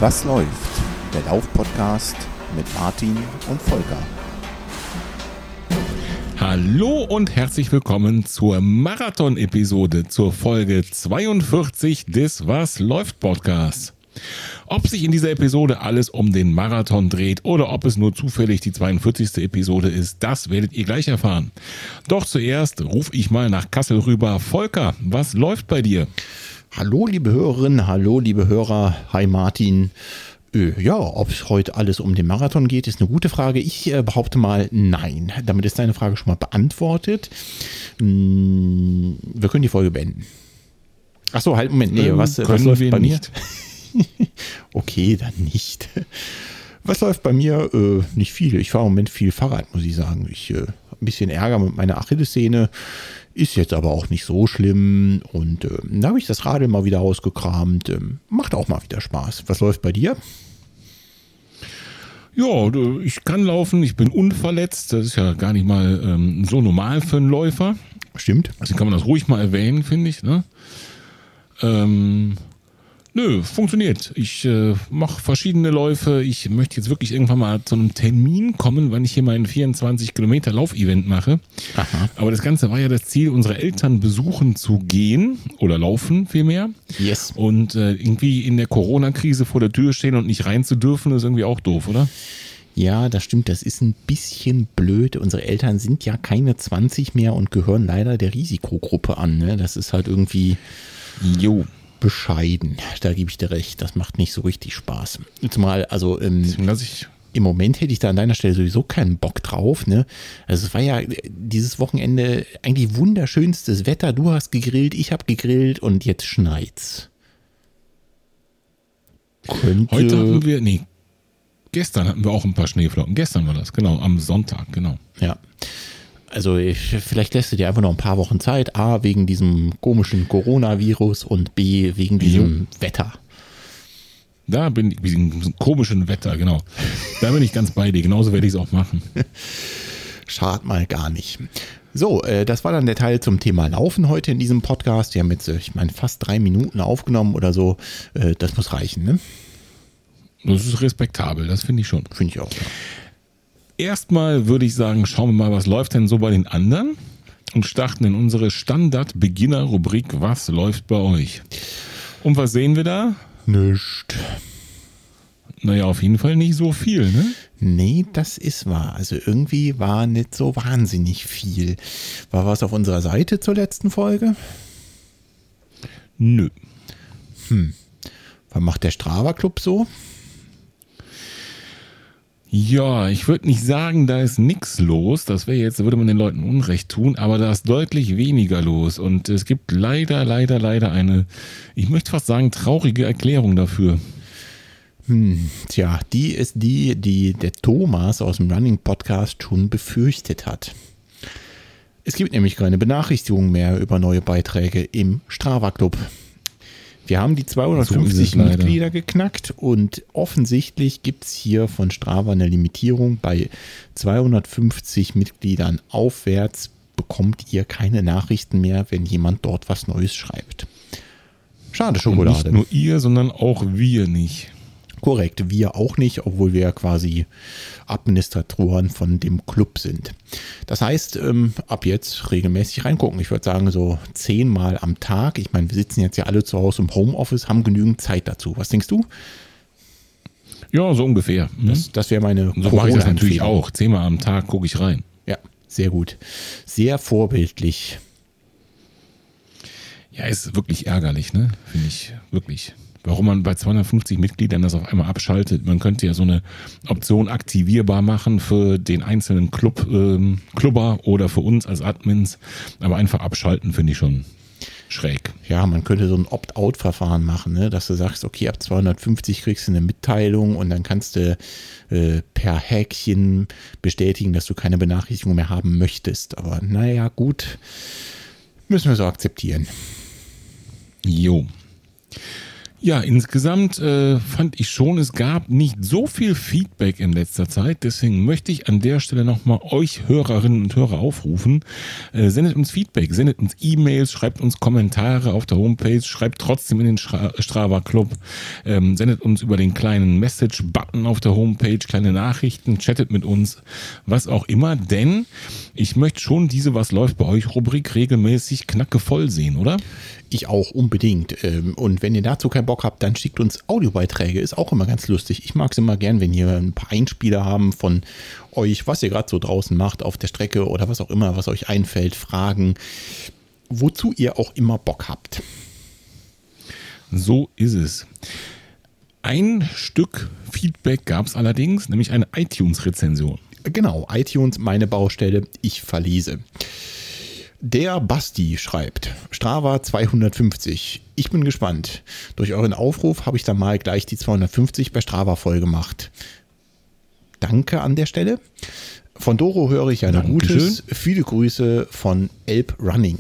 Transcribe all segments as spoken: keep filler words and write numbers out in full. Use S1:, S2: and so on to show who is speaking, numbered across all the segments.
S1: Was läuft? Der Lauf-Podcast mit Martin und Volker.
S2: Hallo und herzlich willkommen zur Marathon-Episode, zur Folge zweiundvierzig des Was läuft Podcasts. Ob sich in dieser Episode alles um den Marathon dreht oder ob es nur zufällig die zweiundvierzigste Episode ist, das werdet ihr gleich erfahren. Doch zuerst rufe ich mal nach Kassel rüber. Volker, was läuft bei dir?
S1: Hallo liebe Hörerinnen, hallo liebe Hörer, hi Martin. Äh, ja, ob es heute alles um den Marathon geht, ist eine gute Frage. Ich äh, behaupte mal nein. Damit ist deine Frage schon mal beantwortet. Hm, wir können die Folge beenden. Ach so, halt, Moment, nee,
S2: ähm,
S1: was, was läuft bei mir? Okay, dann nicht. Was läuft bei mir? Äh, nicht viel. Ich fahre im Moment viel Fahrrad, muss ich sagen. Ich äh, habe ein bisschen Ärger mit meiner Achillessehne. Ist jetzt aber auch nicht so schlimm. Und äh, da habe ich das Radl mal wieder ausgekramt. Ähm, macht auch mal wieder Spaß. Was läuft bei dir?
S2: Ja, ich kann laufen, ich bin unverletzt. Das ist ja gar nicht mal ähm, so normal für einen Läufer.
S1: Stimmt.
S2: Also kann man das ruhig mal erwähnen, finde ich. Ne? Ähm... Nö, funktioniert. Ich äh, mache verschiedene Läufe. Ich möchte jetzt wirklich irgendwann mal zu einem Termin kommen, wann ich hier mein vierundzwanzig Kilometer Laufevent mache.
S1: Aha.
S2: Aber das Ganze war ja das Ziel, unsere Eltern besuchen zu gehen oder laufen vielmehr.
S1: Yes.
S2: Und äh, irgendwie in der Corona-Krise vor der Tür stehen und nicht rein zu dürfen, ist irgendwie auch doof, oder?
S1: Ja, das stimmt. Das ist ein bisschen blöd. Unsere Eltern sind ja keine zwanzig mehr und gehören leider der Risikogruppe an. Ne? Das ist halt irgendwie...
S2: Jo.
S1: bescheiden. Da gebe ich dir recht. Das macht nicht so richtig Spaß. Zumal, also ähm,
S2: lass ich
S1: im Moment hätte ich da an deiner Stelle sowieso keinen Bock drauf. Ne? Also es war ja dieses Wochenende eigentlich wunderschönstes Wetter. Du hast gegrillt, ich habe gegrillt und jetzt schneit's. Könnte
S2: Heute hatten wir, nee, gestern hatten wir auch ein paar Schneeflocken. Gestern war das, genau, am Sonntag, genau.
S1: Ja. Also ich, vielleicht lässt du dir einfach noch ein paar Wochen Zeit. A, wegen diesem komischen Coronavirus und B, wegen diesem
S2: Jo.
S1: Wetter.
S2: Da bin ich, wegen diesem komischen Wetter, genau. Da bin ich ganz bei dir. Genauso werde ich es auch machen.
S1: Schad mal gar nicht. So, äh, das war dann der Teil zum Thema Laufen heute in diesem Podcast. Wir haben jetzt, äh, ich meine, fast drei Minuten aufgenommen oder so. Äh, das muss reichen, ne?
S2: Das ist respektabel, das finde ich schon.
S1: Finde ich auch, ja.
S2: Erstmal würde ich sagen, schauen wir mal, was läuft denn so bei den anderen und starten in unsere Standard-Beginner-Rubrik Was läuft bei euch? Und was sehen wir da?
S1: Nischt.
S2: Naja, auf jeden Fall nicht so viel, ne?
S1: Nee, das ist wahr. Also irgendwie war nicht so wahnsinnig viel. War was auf unserer Seite zur letzten Folge?
S2: Nö.
S1: Hm. Was macht der Strava-Club so?
S2: Ja, ich würde nicht sagen, da ist nichts los. Das wäre jetzt, würde man den Leuten Unrecht tun, aber da ist deutlich weniger los. Und es gibt leider, leider, leider eine, ich möchte fast sagen, traurige Erklärung dafür.
S1: Hm, tja, die ist die, die der Thomas aus dem Running Podcast schon befürchtet hat. Es gibt nämlich keine Benachrichtigung mehr über neue Beiträge im Strava Club. Wir haben die zweihundertfünfzig
S2: so
S1: Mitglieder geknackt und offensichtlich gibt es hier von Strava eine Limitierung. Bei zweihundertfünfzig Mitgliedern aufwärts bekommt ihr keine Nachrichten mehr, wenn jemand dort was Neues schreibt. Schade Schokolade.
S2: Und nicht nur ihr, sondern auch wir nicht.
S1: Korrekt, wir auch nicht, obwohl wir ja quasi Administratoren von dem Club sind. Das heißt, ähm, ab jetzt regelmäßig reingucken. Ich würde sagen, so zehnmal am Tag. Ich meine, wir sitzen jetzt ja alle zu Hause im Homeoffice, haben genügend Zeit dazu. Was denkst du?
S2: Ja, so ungefähr. Hm?
S1: Das, das wäre meine
S2: So mache ich das natürlich
S1: Corona-Empfehlung.
S2: auch. Zehnmal am Tag gucke ich rein.
S1: Ja, sehr gut. Sehr vorbildlich.
S2: Ja, ist wirklich ärgerlich, ne? Finde ich wirklich. Warum man bei zweihundertfünfzig Mitgliedern das auf einmal abschaltet. Man könnte ja so eine Option aktivierbar machen für den einzelnen Club, ähm, Clubber oder für uns als Admins. Aber einfach abschalten finde ich schon schräg.
S1: Ja, man könnte so ein Opt-out-Verfahren machen, ne? Dass du sagst, okay, ab zweihundertfünfzig kriegst du eine Mitteilung und dann kannst du äh, per Häkchen bestätigen, dass du keine Benachrichtigung mehr haben möchtest. Aber naja, gut, müssen wir so akzeptieren.
S2: Jo. Ja, insgesamt äh, fand ich schon, es gab nicht so viel Feedback in letzter Zeit. Deswegen möchte ich an der Stelle nochmal euch Hörerinnen und Hörer aufrufen. Äh, sendet uns Feedback, sendet uns E-Mails, schreibt uns Kommentare auf der Homepage, schreibt trotzdem in den Stra- Strava Club, ähm, sendet uns über den kleinen Message-Button auf der Homepage kleine Nachrichten, chattet mit uns, was auch immer. Denn ich möchte schon diese Was läuft bei euch Rubrik regelmäßig knackevoll sehen, oder?
S1: Ich auch, unbedingt. Und wenn ihr dazu keinen Bock habt, dann schickt uns Audiobeiträge. Ist auch immer ganz lustig. Ich mag es immer gern, wenn ihr ein paar Einspieler haben von euch, was ihr gerade so draußen macht, auf der Strecke oder was auch immer, was euch einfällt, Fragen, wozu ihr auch immer Bock habt.
S2: So ist es. Ein Stück Feedback gab es allerdings, nämlich eine iTunes-Rezension.
S1: Genau, iTunes, meine Baustelle, ich verlese. Der Basti schreibt, Strava zweihundertfünfzig. Ich bin gespannt. Durch euren Aufruf habe ich dann mal gleich die zweihundertfünfzig bei Strava voll gemacht. Danke an der Stelle. Von Doro höre ich eine Gutes. Viele Grüße von Elb Running.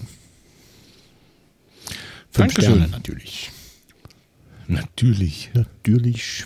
S1: Fünf
S2: Dankeschön.
S1: Sterne natürlich.
S2: Natürlich.
S1: Natürlich.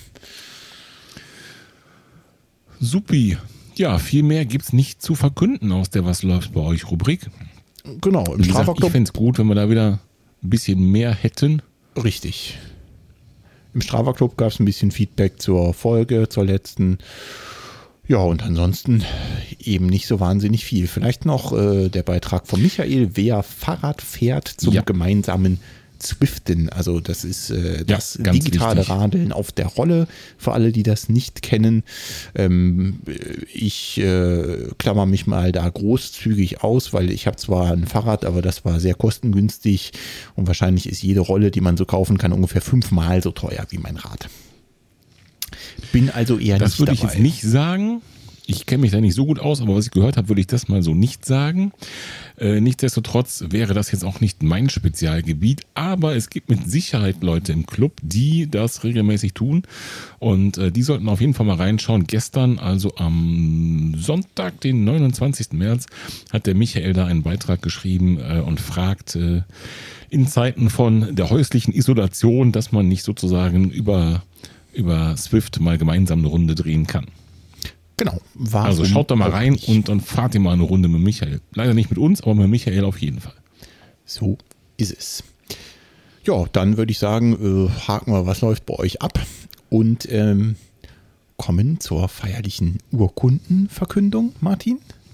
S2: Supi. Ja, viel mehr gibt es nicht zu verkünden aus der Was läuft bei euch Rubrik.
S1: Genau, im
S2: Wie gesagt,
S1: Strava Club.
S2: ich fände es gut, wenn wir da wieder ein bisschen mehr hätten.
S1: Richtig. Im Strava Club gab es ein bisschen Feedback zur Folge, zur letzten. Ja, und ansonsten eben nicht so wahnsinnig viel. Vielleicht noch äh, der Beitrag von Michael, wer Fahrrad fährt zum
S2: Ja.
S1: gemeinsamen Zwiften. Also das ist äh, das
S2: Ja, ganz
S1: digitale
S2: wichtig.
S1: Radeln auf der Rolle, für alle, die das nicht kennen. Ähm, ich äh, klammer mich mal da großzügig aus, weil ich habe zwar ein Fahrrad, aber das war sehr kostengünstig und wahrscheinlich ist jede Rolle, die man so kaufen kann, ungefähr fünfmal so teuer wie mein Rad. Bin also eher
S2: Das
S1: nicht
S2: würde
S1: dabei.
S2: ich jetzt nicht sagen. Ich kenne mich da nicht so gut aus, aber was ich gehört habe, würde ich das mal so nicht sagen. Äh, nichtsdestotrotz wäre das jetzt auch nicht mein Spezialgebiet, aber es gibt mit Sicherheit Leute im Club, die das regelmäßig tun und äh, die sollten auf jeden Fall mal reinschauen. Gestern, also am Sonntag, den neunundzwanzigsten März, hat der Michael da einen Beitrag geschrieben äh, und fragt äh, in Zeiten von der häuslichen Isolation, dass man nicht sozusagen über, über Zwift mal gemeinsam eine Runde drehen kann.
S1: Genau. Warum
S2: Also schaut da mal
S1: auch
S2: rein
S1: nicht?
S2: und dann fahrt ihr mal eine Runde mit Michael. Leider nicht mit uns, aber mit Michael auf jeden Fall.
S1: So ist es. Ja, dann würde ich sagen, äh, haken wir, was läuft bei euch ab und ähm, kommen zur feierlichen Urkundenverkündung, Martin.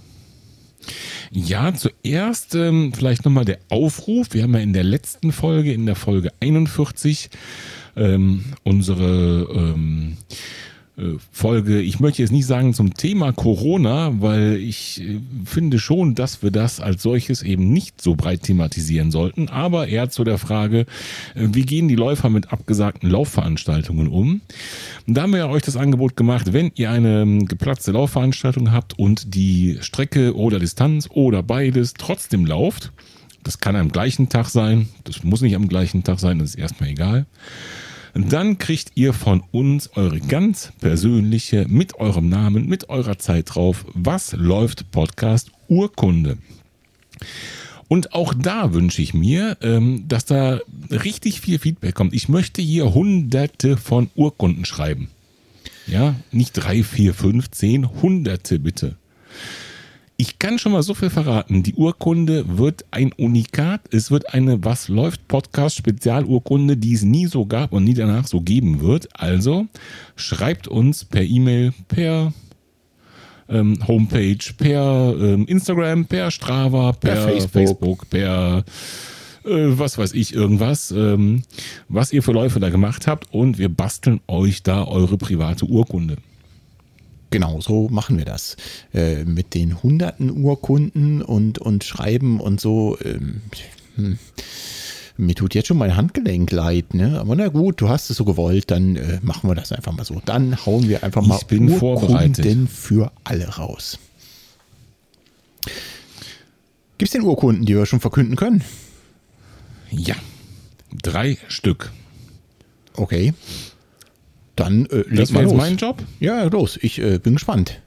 S2: Ja, zuerst ähm, vielleicht nochmal der Aufruf. Wir haben ja in der letzten Folge, in der Folge einundvierzig, ähm, unsere ähm, Folge, ich möchte jetzt nicht sagen zum Thema Corona, weil ich äh, finde schon, dass wir das als solches eben nicht so breit thematisieren sollten, aber eher zu der Frage, äh, wie gehen die Läufer mit abgesagten Laufveranstaltungen um? Da haben wir ja euch das Angebot gemacht, wenn ihr eine ähm, geplatzte Laufveranstaltung habt und die Strecke oder Distanz oder beides trotzdem lauft, das kann am gleichen Tag sein, das muss nicht am gleichen Tag sein, das ist erstmal egal. Dann kriegt ihr von uns eure ganz persönliche, mit eurem Namen, mit eurer Zeit drauf, was läuft Podcast Urkunde. Und auch da wünsche ich mir, dass da richtig viel Feedback kommt. Ich möchte hier hunderte von Urkunden schreiben. Ja, nicht drei, vier, fünf, zehn, hunderte bitte. Ich kann schon mal so viel verraten. Die Urkunde wird ein Unikat. Es wird eine Was läuft Podcast Spezialurkunde, die es nie so gab und nie danach so geben wird. Also schreibt uns per E-Mail, per ähm, Homepage, per ähm, Instagram, per Strava, per,
S1: Per Facebook.
S2: Facebook, per äh, was weiß ich, irgendwas, ähm, was ihr für Läufe da gemacht habt und wir basteln euch da eure private Urkunde.
S1: Genau, so machen wir das. Äh, mit den hunderten Urkunden und, und Schreiben und so. Ähm, hm. Mir tut jetzt schon mein Handgelenk leid, ne? Aber na gut, du hast es so gewollt, dann äh, machen wir das einfach mal so. Dann hauen wir einfach mal
S2: Ich bin vorbereitet.
S1: für alle raus. Gibt es denn Urkunden, die wir schon verkünden können?
S2: Ja, drei Stück.
S1: Okay. Dann äh, leg
S2: Das
S1: mal
S2: wäre jetzt
S1: los.
S2: mein Job.
S1: Ja, los. Ich äh, bin gespannt.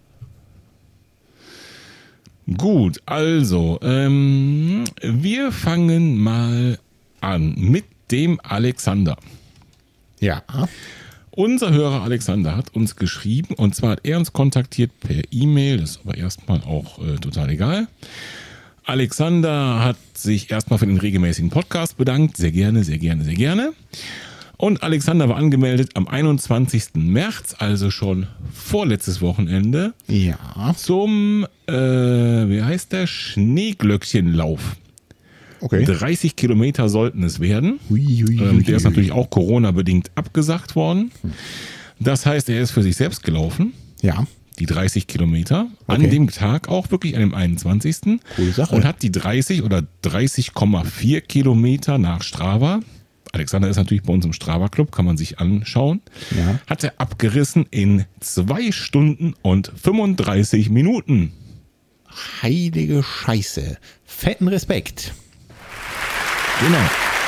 S2: Gut, also, ähm, wir fangen mal an mit dem Alexander.
S1: Ja.
S2: Unser Hörer Alexander hat uns geschrieben, und zwar hat er uns kontaktiert per E-Mail, das ist aber erstmal auch äh, total egal. Alexander hat sich erstmal für den regelmäßigen Podcast bedankt, sehr gerne, sehr gerne, sehr gerne. Und Alexander war angemeldet am einundzwanzigsten März, also schon vorletztes Wochenende,
S1: Ja.
S2: zum, äh, wie heißt der, Schneeglöckchenlauf.
S1: Okay.
S2: dreißig Kilometer sollten es werden.
S1: Hui, hui,
S2: Ähm,
S1: hui,
S2: der ist
S1: hui.
S2: natürlich auch Corona-bedingt abgesagt worden. Das heißt, er ist für sich selbst gelaufen,
S1: Ja.
S2: die dreißig Kilometer, an
S1: Okay.
S2: dem Tag auch wirklich, an dem einundzwanzigsten
S1: Coole Sache.
S2: Und hat die dreißig oder dreißig Komma vier Kilometer nach Strava, Alexander ist natürlich bei uns im Strava-Club, kann man sich anschauen,
S1: Ja.
S2: hat er abgerissen in zwei Stunden und fünfunddreißig Minuten.
S1: Heilige Scheiße. Fetten Respekt.
S2: Genau.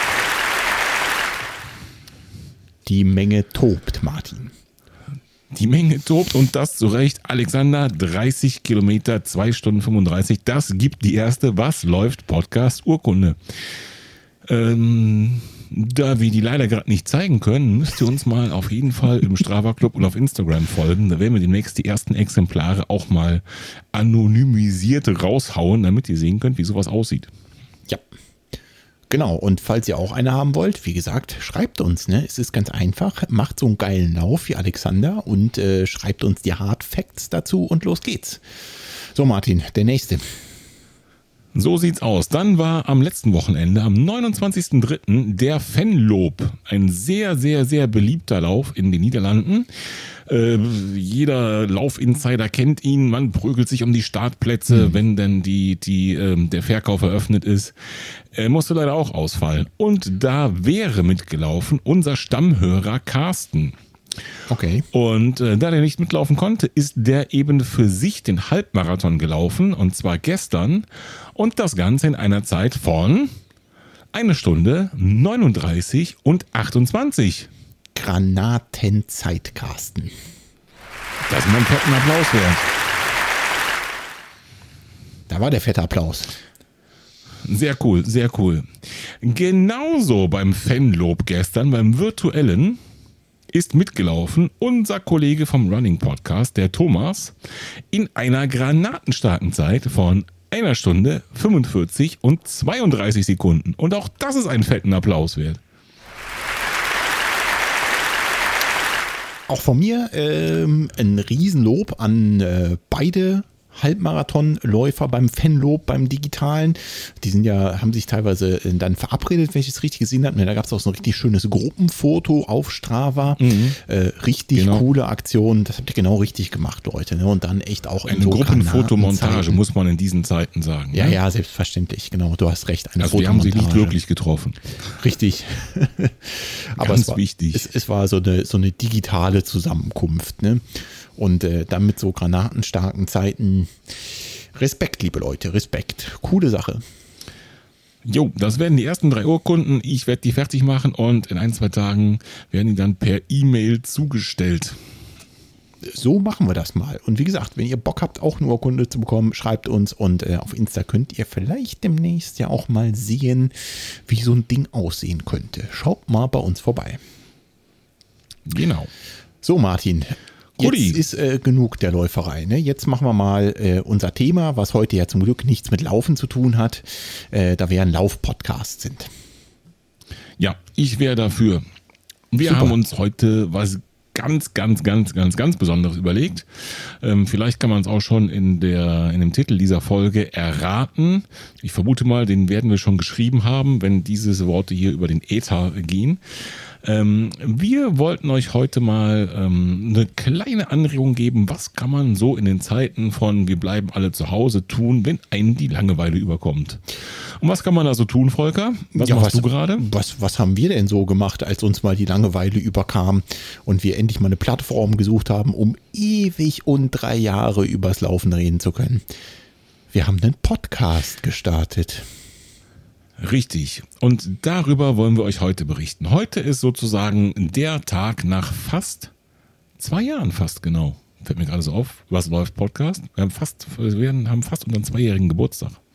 S1: Die Menge tobt, Martin.
S2: Die Menge tobt und das zu Recht. Alexander, dreißig Kilometer, zwei Stunden fünfunddreißig. Das gibt die erste Was läuft Podcast-Urkunde. Ähm, da wir die leider gerade nicht zeigen können, müsst ihr uns mal auf jeden Fall im Strava Club und auf Instagram folgen. Da werden wir demnächst die ersten Exemplare auch mal anonymisiert raushauen, damit ihr sehen könnt, wie sowas aussieht.
S1: Ja. Genau, und falls ihr auch eine haben wollt, wie gesagt, schreibt uns, ne? Es ist ganz einfach, macht so einen geilen Lauf wie Alexander und äh, schreibt uns die Hard Facts dazu und los geht's. So Martin, der nächste.
S2: So sieht's aus. Dann war am letzten Wochenende, am neunundzwanzigsten dritten der Venloop. Ein sehr, sehr, sehr beliebter Lauf in den Niederlanden. Äh, jeder Laufinsider kennt ihn. Man prügelt sich um die Startplätze, mhm. wenn denn die, die, äh, der Verkauf eröffnet ist. Er musste leider auch ausfallen. Und da wäre mitgelaufen unser Stammhörer Carsten.
S1: Okay.
S2: Und äh, da der nicht mitlaufen konnte, ist der eben für sich den Halbmarathon gelaufen, und zwar gestern, und das Ganze in einer Zeit von eine Stunde neununddreißig und achtundzwanzig.
S1: Granatenzeit, Carsten.
S2: Das ist mal ein fetten Applaus wert.
S1: Da war der fette Applaus.
S2: Sehr cool, sehr cool. Genauso beim Venloop gestern, beim virtuellen, ist mitgelaufen unser Kollege vom Running Podcast, der Thomas, in einer granatenstarken Zeit von einer Stunde fünfundvierzig und zweiunddreißig Sekunden. Und auch das ist einen fetten Applaus wert.
S1: Auch von mir ähm, ein Riesenlob an äh, beide Halbmarathonläufer beim Venloop, beim Digitalen. Die sind ja, haben sich teilweise dann verabredet, wenn ich es richtig gesehen habe. Da gab es auch so ein richtig schönes Gruppenfoto auf Strava. Mhm. Äh, richtig genau. Coole Aktion. Das habt ihr genau richtig gemacht, Leute. Ne? Und dann echt auch in
S2: eine
S1: so
S2: Gruppenfotomontage, muss man in diesen Zeiten sagen.
S1: Ja,
S2: ne?
S1: ja, selbstverständlich. Genau, du hast recht. Eine
S2: also die haben sich nicht wirklich getroffen.
S1: Richtig. Aber
S2: Ganz
S1: es war,
S2: wichtig.
S1: Es, es war so eine, so eine digitale Zusammenkunft, ne? Und äh, dann mit so granatenstarken Zeiten. Respekt, liebe Leute, Respekt. Coole Sache.
S2: Jo, das werden die ersten drei Urkunden. Ich werde die fertig machen und in ein, zwei Tagen werden die dann per E-Mail zugestellt.
S1: So machen wir das mal. Und wie gesagt, wenn ihr Bock habt, auch eine Urkunde zu bekommen, schreibt uns. Und äh, auf Insta könnt ihr vielleicht demnächst ja auch mal sehen, wie so ein Ding aussehen könnte. Schaut mal bei uns vorbei.
S2: Genau.
S1: So, Martin. Jetzt ist äh, genug der Läuferei. Ne? Jetzt machen wir mal äh, unser Thema, was heute ja zum Glück nichts mit Laufen zu tun hat, äh, da wir ein Lauf-Podcast sind.
S2: Ja, ich wäre dafür. Wir
S1: Super.
S2: haben uns heute was ganz, ganz, ganz, ganz, ganz Besonderes überlegt. Ähm, vielleicht kann man es auch schon in, der, in dem Titel dieser Folge erraten. Ich vermute mal, den werden wir schon geschrieben haben, wenn diese Worte hier über den Äther gehen. Ähm, wir wollten euch heute mal ähm, eine kleine Anregung geben, was kann man so in den Zeiten von wir bleiben alle zu Hause tun, wenn einen die Langeweile überkommt. Und was kann man da so tun, Volker? Was
S1: ja,
S2: machst
S1: was,
S2: du gerade?
S1: Was, was haben wir denn so gemacht, als uns mal die Langeweile überkam und wir endlich mal eine Plattform gesucht haben, um ewig und drei Jahre übers Laufen reden zu können? Wir haben einen Podcast gestartet.
S2: Richtig. Und darüber wollen wir euch heute berichten. Heute ist sozusagen der Tag nach fast zwei Jahren, fast genau. Fällt mir gerade so auf. Was läuft Podcast? Wir haben fast, wir haben fast unseren zweijährigen Geburtstag.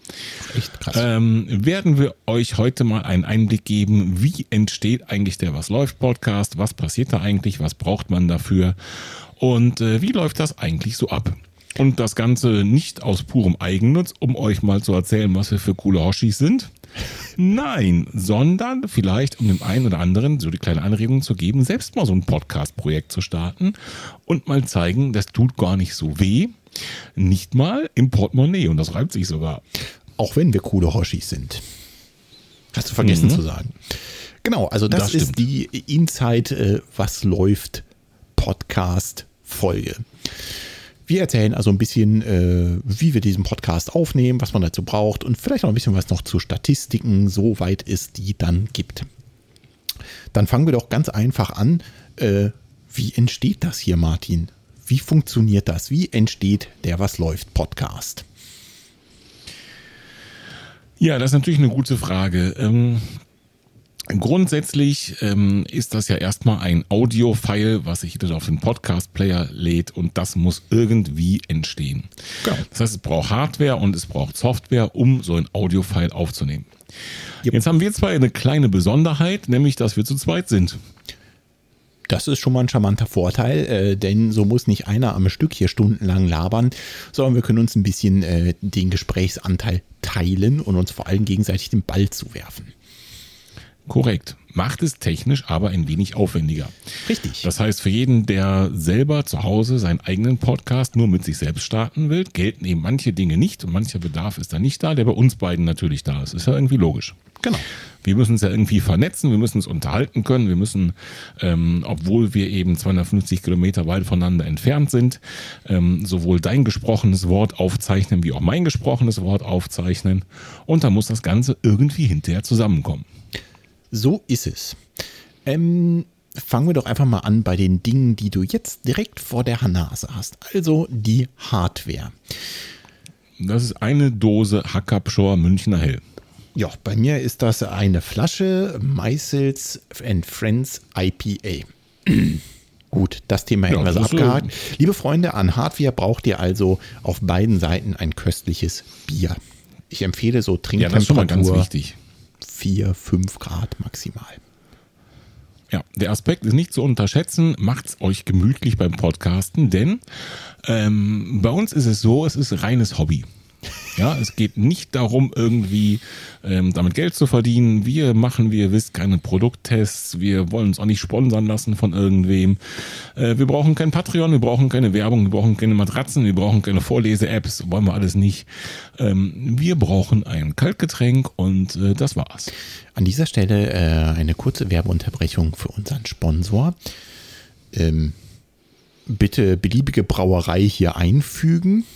S1: Echt krass.
S2: Ähm, werden wir euch heute mal einen Einblick geben, wie entsteht eigentlich der Was läuft Podcast, was passiert da eigentlich, was braucht man dafür und äh, wie läuft das eigentlich so ab. Und das Ganze nicht aus purem Eigennutz, um euch mal zu erzählen, was wir für coole Hoshis sind. Nein, sondern vielleicht um dem einen oder anderen so die kleine Anregung zu geben, selbst mal so ein Podcast-Projekt zu starten und mal zeigen, das tut gar nicht so weh. Nicht mal im Portemonnaie und das reimt sich sogar.
S1: Auch wenn wir coole Hoshis sind. Hast du vergessen
S2: Mhm.
S1: zu sagen. Genau, also das,
S2: Das
S1: ist
S2: stimmt.
S1: die Inside äh, Was läuft Podcast-Folge. Wir erzählen also ein bisschen, äh, wie wir diesen Podcast aufnehmen, was man dazu braucht und vielleicht noch ein bisschen was noch zu Statistiken, soweit es die dann gibt. Dann fangen wir doch ganz einfach an. Äh, wie entsteht das hier, Martin? Wie funktioniert das? Wie entsteht der Was läuft Podcast?
S2: Ja, das ist natürlich eine gute Frage. Ähm, grundsätzlich ähm, ist das ja erstmal ein Audio-File, was sich auf den Podcast-Player lädt und das muss irgendwie entstehen.
S1: Genau.
S2: Das heißt, es braucht Hardware und es braucht Software, um so ein Audio-File aufzunehmen.
S1: Yep.
S2: Jetzt haben wir zwar eine kleine Besonderheit, nämlich, dass wir zu zweit sind.
S1: Das ist schon mal ein charmanter Vorteil, äh, denn so muss nicht einer am Stück hier stundenlang labern, sondern wir können uns ein bisschen äh, den Gesprächsanteil teilen und uns vor allem gegenseitig den Ball zuwerfen.
S2: Korrekt. Macht es technisch aber ein wenig aufwendiger.
S1: Richtig.
S2: Das heißt, für jeden, der selber zu Hause seinen eigenen Podcast nur mit sich selbst starten will, gelten eben manche Dinge nicht und mancher Bedarf ist da nicht da, der bei uns beiden natürlich da ist. Ist ja irgendwie logisch.
S1: Genau.
S2: Wir müssen uns ja irgendwie vernetzen, wir müssen uns unterhalten können, wir müssen, ähm, obwohl wir eben zweihundertfünfzig Kilometer weit voneinander entfernt sind, ähm, sowohl dein gesprochenes Wort aufzeichnen, wie auch mein gesprochenes Wort aufzeichnen. Und da muss das Ganze irgendwie hinterher zusammenkommen.
S1: So ist es. Ähm, fangen wir doch einfach mal an bei den Dingen, die du jetzt direkt vor der Nase hast. Also die Hardware.
S2: Das ist eine Dose Hackabschor Münchner Hell.
S1: Ja, bei mir ist das eine Flasche Meisels and Friends I P A. Gut, das Thema hätten
S2: Ja,
S1: wir so
S2: das ist,
S1: abgehakt. Liebe Freunde, an Hardware braucht ihr also auf beiden Seiten ein köstliches Bier. Ich empfehle so
S2: Ja, das ist schon mal ganz
S1: Trinktemperatur
S2: wichtig.
S1: vier, fünf Grad maximal.
S2: Ja, der Aspekt ist nicht zu unterschätzen. Macht's euch gemütlich beim Podcasten, denn ähm, bei uns ist es so, es ist reines Hobby. Ja, es geht nicht darum, irgendwie ähm, damit Geld zu verdienen. Wir machen, wie ihr wisst, keine Produkttests. Wir wollen uns auch nicht sponsern lassen von irgendwem. Äh, wir brauchen kein Patreon, wir brauchen keine Werbung, wir brauchen keine Matratzen, wir brauchen keine Vorlese-Apps, wollen wir alles nicht. Ähm, wir brauchen ein Kaltgetränk und äh, das war's.
S1: An dieser Stelle äh, eine kurze Werbeunterbrechung für unseren Sponsor. Ähm, bitte beliebige Brauerei hier einfügen.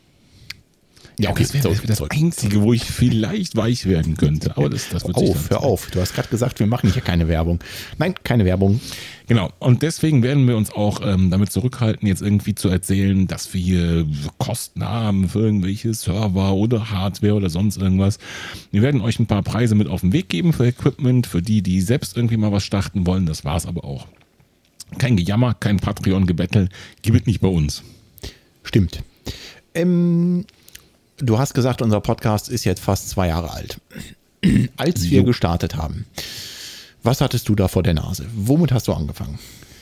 S2: Ja, okay, das wäre das, wär das Einzige, wo ich vielleicht weich werden könnte. Aber das, das wird sich
S1: auf, hör auf. Du hast gerade gesagt, wir machen hier keine Werbung. Nein, keine Werbung.
S2: Genau. Und deswegen werden wir uns auch ähm, damit zurückhalten, jetzt irgendwie zu erzählen, dass wir hier Kosten haben für irgendwelche Server oder Hardware oder sonst irgendwas. Wir werden euch ein paar Preise mit auf den Weg geben für Equipment, für die, die selbst irgendwie mal was starten wollen. Das war's aber auch. Kein Gejammer, kein Patreon-Gebettel. Gibt es nicht bei uns.
S1: Stimmt. Ähm... Du hast gesagt, unser Podcast ist jetzt fast zwei Jahre alt. Als wir
S2: Jo.
S1: gestartet haben, was hattest du da vor der Nase? Womit hast du angefangen?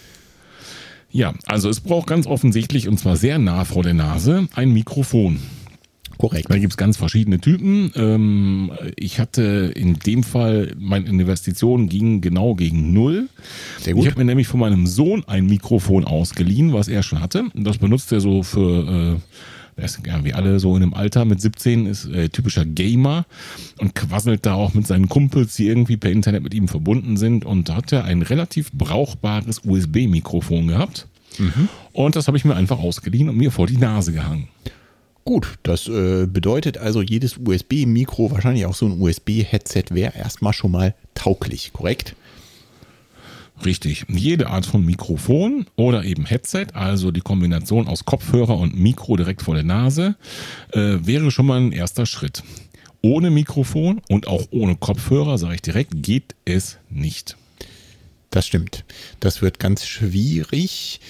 S2: Ja, also es braucht ganz offensichtlich, und zwar sehr nah vor der Nase, ein Mikrofon.
S1: Korrekt.
S2: Da gibt es ganz verschiedene Typen. Ähm, ich hatte in dem Fall, meine Investition ging genau gegen null.
S1: Sehr gut.
S2: Ich habe mir nämlich von meinem Sohn ein Mikrofon ausgeliehen, was er schon hatte. Und das benutzt er so für... Äh, Er ist ja wie alle so in einem Alter mit siebzehn, ist äh, typischer Gamer und quasselt da auch mit seinen Kumpels, die irgendwie per Internet mit ihm verbunden sind. Und da hat er ein relativ brauchbares U S B-Mikrofon gehabt. Mhm. Und das habe ich mir einfach ausgeliehen und mir vor die Nase gehangen.
S1: Gut, das äh, bedeutet also, jedes U S B-Mikro, wahrscheinlich auch so ein U S B-Headset, wäre erstmal schon mal tauglich, korrekt?
S2: Richtig. Jede Art von Mikrofon oder eben Headset, also die Kombination aus Kopfhörer und Mikro direkt vor der Nase, äh, wäre schon mal ein erster Schritt. Ohne Mikrofon und auch ohne Kopfhörer, sage ich direkt, geht es nicht.
S1: Das stimmt. Das wird ganz schwierig.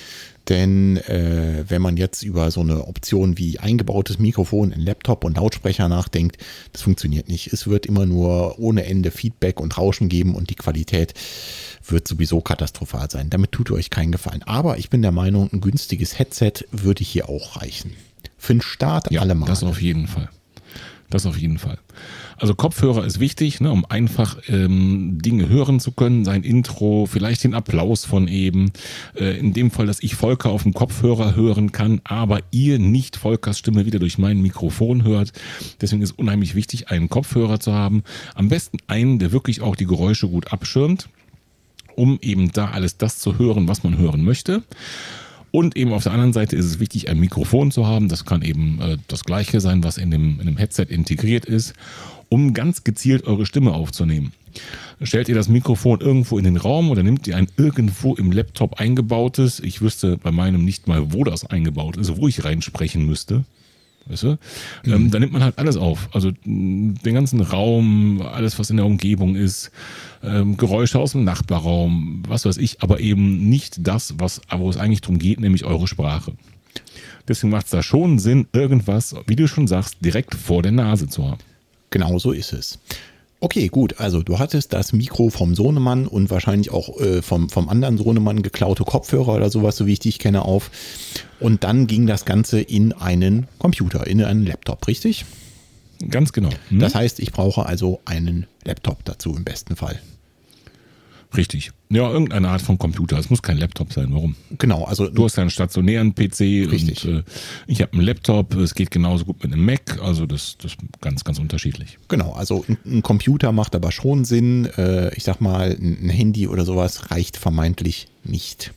S1: Denn äh, wenn man jetzt über so eine Option wie eingebautes Mikrofon in Laptop und Lautsprecher nachdenkt, das funktioniert nicht. Es wird immer nur ohne Ende Feedback und Rauschen geben und die Qualität wird sowieso katastrophal sein. Damit tut ihr euch keinen Gefallen. Aber ich bin der Meinung, ein günstiges Headset würde hier auch reichen. Für den Start
S2: ja,
S1: allemal.
S2: Das auf jeden Fall. Das auf jeden Fall. Also Kopfhörer ist wichtig, ne, um einfach ähm, Dinge hören zu können, sein Intro, vielleicht den Applaus von eben. Äh, in dem Fall, dass ich Volker auf dem Kopfhörer hören kann, aber ihr nicht Volkers Stimme wieder durch mein Mikrofon hört. Deswegen ist unheimlich wichtig, einen Kopfhörer zu haben. Am besten einen, der wirklich auch die Geräusche gut abschirmt, um eben da alles das zu hören, was man hören möchte. Und eben auf der anderen Seite ist es wichtig, ein Mikrofon zu haben. Das kann eben äh, das Gleiche sein, was in dem, in dem Headset integriert ist, um ganz gezielt eure Stimme aufzunehmen. Stellt ihr das Mikrofon irgendwo in den Raum oder nehmt ihr ein irgendwo im Laptop eingebautes? Ich wüsste bei meinem nicht mal, wo das eingebaut ist, wo ich reinsprechen müsste. Weißt du? Mhm. Ähm, da nimmt man halt alles auf. Also den ganzen Raum, alles, was in der Umgebung ist, ähm, Geräusche aus dem Nachbarraum, was weiß ich, aber eben nicht das, was, wo es eigentlich darum geht, nämlich eure Sprache. Deswegen macht es da schon Sinn, irgendwas, wie du schon sagst, direkt vor der Nase zu haben.
S1: Genau so ist es. Okay, gut, also du hattest das Mikro vom Sohnemann und wahrscheinlich auch äh, vom, vom anderen Sohnemann geklaute Kopfhörer oder sowas, so wie ich dich kenne, auf. Und dann ging das Ganze in einen Computer, in einen Laptop, richtig?
S2: Ganz genau. Hm?
S1: Das heißt, ich brauche also einen Laptop dazu im besten Fall.
S2: Richtig. Ja, irgendeine Art von Computer. Es muss kein Laptop sein. Warum?
S1: Genau, also
S2: du hast ja einen stationären P C.
S1: Richtig.
S2: Und äh, ich habe einen Laptop. Es geht genauso gut mit einem Mac. Also das, das ist ganz, ganz unterschiedlich.
S1: Genau, also ein, ein Computer macht aber schon Sinn. Äh, ich sag mal, ein, ein Handy oder sowas reicht vermeintlich nicht.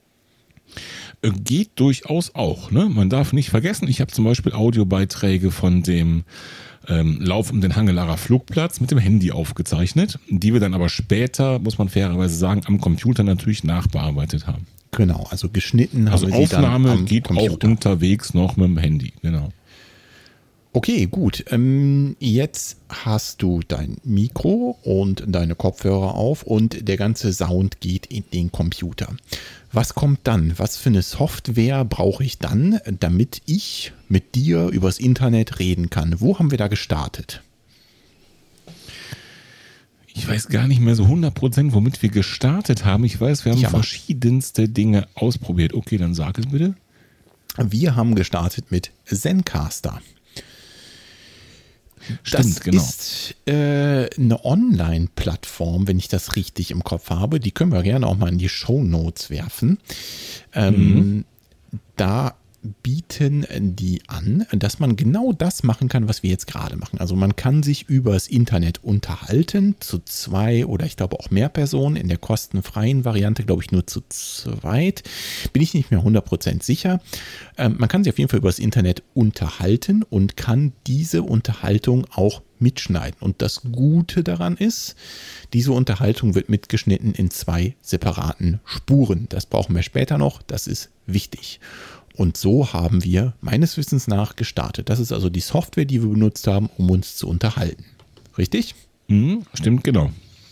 S2: Geht durchaus auch. Ne? Man darf nicht vergessen, ich habe zum Beispiel Audiobeiträge von dem ähm, Lauf um den Hangelarer Flugplatz mit dem Handy aufgezeichnet, die wir dann aber später, muss man fairerweise sagen, am Computer natürlich nachbearbeitet haben.
S1: Genau, also geschnitten
S2: also
S1: haben wir sie dann am
S2: Aufnahme geht
S1: Computer.
S2: Auch unterwegs noch mit dem Handy, genau.
S1: Okay, gut. Ähm, jetzt hast du dein Mikro und deine Kopfhörer auf und der ganze Sound geht in den Computer. Was kommt dann? Was für eine Software brauche ich dann, damit ich mit dir übers Internet reden kann? Wo haben wir da gestartet?
S2: Ich weiß gar nicht mehr so hundert Prozent, womit wir gestartet haben. Ich weiß, wir haben
S1: Ja.
S2: verschiedenste Dinge ausprobiert. Okay, dann sag es bitte.
S1: Wir haben gestartet mit Zencastr.
S2: Stimmt,
S1: das
S2: genau.
S1: ist äh, eine Online-Plattform, wenn ich das richtig im Kopf habe. Die können wir gerne auch mal in die Shownotes werfen. Ähm,
S2: Mhm.
S1: Da bieten die an, dass man genau das machen kann, was wir jetzt gerade machen. Also man kann sich übers Internet unterhalten, zu zwei oder ich glaube auch mehr Personen. In der kostenfreien Variante glaube ich nur zu zweit. Bin ich nicht mehr hundert Prozent sicher. Ähm, man kann sich auf jeden Fall übers Internet unterhalten und kann diese Unterhaltung auch mitschneiden. Und das Gute daran ist, diese Unterhaltung wird mitgeschnitten in zwei separaten Spuren. Das brauchen wir später noch. Das ist wichtig. Und so haben wir meines Wissens nach gestartet. Das ist also die Software, die wir benutzt haben, um uns zu unterhalten. Richtig?
S2: Mhm, stimmt, genau.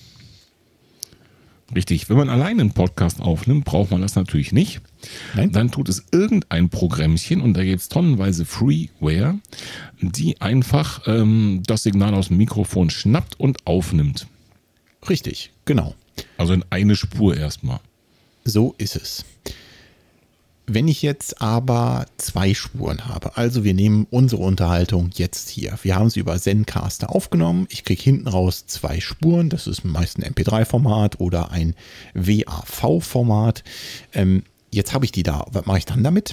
S2: Richtig. Wenn man alleine einen Podcast aufnimmt, braucht man das natürlich nicht.
S1: Nein?
S2: Dann tut es irgendein Programmchen und da gibt es tonnenweise Freeware, die einfach ähm, das Signal aus dem Mikrofon schnappt und aufnimmt.
S1: Richtig, genau.
S2: Also in eine Spur erstmal.
S1: So ist es. Wenn ich jetzt aber zwei Spuren habe, also wir nehmen unsere Unterhaltung jetzt hier. Wir haben sie über Zencastr aufgenommen. Ich kriege hinten raus zwei Spuren. Das ist meist ein M P drei Format oder ein W A V Format. Ähm, jetzt habe ich die da. Was mache ich dann damit?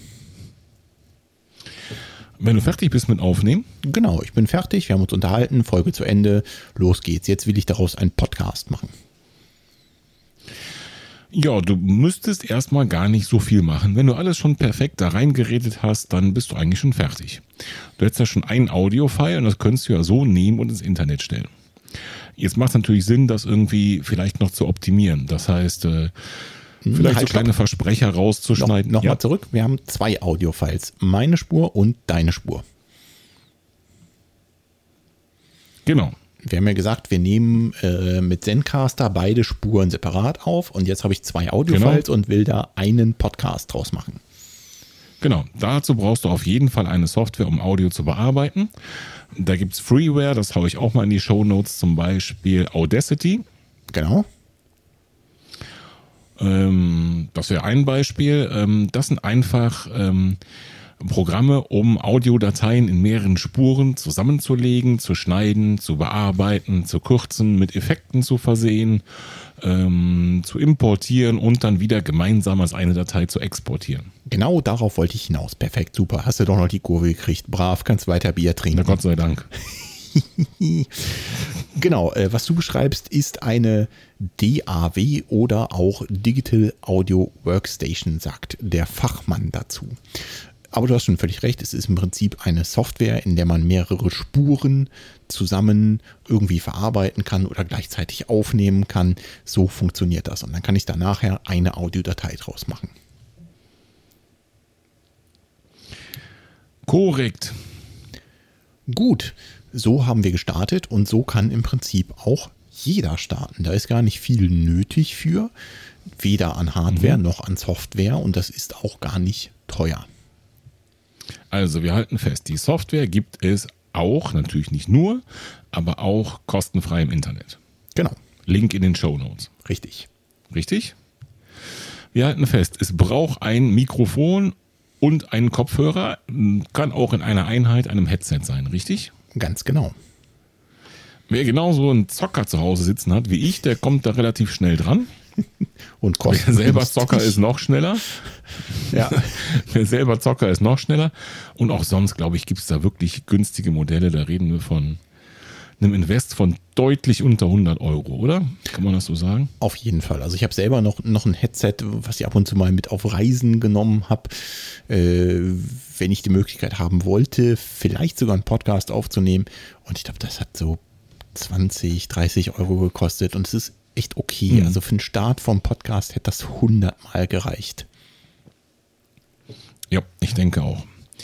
S2: Wenn du fertig bist mit Aufnehmen,
S1: Genau, ich bin fertig. Wir haben uns unterhalten. Folge zu Ende. Los geht's. Jetzt will ich daraus einen Podcast machen.
S2: ja, du müsstest erstmal gar nicht so viel machen. Wenn du alles schon perfekt da reingeredet hast, dann bist du eigentlich schon fertig. Du hättest ja schon ein Audio-File und das könntest du ja so nehmen und ins Internet stellen. Jetzt macht es natürlich Sinn, das irgendwie vielleicht noch zu optimieren. Das heißt, äh, vielleicht
S1: halt,
S2: so kleine
S1: stopp.
S2: Versprecher rauszuschneiden.
S1: Nochmal
S2: Ja.
S1: zurück. Wir haben zwei Audio-Files. Meine Spur und deine Spur.
S2: Genau.
S1: Wir haben ja gesagt, wir nehmen äh, mit Zencastr beide Spuren separat auf und jetzt habe ich zwei Audiofiles genau. und will da einen Podcast draus machen.
S2: Genau, dazu brauchst du auf jeden Fall eine Software, um Audio zu bearbeiten. Da gibt es Freeware, das haue ich auch mal in die Shownotes, zum Beispiel Audacity.
S1: Genau.
S2: Ähm, das wäre ein Beispiel. Ähm, das sind einfach ähm, Programme, um Audiodateien in mehreren Spuren zusammenzulegen, zu schneiden, zu bearbeiten, zu kürzen, mit Effekten zu versehen, ähm, zu importieren und dann wieder gemeinsam als eine Datei zu exportieren.
S1: Genau darauf wollte ich hinaus. Perfekt, super. Hast du doch noch die Kurve gekriegt. Brav, kannst weiter Bier trinken.
S2: Na Gott sei Dank.
S1: Genau, äh, was du beschreibst, ist eine D A W oder auch Digital Audio Workstation, sagt der Fachmann dazu. Aber du hast schon völlig recht, es ist im Prinzip eine Software, in der man mehrere Spuren zusammen irgendwie verarbeiten kann oder gleichzeitig aufnehmen kann. So funktioniert das. Und dann kann ich da nachher eine Audiodatei draus machen.
S2: Korrekt.
S1: Gut, so haben wir gestartet und so kann im Prinzip auch jeder starten. Da ist gar nicht viel nötig für, weder an Hardware mhm. noch an Software und das ist auch gar nicht teuer.
S2: Also wir halten fest, die Software gibt es auch, natürlich nicht nur, aber auch kostenfrei im Internet.
S1: Genau.
S2: Link in den Shownotes.
S1: Richtig.
S2: Richtig? Wir halten fest, es braucht ein Mikrofon und einen Kopfhörer, kann auch in einer Einheit, einem Headset sein, richtig?
S1: Ganz genau.
S2: Wer genauso einen Zocker zu Hause sitzen hat wie ich, der kommt da relativ schnell dran.
S1: Und kostet
S2: Wer selber Zocker ist noch schneller.
S1: Ja.
S2: Wer selber Zocker ist noch schneller. Und auch sonst, glaube ich, gibt es da wirklich günstige Modelle. Da reden wir von einem Invest von deutlich unter hundert Euro, oder? Kann man das so sagen?
S1: Auf jeden Fall. Also ich habe selber noch, noch ein Headset, was ich ab und zu mal mit auf Reisen genommen habe. Äh, wenn ich die Möglichkeit haben wollte, vielleicht sogar einen Podcast aufzunehmen. Und ich glaube, das hat so zwanzig, dreißig Euro gekostet. Und es ist echt okay. Mhm. Also für den Start vom Podcast hätte das hundert Mal gereicht.
S2: Ja, ich denke auch.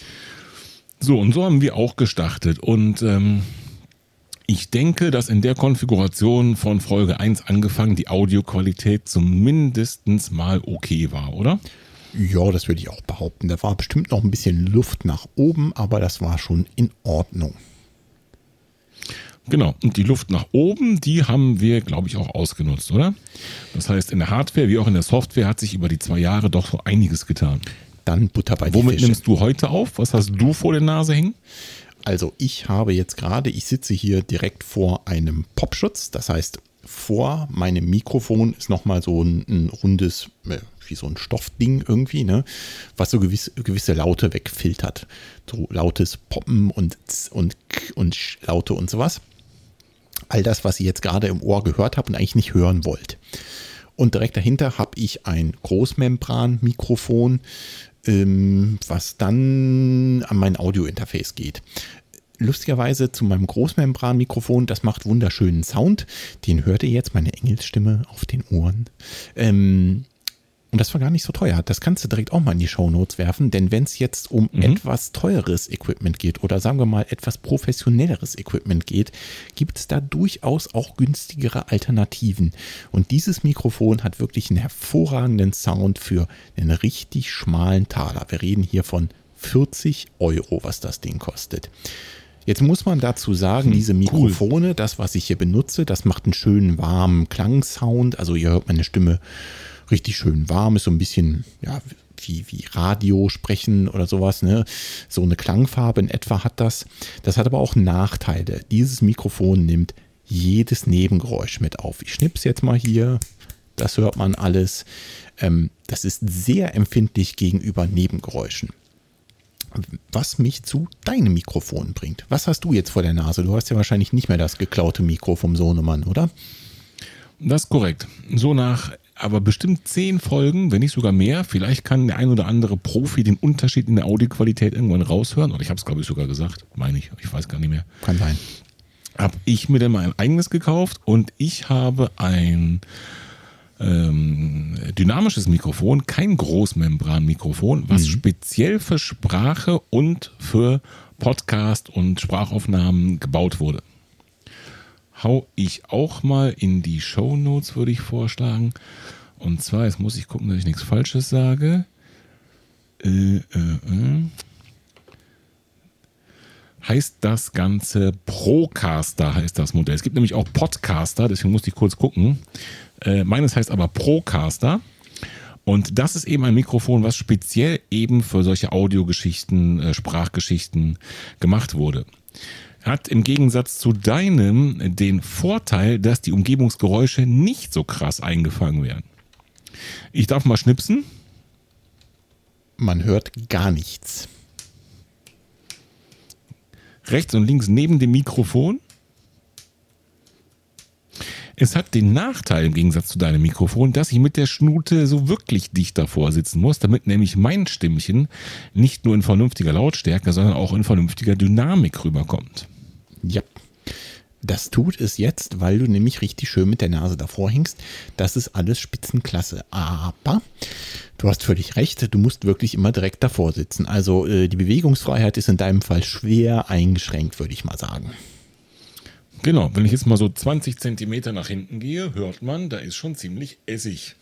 S2: So, und so haben wir auch gestartet. Und ähm, ich denke, dass in der Konfiguration von Folge eins angefangen die Audioqualität zumindest mal okay war, oder?
S1: Ja, das würde ich auch behaupten. Da war bestimmt noch ein bisschen Luft nach oben, aber das war schon in Ordnung.
S2: Genau, und die Luft nach oben, die haben wir, glaube ich, auch ausgenutzt, oder? Das heißt, in der Hardware wie auch in der Software hat sich über die zwei Jahre doch so einiges getan.
S1: Dann Butter bei die
S2: Womit
S1: Fische.
S2: nimmst du heute auf? Was hast du vor der Nase hängen?
S1: Also ich habe jetzt gerade, ich sitze hier direkt vor einem Popschutz. Das heißt, vor meinem Mikrofon ist nochmal so ein, ein rundes, wie so ein Stoffding irgendwie, ne, was so gewisse, gewisse Laute wegfiltert. So lautes Poppen und, und, und Laute und sowas. All das, was ihr jetzt gerade im Ohr gehört habt und eigentlich nicht hören wollt. Und direkt dahinter habe ich ein Großmembran-Mikrofon, ähm, was dann an mein Audio-Interface geht. Lustigerweise zu meinem Großmembran-Mikrofon, das macht wunderschönen Sound. Den hört ihr jetzt, meine Engelsstimme auf den Ohren. Ähm, und das war gar nicht so teuer. Das kannst du direkt auch mal in die Shownotes werfen, denn wenn es jetzt um mhm. etwas teures Equipment geht oder sagen wir mal etwas professionelleres Equipment geht, gibt es da durchaus auch günstigere Alternativen. Und dieses Mikrofon hat wirklich einen hervorragenden Sound für einen richtig schmalen Taler. Wir reden hier von vierzig Euro, was das Ding kostet. Jetzt muss man dazu sagen, hm, diese Mikrofone, cool. das, was ich hier benutze, das macht einen schönen warmen Klangsound. Also ihr hört meine Stimme richtig schön warm, ist so ein bisschen ja, wie, wie Radio sprechen oder sowas. Ne? So eine Klangfarbe in etwa hat das. Das hat aber auch Nachteile. Dieses Mikrofon nimmt jedes Nebengeräusch mit auf. Ich schnipp's jetzt mal hier. Das hört man alles. Ähm, das ist sehr empfindlich gegenüber Nebengeräuschen. Was mich zu deinem Mikrofon bringt. Was hast du jetzt vor der Nase? Du hast ja wahrscheinlich nicht mehr das geklaute Mikro vom Sohnemann, oder?
S2: Das ist korrekt. So nach aber bestimmt zehn Folgen, wenn nicht sogar mehr, vielleicht kann der ein oder andere Profi den Unterschied in der Audioqualität irgendwann raushören. Oder ich habe es, glaube ich, sogar gesagt. Meine ich. Ich weiß gar nicht mehr.
S1: Kann sein.
S2: Habe ich mir dann mal ein eigenes gekauft und ich habe ein Ähm, dynamisches Mikrofon, kein Großmembran-Mikrofon, was mhm. speziell für Sprache und für Podcast und Sprachaufnahmen gebaut wurde. hau ich auch mal in die Shownotes, würde ich vorschlagen. Und zwar, jetzt muss ich gucken, dass ich nichts Falsches sage. Äh, äh, äh. Heißt das Ganze Procaster, heißt das Modell. Es gibt nämlich auch Podcaster, deswegen musste ich kurz gucken. Äh, meines heißt aber Procaster. Und das ist eben ein Mikrofon, was speziell eben für solche Audiogeschichten, äh, Sprachgeschichten gemacht wurde. Hat im Gegensatz zu deinem den Vorteil, dass die Umgebungsgeräusche nicht so krass eingefangen werden. Ich darf mal schnipsen.
S1: Man hört gar nichts.
S2: Rechts und links neben dem Mikrofon. Es hat den Nachteil im Gegensatz zu deinem Mikrofon, dass ich mit der Schnute so wirklich dicht davor sitzen muss, damit nämlich mein Stimmchen nicht nur in vernünftiger Lautstärke, sondern auch in vernünftiger Dynamik rüberkommt.
S1: Ja, das tut es jetzt, weil du nämlich richtig schön mit der Nase davor hängst. Das ist alles Spitzenklasse. Aber du hast völlig recht, du musst wirklich immer direkt davor sitzen. Also äh, die Bewegungsfreiheit ist in deinem Fall schwer eingeschränkt, würde ich mal sagen.
S2: Genau, wenn ich jetzt mal so zwanzig Zentimeter nach hinten gehe, hört man, da ist schon ziemlich Essig.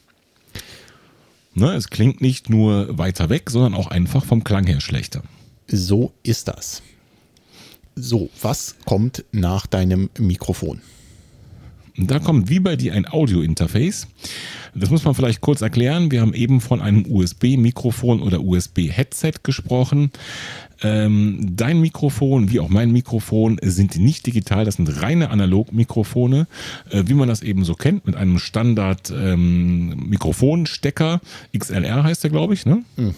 S2: Ne, es klingt nicht nur weiter weg, sondern auch einfach vom Klang her schlechter.
S1: So ist das. So, was kommt nach deinem Mikrofon?
S2: Da kommt wie bei dir ein Audio-Interface. Das muss man vielleicht kurz erklären. Wir haben eben von einem U S B-Mikrofon oder U S B-Headset gesprochen. Ähm, dein Mikrofon wie auch mein Mikrofon sind nicht digital, das sind reine Analog-Mikrofone, äh, wie man das eben so kennt, mit einem Standard-Mikrofonstecker. Ähm, X L R heißt der, glaube ich, ne?
S1: Mhm.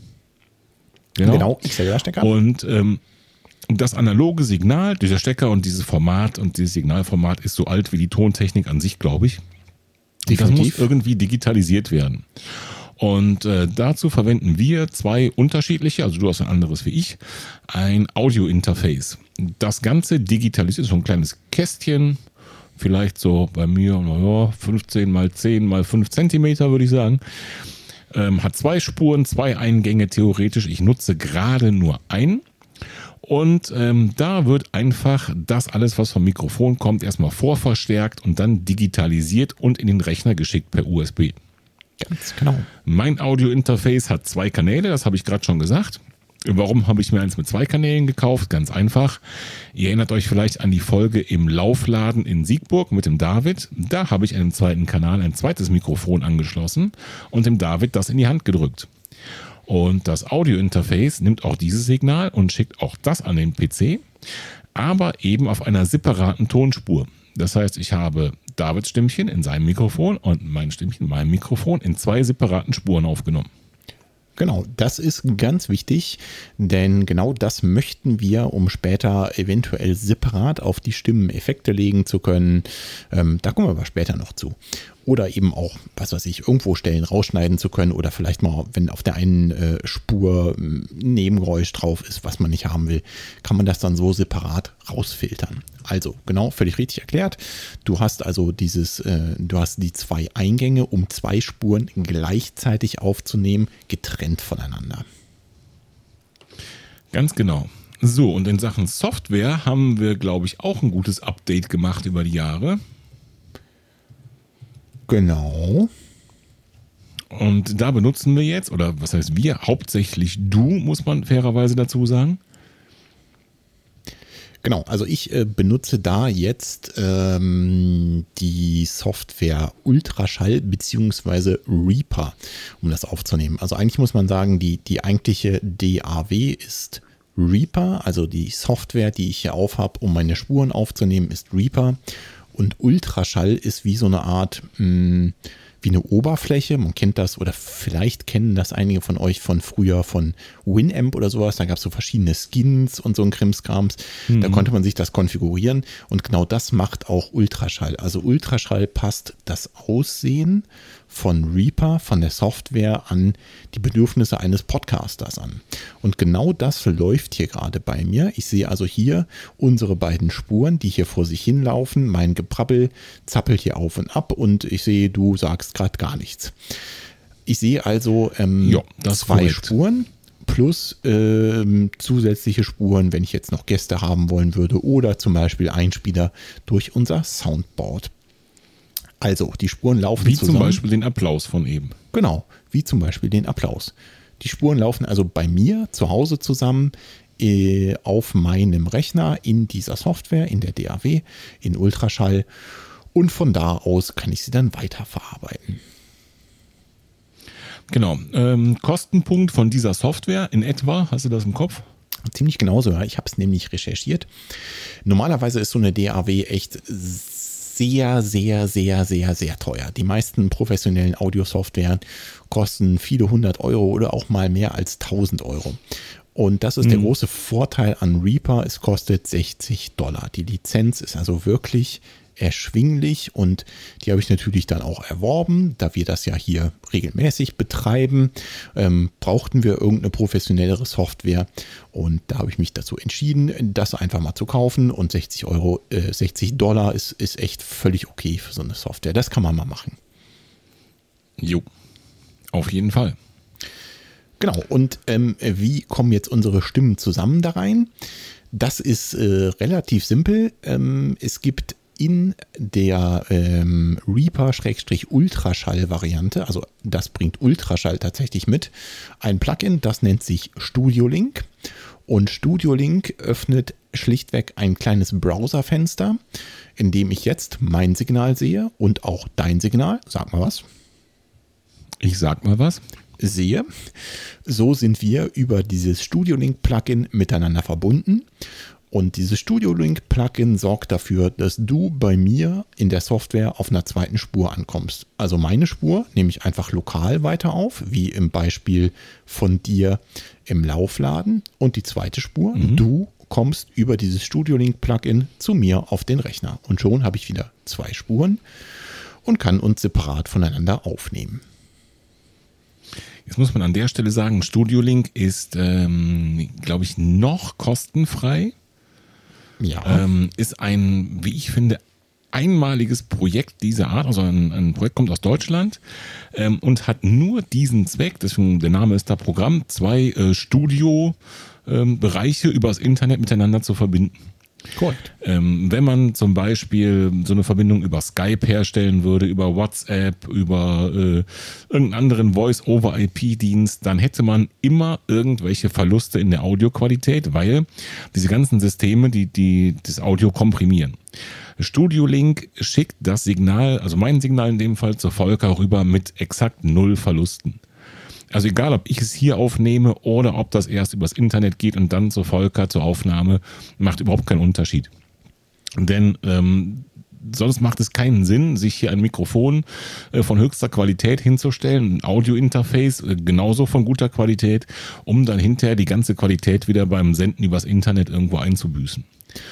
S2: Genau,
S1: genau X L R-Stecker.
S2: Und ähm, das analoge Signal, dieser Stecker und dieses Format und dieses Signalformat ist so alt wie die Tontechnik an sich, glaube ich. Und das muss irgendwie digitalisiert werden. Und äh, dazu verwenden wir zwei unterschiedliche, also du hast ein anderes wie ich, ein Audio-Interface. Das Ganze digitalisiert, so ein kleines Kästchen, vielleicht so bei mir naja, fünfzehn mal zehn mal fünf Zentimeter, würde ich sagen. Ähm, hat zwei Spuren, zwei Eingänge theoretisch. Ich nutze gerade nur einen. Und ähm, da wird einfach das alles, was vom Mikrofon kommt, erstmal vorverstärkt und dann digitalisiert und in den Rechner geschickt per U S B.
S1: Ganz genau.
S2: Mein Audio-Interface hat zwei Kanäle, das habe ich gerade schon gesagt. Warum habe ich mir eins mit zwei Kanälen gekauft? Ganz einfach. Ihr erinnert euch vielleicht an die Folge im Laufladen in Siegburg mit dem David. Da habe ich einem zweiten Kanal ein zweites Mikrofon angeschlossen und dem David das in die Hand gedrückt. Und das Audio-Interface nimmt auch dieses Signal und schickt auch das an den P C, aber eben auf einer separaten Tonspur. Das heißt, ich habe Davids Stimmchen in seinem Mikrofon und mein Stimmchen in meinem Mikrofon in zwei separaten Spuren aufgenommen.
S1: Genau, das ist ganz wichtig, denn genau das möchten wir, um später eventuell separat auf die Stimmen Effekte legen zu können. Ähm, da kommen wir aber später noch zu. Oder eben auch, was weiß ich, irgendwo Stellen rausschneiden zu können oder vielleicht mal, wenn auf der einen äh, Spur ein Nebengeräusch drauf ist, was man nicht haben will, kann man das dann so separat rausfiltern. Also, genau, völlig richtig erklärt. Du hast also dieses, äh, du hast die zwei Eingänge, um zwei Spuren gleichzeitig aufzunehmen, getrennt voneinander.
S2: Ganz genau. So, und in Sachen Software haben wir, glaube ich, auch ein gutes Update gemacht über die Jahre.
S1: Genau.
S2: Und da benutzen wir jetzt, oder was heißt wir, hauptsächlich du, muss man fairerweise dazu sagen.
S1: Genau, also ich äh, benutze da jetzt ähm, die Software Ultraschall bzw. Reaper, um das aufzunehmen. Also eigentlich muss man sagen, die, die eigentliche D A W ist Reaper, also die Software, die ich hier aufhab, um meine Spuren aufzunehmen, ist Reaper. Und Ultraschall ist wie so eine Art, mh, wie eine Oberfläche. Man kennt das oder vielleicht kennen das einige von euch von früher von Winamp oder sowas. Da gab es so verschiedene Skins und so ein Krimskrams. Mhm. Da konnte man sich das konfigurieren und genau das macht auch Ultraschall. Also Ultraschall passt das Aussehen von Reaper, von der Software an die Bedürfnisse eines Podcasters an. Und genau das läuft hier gerade bei mir. Ich sehe also hier unsere beiden Spuren, die hier vor sich hinlaufen. Mein Gebrabbel zappelt hier auf und ab und ich sehe, du sagst gerade gar nichts. Ich sehe also ähm,
S2: jo, das
S1: zwei
S2: korrekt.
S1: Spuren plus äh, zusätzliche Spuren, wenn ich jetzt noch Gäste haben wollen würde oder zum Beispiel Einspieler durch unser Soundboard. Also die Spuren laufen
S2: wie
S1: zusammen.
S2: Wie zum Beispiel den Applaus von eben.
S1: Genau, wie zum Beispiel den Applaus. Die Spuren laufen also bei mir zu Hause zusammen äh, auf meinem Rechner in dieser Software, in der D A W, in Ultraschall. Und von da aus kann ich sie dann weiterverarbeiten.
S2: Genau. Ähm, Kostenpunkt von dieser Software in etwa, hast du das im Kopf?
S1: Ziemlich genauso, ja. Ich habe es nämlich recherchiert. Normalerweise ist so eine D A W echt sehr, sehr, sehr, sehr, sehr teuer. Die meisten professionellen Audiosoftwaren kosten viele hundert Euro oder auch mal mehr als tausend Euro. Und das ist mhm. der große Vorteil an Reaper. Es kostet sechzig Dollar. Die Lizenz ist also wirklich erschwinglich und die habe ich natürlich dann auch erworben, da wir das ja hier regelmäßig betreiben, ähm, brauchten wir irgendeine professionellere Software und da habe ich mich dazu entschieden, das einfach mal zu kaufen und sechzig Euro, äh, sechzig Dollar ist, ist echt völlig okay für so eine Software. Das kann man mal machen.
S2: Jo, auf jeden Fall.
S1: Genau, und ähm, wie kommen jetzt unsere Stimmen zusammen da rein? Das ist äh, relativ simpel. Ähm, es gibt in der ähm, Reaper-Ultraschall-Variante, also das bringt Ultraschall tatsächlich mit, ein Plugin, das nennt sich Studio Link. Und Studio Link öffnet schlichtweg ein kleines Browserfenster, in dem ich jetzt mein Signal sehe und auch dein Signal. Sag mal was.
S2: Ich sag mal was.
S1: Sehe. So sind wir über dieses Studio Link Plugin miteinander verbunden. Und dieses Studio Link Plugin sorgt dafür, dass du bei mir in der Software auf einer zweiten Spur ankommst. Also meine Spur nehme ich einfach lokal weiter auf, wie im Beispiel von dir im Laufladen. Und die zweite Spur, mhm. du kommst über dieses Studio Link Plugin zu mir auf den Rechner. Und schon habe ich wieder zwei Spuren und kann uns separat voneinander aufnehmen.
S2: Jetzt muss man an der Stelle sagen, Studio Link ist, ähm, glaube ich, noch kostenfrei. Ja. Ähm, ist ein, wie ich finde, einmaliges Projekt dieser Art. Also ein, ein Projekt kommt aus Deutschland ähm, und hat nur diesen Zweck, deswegen der Name ist da Programm, zwei äh, Studiobereiche ähm, übers Internet miteinander zu verbinden.
S1: Korrekt.
S2: Ähm, wenn man zum Beispiel so eine Verbindung über Skype herstellen würde, über WhatsApp, über äh, irgendeinen anderen Voice-over-I P-Dienst, dann hätte man immer irgendwelche Verluste in der Audioqualität, weil diese ganzen Systeme, die, die das Audio komprimieren. Studio Link schickt das Signal, also mein Signal in dem Fall, zur Volker rüber mit exakt null Verlusten. Also egal, ob ich es hier aufnehme oder ob das erst übers Internet geht und dann zur Volker, zur Aufnahme, macht überhaupt keinen Unterschied. Denn ähm, sonst macht es keinen Sinn, sich hier ein Mikrofon äh, von höchster Qualität hinzustellen, ein Audio-Interface äh, genauso von guter Qualität, um dann hinterher die ganze Qualität wieder beim Senden übers Internet irgendwo einzubüßen.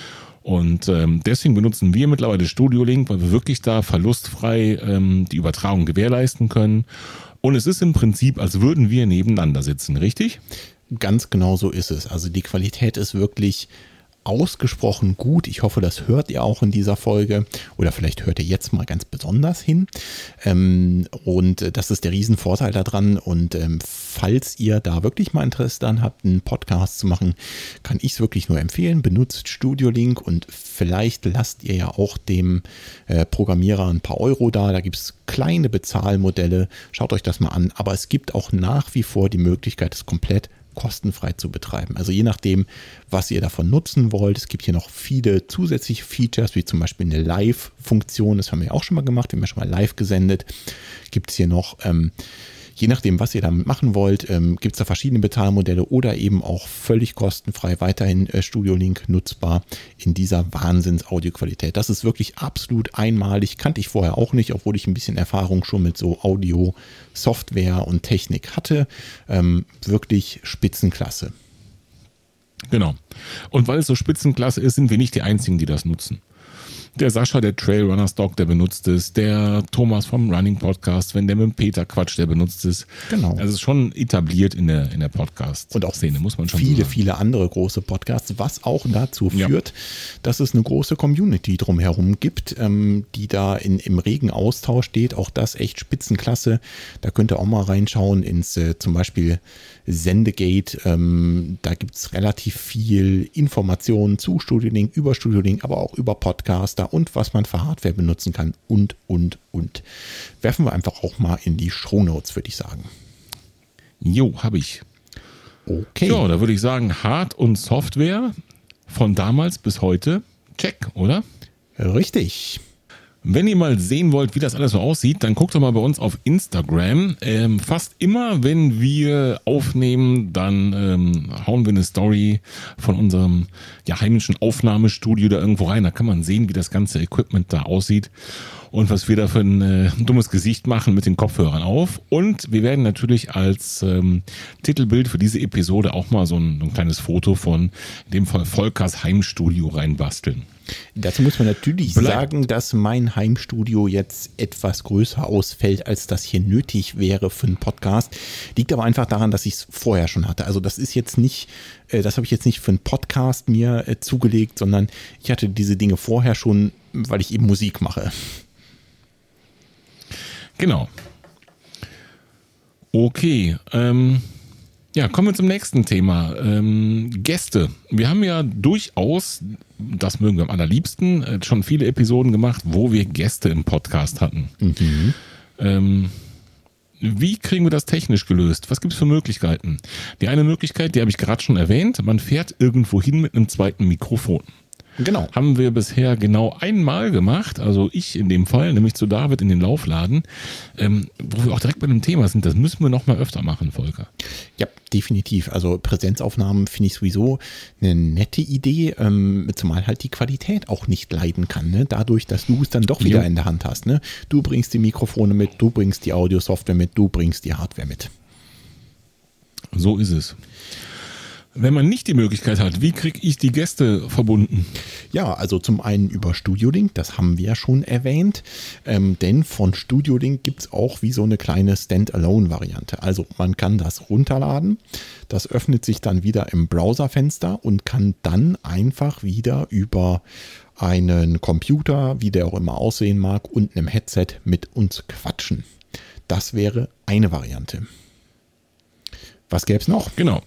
S2: Und ähm, deswegen benutzen wir mittlerweile Studio Link, weil wir wirklich da verlustfrei ähm, die Übertragung gewährleisten können. Und es ist im Prinzip, als würden wir nebeneinander sitzen, richtig?
S1: Ganz genau so ist es. Also die Qualität ist wirklich ausgesprochen gut. Ich hoffe, das hört ihr auch in dieser Folge oder vielleicht hört ihr jetzt mal ganz besonders hin. Ähm, und das ist der Riesenvorteil daran. Und ähm, falls ihr da wirklich mal Interesse daran habt, einen Podcast zu machen, kann ich es wirklich nur empfehlen. Benutzt Studio Link und vielleicht lasst ihr ja auch dem äh, Programmierer ein paar Euro da. Da gibt es kleine Bezahlmodelle. Schaut euch das mal an. Aber es gibt auch nach wie vor die Möglichkeit, es komplett kostenfrei zu betreiben. Also je nachdem, was ihr davon nutzen wollt. Es gibt hier noch viele zusätzliche Features, wie zum Beispiel eine Live-Funktion. Das haben wir auch schon mal gemacht. Wir haben ja schon mal live gesendet. Gibt es hier noch, ähm, je nachdem, was ihr damit machen wollt, ähm, gibt es da verschiedene Bezahlmodelle oder eben auch völlig kostenfrei weiterhin äh, Studio Link nutzbar in dieser Wahnsinns-Audioqualität. Das ist wirklich absolut einmalig. Kannte ich vorher auch nicht, obwohl ich ein bisschen Erfahrung schon mit so Audio-Software und Technik hatte. Ähm, wirklich Spitzenklasse.
S2: Genau. Und weil es so Spitzenklasse ist, sind wir nicht die Einzigen, die das nutzen. Der Sascha, der Trailrunners Dog, der benutzt es. Der Thomas vom Running Podcast, wenn der mit dem Peter quatscht, der benutzt es.
S1: Genau.
S2: Also es ist schon etabliert in der, in der Podcast-Szene,
S1: und auch
S2: muss man schon
S1: viele,
S2: so sagen.
S1: viele andere große Podcasts, was auch dazu
S2: Ja.
S1: führt, dass es eine große Community drumherum gibt, ähm, die da in, im regen Austausch steht. Auch das echt Spitzenklasse. Da könnt ihr auch mal reinschauen ins äh, zum Beispiel Sendegate. Ähm, da gibt es relativ viel Informationen zu StudioLink, über StudioLink, aber auch über Podcaster und was man für Hardware benutzen kann und, und, und. Werfen wir einfach auch mal in die Shownotes, würde ich sagen.
S2: Jo, habe ich.
S1: Okay.
S2: Ja, da würde ich sagen, Hard- und Software von damals bis heute, check, oder?
S1: Richtig.
S2: Wenn ihr mal sehen wollt, wie das alles so aussieht, dann guckt doch mal bei uns auf Instagram. Ähm, fast immer, wenn wir aufnehmen, dann ähm, hauen wir eine Story von unserem ja, heimischen Aufnahmestudio da irgendwo rein. Da kann man sehen, wie das ganze Equipment da aussieht und was wir da für ein äh, dummes Gesicht machen mit den Kopfhörern auf. Und wir werden natürlich als ähm, Titelbild für diese Episode auch mal so ein, so ein kleines Foto von, in dem Fall Volkers Heimstudio reinbasteln.
S1: Dazu muss man natürlich
S2: Bleib.
S1: sagen, dass mein Heimstudio jetzt etwas größer ausfällt, als das hier nötig wäre für einen Podcast. Liegt aber einfach daran, dass ich es vorher schon hatte. Also das ist jetzt nicht, äh, das habe ich jetzt nicht für einen Podcast mir äh, zugelegt, sondern ich hatte diese Dinge vorher schon, weil ich eben Musik mache.
S2: Genau. Okay, ähm, ja, kommen wir zum nächsten Thema. Ähm, Gäste. Wir haben ja durchaus, das mögen wir am allerliebsten, äh, schon viele Episoden gemacht, wo wir Gäste im Podcast hatten.
S1: Mhm.
S2: Ähm, wie kriegen wir das technisch gelöst? Was gibt es für Möglichkeiten? Die eine Möglichkeit, die habe ich gerade schon erwähnt, man fährt irgendwo hin mit einem zweiten Mikrofon.
S1: Genau.
S2: Haben wir bisher genau einmal gemacht, also ich in dem Fall, nämlich zu David in den Laufladen, ähm, wo wir auch direkt bei dem Thema sind. Das müssen wir noch mal öfter machen, Volker.
S1: Ja, definitiv. Also Präsenzaufnahmen finde ich sowieso eine nette Idee, ähm, zumal halt die Qualität auch nicht leiden kann, ne? Dadurch, dass du es dann doch wieder
S2: Ja.
S1: in der Hand hast. Ne? Du bringst die Mikrofone mit, du bringst die Audiosoftware mit, du bringst die Hardware mit.
S2: So ist es. Wenn man nicht die Möglichkeit hat, wie kriege ich die Gäste verbunden?
S1: Ja, also zum einen über StudioLink, das haben wir ja schon erwähnt, ähm, denn von StudioLink gibt es auch wie so eine kleine Standalone-Variante. Also man kann das runterladen, das öffnet sich dann wieder im Browserfenster und kann dann einfach wieder über einen Computer, wie der auch immer aussehen mag, und einem Headset mit uns quatschen. Das wäre eine Variante. Was gäbe es noch?
S2: Genau.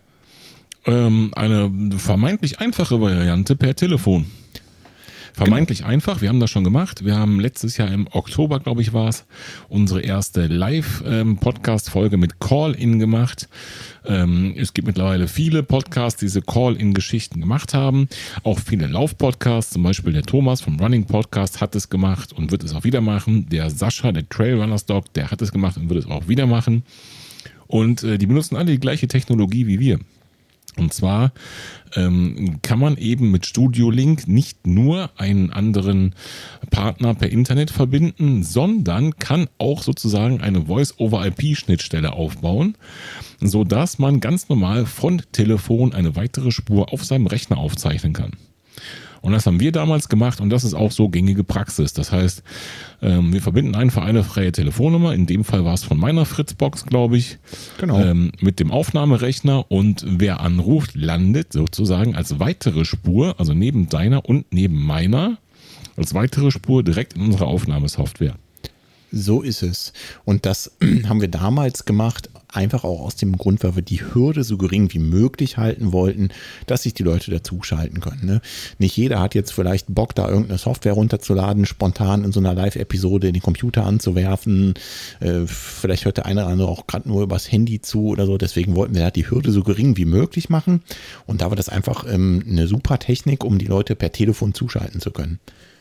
S2: Ähm, eine vermeintlich einfache Variante per Telefon. Vermeintlich genau. einfach, wir haben das schon gemacht. Wir haben letztes Jahr im Oktober, glaube ich, war es, unsere erste Live-Podcast-Folge mit Call-In gemacht. Ähm, es gibt mittlerweile viele Podcasts, die diese Call-In-Geschichten gemacht haben. Auch viele Lauf-Podcasts, zum Beispiel der Thomas vom Running Podcast hat es gemacht und wird es auch wieder machen. Der Sascha, der Trailrunners Dog, der hat es gemacht und wird es auch wieder machen. Und äh, die benutzen alle die gleiche Technologie wie wir. Und zwar ähm, kann man eben mit StudioLink nicht nur einen anderen Partner per Internet verbinden, sondern kann auch sozusagen eine Voice-over-I P-Schnittstelle aufbauen, sodass man ganz normal von Telefon eine weitere Spur auf seinem Rechner aufzeichnen kann. Und das haben wir damals gemacht und das ist auch so gängige Praxis. Das heißt, ähm, wir verbinden einfach eine freie Telefonnummer, in dem Fall war es von meiner Fritzbox, glaube ich,
S1: Genau.
S2: ähm, mit dem Aufnahmerechner und wer anruft, landet sozusagen als weitere Spur, also neben deiner und neben meiner, als weitere Spur direkt in unserer Aufnahmesoftware.
S1: So ist es. Und das haben wir damals gemacht, einfach auch aus dem Grund, weil wir die Hürde so gering wie möglich halten wollten, dass sich die Leute dazuschalten können. Ne? Nicht jeder hat jetzt vielleicht Bock, da irgendeine Software runterzuladen, spontan in so einer Live-Episode den Computer anzuwerfen. Äh, vielleicht hört der eine oder andere auch gerade nur übers Handy zu oder so. Deswegen wollten wir da die Hürde so gering wie möglich machen. Und da war das einfach ähm, eine super Technik, um die Leute per Telefon zuschalten zu können.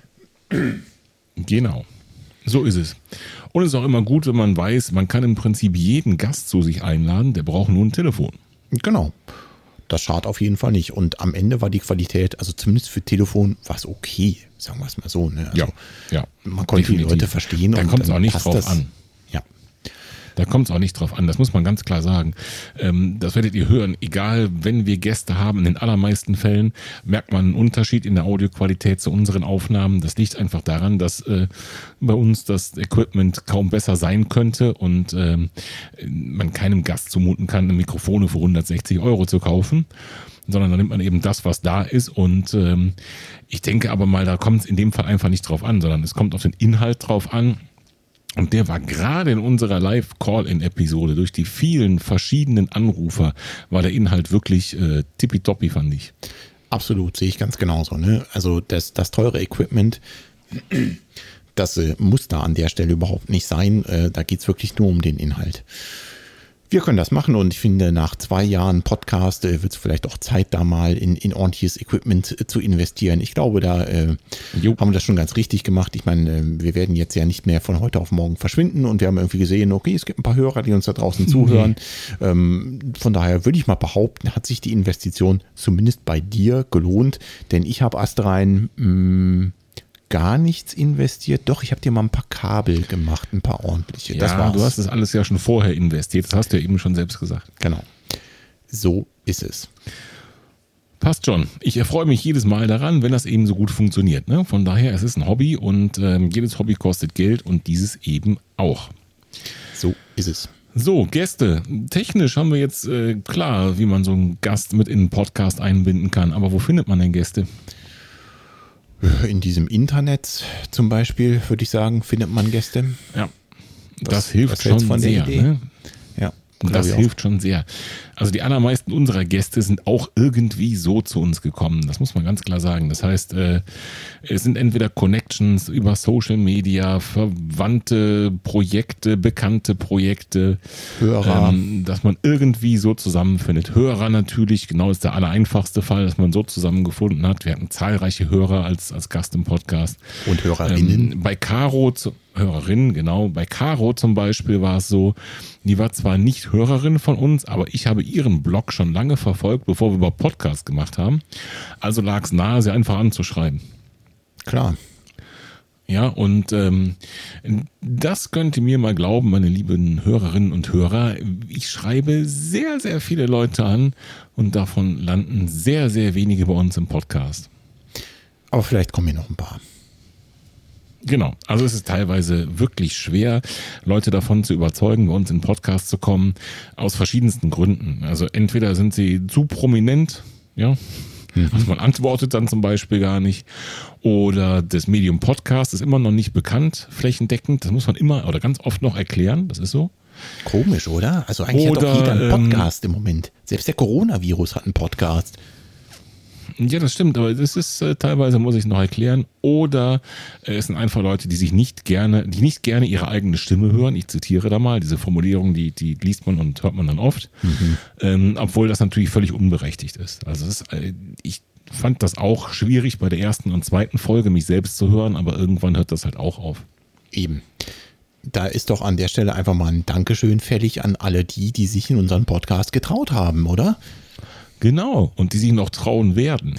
S2: Genau. So ist es. Und es ist auch immer gut, wenn man weiß, man kann im Prinzip jeden Gast zu sich einladen, der braucht nur ein Telefon.
S1: Genau. Das schadet auf jeden Fall nicht. Und am Ende war die Qualität, also zumindest für Telefon, war es okay, sagen wir es mal so. Ne? Also
S2: ja, ja.
S1: man konnte
S2: definitiv.
S1: die Leute verstehen.
S2: Da
S1: und
S2: kommt es
S1: dann
S2: auch nicht
S1: passt
S2: drauf
S1: das.
S2: an.
S1: Ja.
S2: Da kommt es auch nicht drauf an, das muss man ganz klar sagen. Ähm, das werdet ihr hören, egal, wenn wir Gäste haben, in den allermeisten Fällen merkt man einen Unterschied in der Audioqualität zu unseren Aufnahmen. Das liegt einfach daran, dass äh, bei uns das Equipment kaum besser sein könnte und ähm, man keinem Gast zumuten kann, Mikrofone für hundertsechzig Euro zu kaufen, sondern dann nimmt man eben das, was da ist und ähm, ich denke aber mal, da kommt es in dem Fall einfach nicht drauf an, sondern es kommt auf den Inhalt drauf an. Und der war gerade in unserer Live-Call-In-Episode durch die vielen verschiedenen Anrufer, war der Inhalt wirklich äh, tippitoppi, fand ich.
S1: Absolut, sehe ich ganz genauso. Ne? Also das, das teure Equipment, das äh, muss da an der Stelle überhaupt nicht sein. Äh, da geht es wirklich nur um den Inhalt. Wir können das machen und ich finde, nach zwei Jahren Podcast äh, wird es vielleicht auch Zeit, da mal in, in ordentliches Equipment äh, zu investieren. Ich glaube, da äh, haben wir das schon ganz richtig gemacht. Ich meine, äh, wir werden jetzt ja nicht mehr von heute auf morgen verschwinden und wir haben irgendwie gesehen, okay, es gibt ein paar Hörer, die uns da draußen zuhören. Mhm. Ähm, von daher würde ich mal behaupten, hat sich die Investition zumindest bei dir gelohnt, denn ich habe astrein mh, gar nichts investiert. Doch, ich habe dir mal ein paar Kabel gemacht, ein paar ordentliche. Das
S2: ja,
S1: war's.
S2: Du hast das alles ja schon vorher investiert. Das hast du ja eben schon selbst gesagt.
S1: Genau. So ist es.
S2: Passt schon. Ich erfreue mich jedes Mal daran, wenn das eben so gut funktioniert. Ne? Von daher, es ist ein Hobby und ähm, jedes Hobby kostet Geld und dieses eben auch.
S1: So ist es.
S2: So, Gäste. Technisch haben wir jetzt äh, klar, wie man so einen Gast mit in einen Podcast einbinden kann. Aber wo findet man denn Gäste?
S1: In diesem Internet zum Beispiel, würde ich sagen, findet man Gäste.
S2: Ja, das was, hilft
S1: was
S2: schon
S1: von
S2: sehr. Ne?
S1: Ja,
S2: das hilft schon sehr. Also die allermeisten unserer Gäste sind auch irgendwie so zu uns gekommen. Das muss man ganz klar sagen. Das heißt, äh, es sind entweder Connections über Social Media, verwandte Projekte, bekannte Projekte,
S1: Hörer,
S2: ähm, dass man irgendwie so zusammenfindet. Hörer natürlich, genau, ist der allereinfachste Fall, dass man so zusammengefunden hat. Wir hatten zahlreiche Hörer als, als Gast im Podcast.
S1: Und Hörerinnen.
S2: Ähm, bei Caro, zu, Hörerinnen, genau. Bei Caro zum Beispiel war es so, die war zwar nicht Hörerin von uns, aber ich habe ihren Blog schon lange verfolgt, bevor wir überhaupt Podcast gemacht haben. Also lag es nahe, sie einfach anzuschreiben.
S1: Klar.
S2: Ja, und ähm, das könnt ihr mir mal glauben, meine lieben Hörerinnen und Hörer. Ich schreibe sehr, sehr viele Leute an und davon landen sehr, sehr wenige bei uns im Podcast.
S1: Aber vielleicht kommen hier noch ein paar.
S2: Genau, also es ist teilweise wirklich schwer, Leute davon zu überzeugen, bei uns in den Podcast zu kommen, aus verschiedensten Gründen. Also entweder sind sie zu prominent, ja, mhm. also man antwortet dann zum Beispiel gar nicht, oder das Medium Podcast ist immer noch nicht bekannt, flächendeckend, das muss man immer oder ganz oft noch erklären, das ist so.
S1: Komisch, oder? Also eigentlich
S2: oder,
S1: hat doch jeder einen Podcast
S2: ähm,
S1: im Moment. Selbst der Coronavirus hat einen Podcast.
S2: Ja, das stimmt, aber das ist äh, teilweise, muss ich noch erklären, oder äh, es sind einfach Leute, die sich nicht gerne, die nicht gerne ihre eigene Stimme hören. Ich zitiere da mal, diese Formulierung, die, die liest man und hört man dann oft, mhm. ähm, obwohl das natürlich völlig unberechtigt ist. Also das ist, äh, ich fand das auch schwierig bei der ersten und zweiten Folge, mich selbst zu hören, aber irgendwann hört das halt auch auf.
S1: Eben. Da ist doch an der Stelle einfach mal ein Dankeschön fällig an alle die, die sich in unseren Podcast getraut haben, oder?
S2: Genau, und die sich noch trauen werden.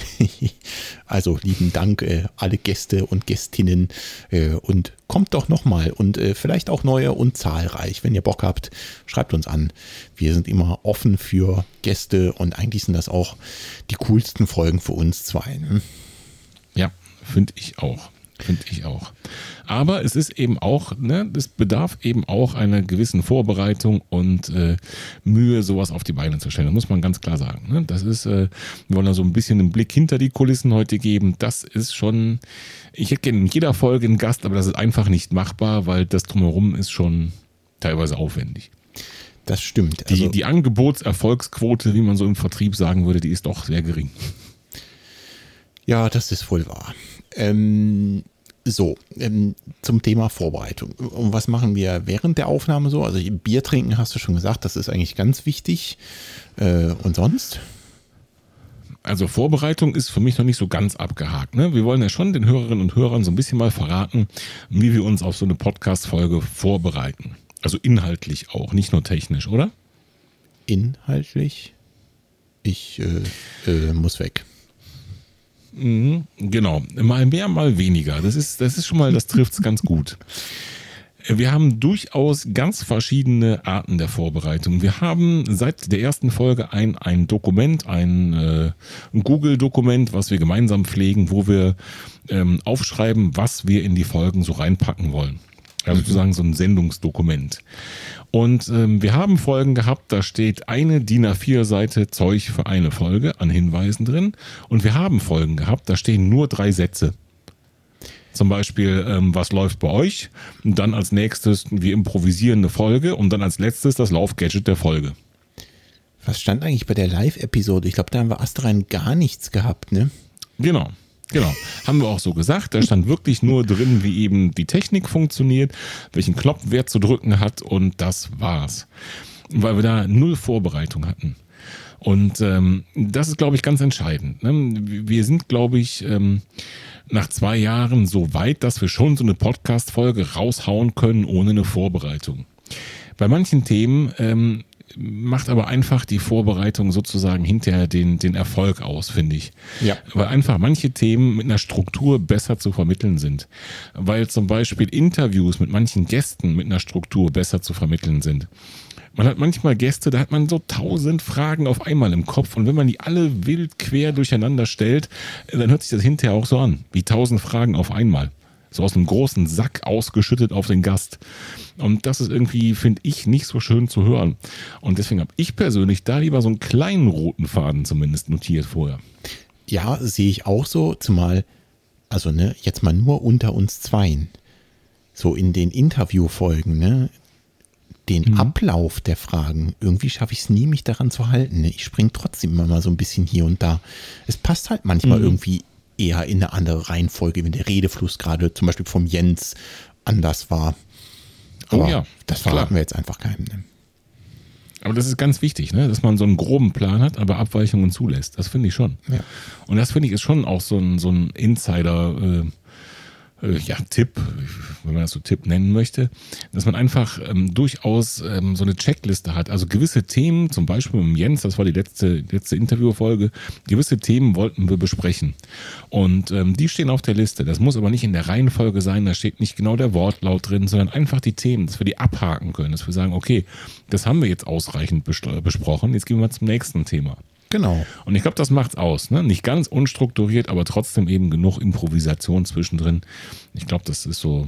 S1: Also lieben Dank, äh, alle Gäste und Gästinnen äh, und kommt doch nochmal und äh, vielleicht auch neue und zahlreich. Wenn ihr Bock habt, schreibt uns an. Wir sind immer offen für Gäste und eigentlich sind das auch die coolsten Folgen für uns zwei. Ne?
S2: Ja, finde ich auch. Finde ich auch. Aber es ist eben auch, ne, es bedarf eben auch einer gewissen Vorbereitung und äh, Mühe, sowas auf die Beine zu stellen. Das muss man ganz klar sagen. Ne? Das ist, äh, wir wollen da so ein bisschen einen Blick hinter die Kulissen heute geben. Das ist schon, ich hätte gerne in jeder Folge einen Gast, aber das ist einfach nicht machbar, weil das Drumherum ist schon teilweise aufwendig.
S1: Das stimmt.
S2: Also die, die Angebotserfolgsquote, wie man so im Vertrieb sagen würde, die ist doch sehr gering.
S1: Ja, das ist wohl wahr. Ähm, so, ähm, zum Thema Vorbereitung. Und was machen wir während der Aufnahme so? Also Bier trinken, hast du schon gesagt, das ist eigentlich ganz wichtig. Äh, und sonst?
S2: Also Vorbereitung ist für mich noch nicht so ganz abgehakt. Ne? Wir wollen ja schon den Hörerinnen und Hörern so ein bisschen mal verraten, wie wir uns auf so eine Podcast-Folge vorbereiten. Also inhaltlich auch, nicht nur technisch, oder?
S1: Inhaltlich? Ich äh, äh, muss weg.
S2: Mhm, genau, mal mehr, mal weniger. Das ist, das ist schon mal, das trifft es ganz gut. Wir haben durchaus ganz verschiedene Arten der Vorbereitung. Wir haben seit der ersten Folge ein, ein Dokument, ein, äh, ein Google-Dokument, was wir gemeinsam pflegen, wo wir ähm, aufschreiben, was wir in die Folgen so reinpacken wollen. Also sozusagen so ein Sendungsdokument. Und ähm, wir haben Folgen gehabt, da steht eine D I N A vier Seite Zeug für eine Folge an Hinweisen drin. Und wir haben Folgen gehabt, da stehen nur drei Sätze. Zum Beispiel, ähm, was läuft bei euch? Und dann als nächstes, wir improvisieren eine Folge. Und dann als letztes das Laufgadget der Folge.
S1: Was stand eigentlich bei der Live-Episode? Ich glaube, da haben wir astrein gar nichts gehabt, ne?
S2: Genau. Genau, haben wir auch so gesagt. Da stand wirklich nur drin, wie eben die Technik funktioniert, welchen Knopf wer zu drücken hat und das war's. Weil wir da null Vorbereitung hatten. Und ähm, das ist, glaube ich, ganz entscheidend. Ne? Wir sind, glaube ich, ähm, nach zwei Jahren so weit, dass wir schon so eine Podcast-Folge raushauen können ohne eine Vorbereitung. Bei manchen Themen ähm, macht aber einfach die Vorbereitung sozusagen hinterher den, den Erfolg aus, finde ich.
S1: Ja.
S2: Weil einfach manche Themen mit einer Struktur besser zu vermitteln sind. Weil zum Beispiel Interviews mit manchen Gästen mit einer Struktur besser zu vermitteln sind. Man hat manchmal Gäste, da hat man so tausend Fragen auf einmal im Kopf und wenn man die alle wild quer durcheinander stellt, dann hört sich das hinterher auch so an, wie tausend Fragen auf einmal. So aus einem großen Sack ausgeschüttet auf den Gast. Und das ist irgendwie, finde ich, nicht so schön zu hören. Und deswegen habe ich persönlich da lieber so einen kleinen roten Faden zumindest notiert vorher.
S1: Ja, sehe ich auch so, zumal, also ne, jetzt mal nur unter uns Zweien, so in den Interviewfolgen, ne, den mhm. Ablauf der Fragen, irgendwie schaffe ich es nie, mich daran zu halten. Ne? Ich springe trotzdem immer mal so ein bisschen hier und da. Es passt halt manchmal mhm. irgendwie eher in eine andere Reihenfolge, wenn der Redefluss gerade zum Beispiel vom Jens anders war. Aber
S2: oh ja,
S1: das verraten klar. wir jetzt einfach keinem. Ne?
S2: Aber das ist ganz wichtig, ne? Dass man so einen groben Plan hat, aber Abweichungen zulässt. Das finde ich schon.
S1: Ja.
S2: Und das finde ich ist schon auch so ein, so ein Insider- äh, ja, Tipp, wenn man das so Tipp nennen möchte, dass man einfach ähm, durchaus ähm, so eine Checkliste hat. Also gewisse Themen, zum Beispiel mit Jens, das war die letzte, letzte Interviewfolge, gewisse Themen wollten wir besprechen. Und ähm, die stehen auf der Liste. Das muss aber nicht in der Reihenfolge sein, da steht nicht genau der Wortlaut drin, sondern einfach die Themen, dass wir die abhaken können, dass wir sagen, okay, das haben wir jetzt ausreichend bes- besprochen, jetzt gehen wir zum nächsten Thema.
S1: Genau.
S2: Und ich glaube, das macht's aus. Ne? Nicht ganz unstrukturiert, aber trotzdem eben genug Improvisation zwischendrin. Ich glaube, das ist so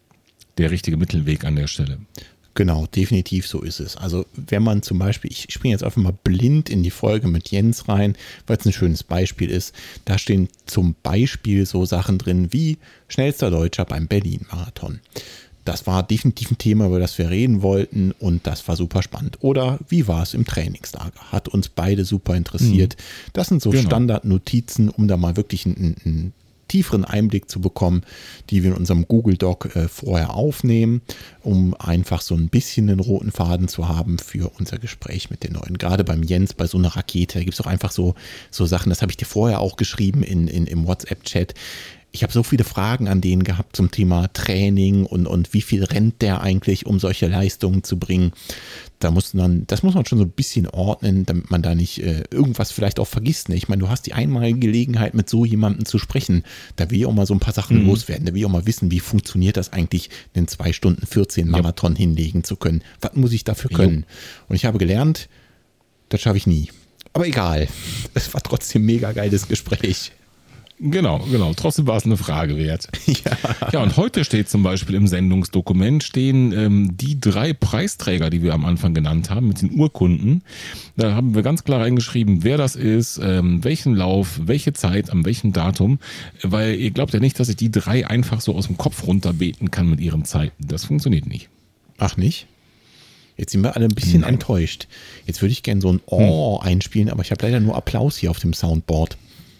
S2: der richtige Mittelweg an der Stelle.
S1: Genau, definitiv so ist es. Also wenn man zum Beispiel, ich springe jetzt einfach mal blind in die Folge mit Jens rein, weil es ein schönes Beispiel ist. Da stehen zum Beispiel so Sachen drin wie schnellster Deutscher beim Berlin-Marathon. Das war definitiv ein Thema, über das wir reden wollten und das war super spannend. Oder wie war es im Trainingslager? Hat uns beide super interessiert. Mhm. Das sind so genau. Standardnotizen, um da mal wirklich einen, einen tieferen Einblick zu bekommen, die wir in unserem Google Doc äh, vorher aufnehmen, um einfach so ein bisschen einen roten Faden zu haben für unser Gespräch mit den Neuen. Gerade beim Jens, bei so einer Rakete, da gibt es auch einfach so, so Sachen, das habe ich dir vorher auch geschrieben in, in, im WhatsApp-Chat. Ich habe so viele Fragen an den gehabt zum Thema Training und, und wie viel rennt der eigentlich, um solche Leistungen zu bringen. Da muss man, das muss man schon so ein bisschen ordnen, damit man da nicht äh, irgendwas vielleicht auch vergisst. Ne? Ich meine, du hast die einmalige Gelegenheit, mit so jemandem zu sprechen. Da will ich auch mal so ein paar Sachen mhm. loswerden. Da will ich auch mal wissen, wie funktioniert das eigentlich, einen zwei Stunden vierzehn Marathon ja. hinlegen zu können. Was muss ich dafür können? Ja. Und ich habe gelernt, das schaffe ich nie. Aber egal, es war trotzdem ein mega geiles Gespräch.
S2: Genau, genau. Trotzdem war es eine Frage wert.
S1: Ja.
S2: Ja, und heute steht zum Beispiel im Sendungsdokument stehen ähm, die drei Preisträger, die wir am Anfang genannt haben, mit den Urkunden. Da haben wir ganz klar reingeschrieben, wer das ist, ähm, welchen Lauf, welche Zeit, an welchem Datum. Weil ihr glaubt ja nicht, dass ich die drei einfach so aus dem Kopf runterbeten kann mit ihren Zeiten. Das funktioniert nicht.
S1: Ach nicht? Jetzt sind wir alle ein bisschen Nein. enttäuscht. Jetzt würde ich gerne so ein Oh hm. einspielen, aber ich habe leider nur Applaus hier auf dem Soundboard.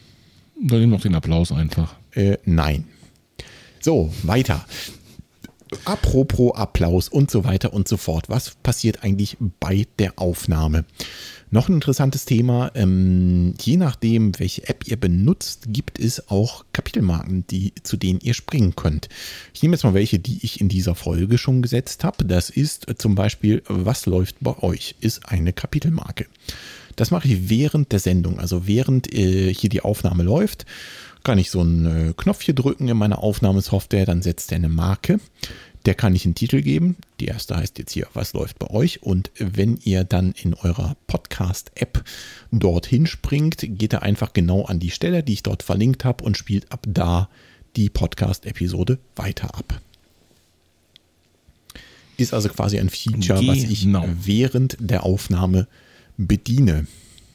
S2: Dann nimm noch den Applaus einfach.
S1: Äh, nein. So, weiter. Apropos Applaus und so weiter und so fort. Was passiert eigentlich bei der Aufnahme? Noch ein interessantes Thema. Ähm, je nachdem, welche App ihr benutzt, gibt es auch Kapitelmarken, die, zu denen ihr springen könnt. Ich nehme jetzt mal welche, die ich in dieser Folge schon gesetzt habe. Das ist zum Beispiel, was läuft bei euch? Ist eine Kapitelmarke. Das mache ich während der Sendung, also während äh, hier die Aufnahme läuft, kann ich so einen äh, Knopf hier drücken in meiner Aufnahmesoftware, dann setzt er eine Marke. Der kann ich einen Titel geben. Die erste heißt jetzt hier, was läuft bei euch? Und wenn ihr dann in eurer Podcast-App dorthin springt, geht er einfach genau an die Stelle, die ich dort verlinkt habe und spielt ab da die Podcast-Episode weiter ab. Ist also quasi ein Feature,
S2: genau.
S1: was ich während der Aufnahme bediene.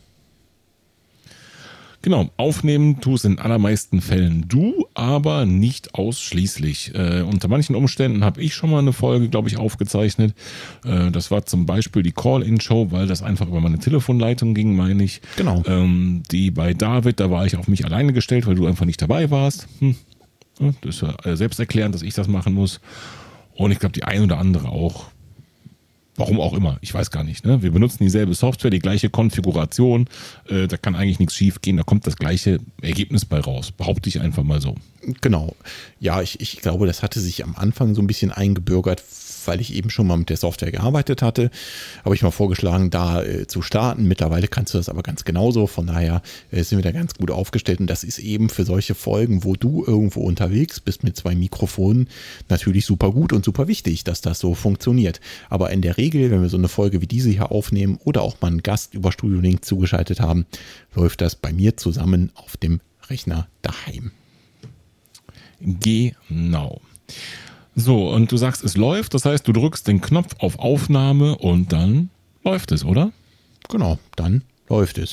S2: Genau, aufnehmen tust in allermeisten Fällen du, aber nicht ausschließlich. Äh, unter manchen Umständen habe ich schon mal eine Folge, glaube ich, aufgezeichnet. Äh, das war zum Beispiel die Call-In-Show, weil das einfach über meine Telefonleitung ging, meine ich.
S1: Genau.
S2: Ähm, die bei David, da war ich auf mich alleine gestellt, weil du einfach nicht dabei warst. Hm. Ja, das ist ja selbsterklärend, dass ich das machen muss. Und ich glaube, die ein oder andere auch. Warum auch immer, ich weiß gar nicht. Ne? Wir benutzen dieselbe Software, die gleiche Konfiguration. Äh, da kann eigentlich nichts schief gehen. Da kommt das gleiche Ergebnis bei raus. Behaupte ich einfach mal so.
S1: Genau. Ja, ich, ich glaube, das hatte sich am Anfang so ein bisschen eingebürgert, weil ich eben schon mal mit der Software gearbeitet hatte. Habe ich mal vorgeschlagen, da äh, zu starten. Mittlerweile kannst du das aber ganz genauso. Von daher äh, sind wir da ganz gut aufgestellt. Und das ist eben für solche Folgen, wo du irgendwo unterwegs bist mit zwei Mikrofonen, natürlich super gut und super wichtig, dass das so funktioniert. Aber in der Regel, wenn wir so eine Folge wie diese hier aufnehmen oder auch mal einen Gast über Studio Link zugeschaltet haben, läuft das bei mir zusammen auf dem Rechner daheim.
S2: Genau. So, und du sagst, es läuft, das heißt, du drückst den Knopf auf Aufnahme und dann läuft es, oder?
S1: Genau, dann läuft es.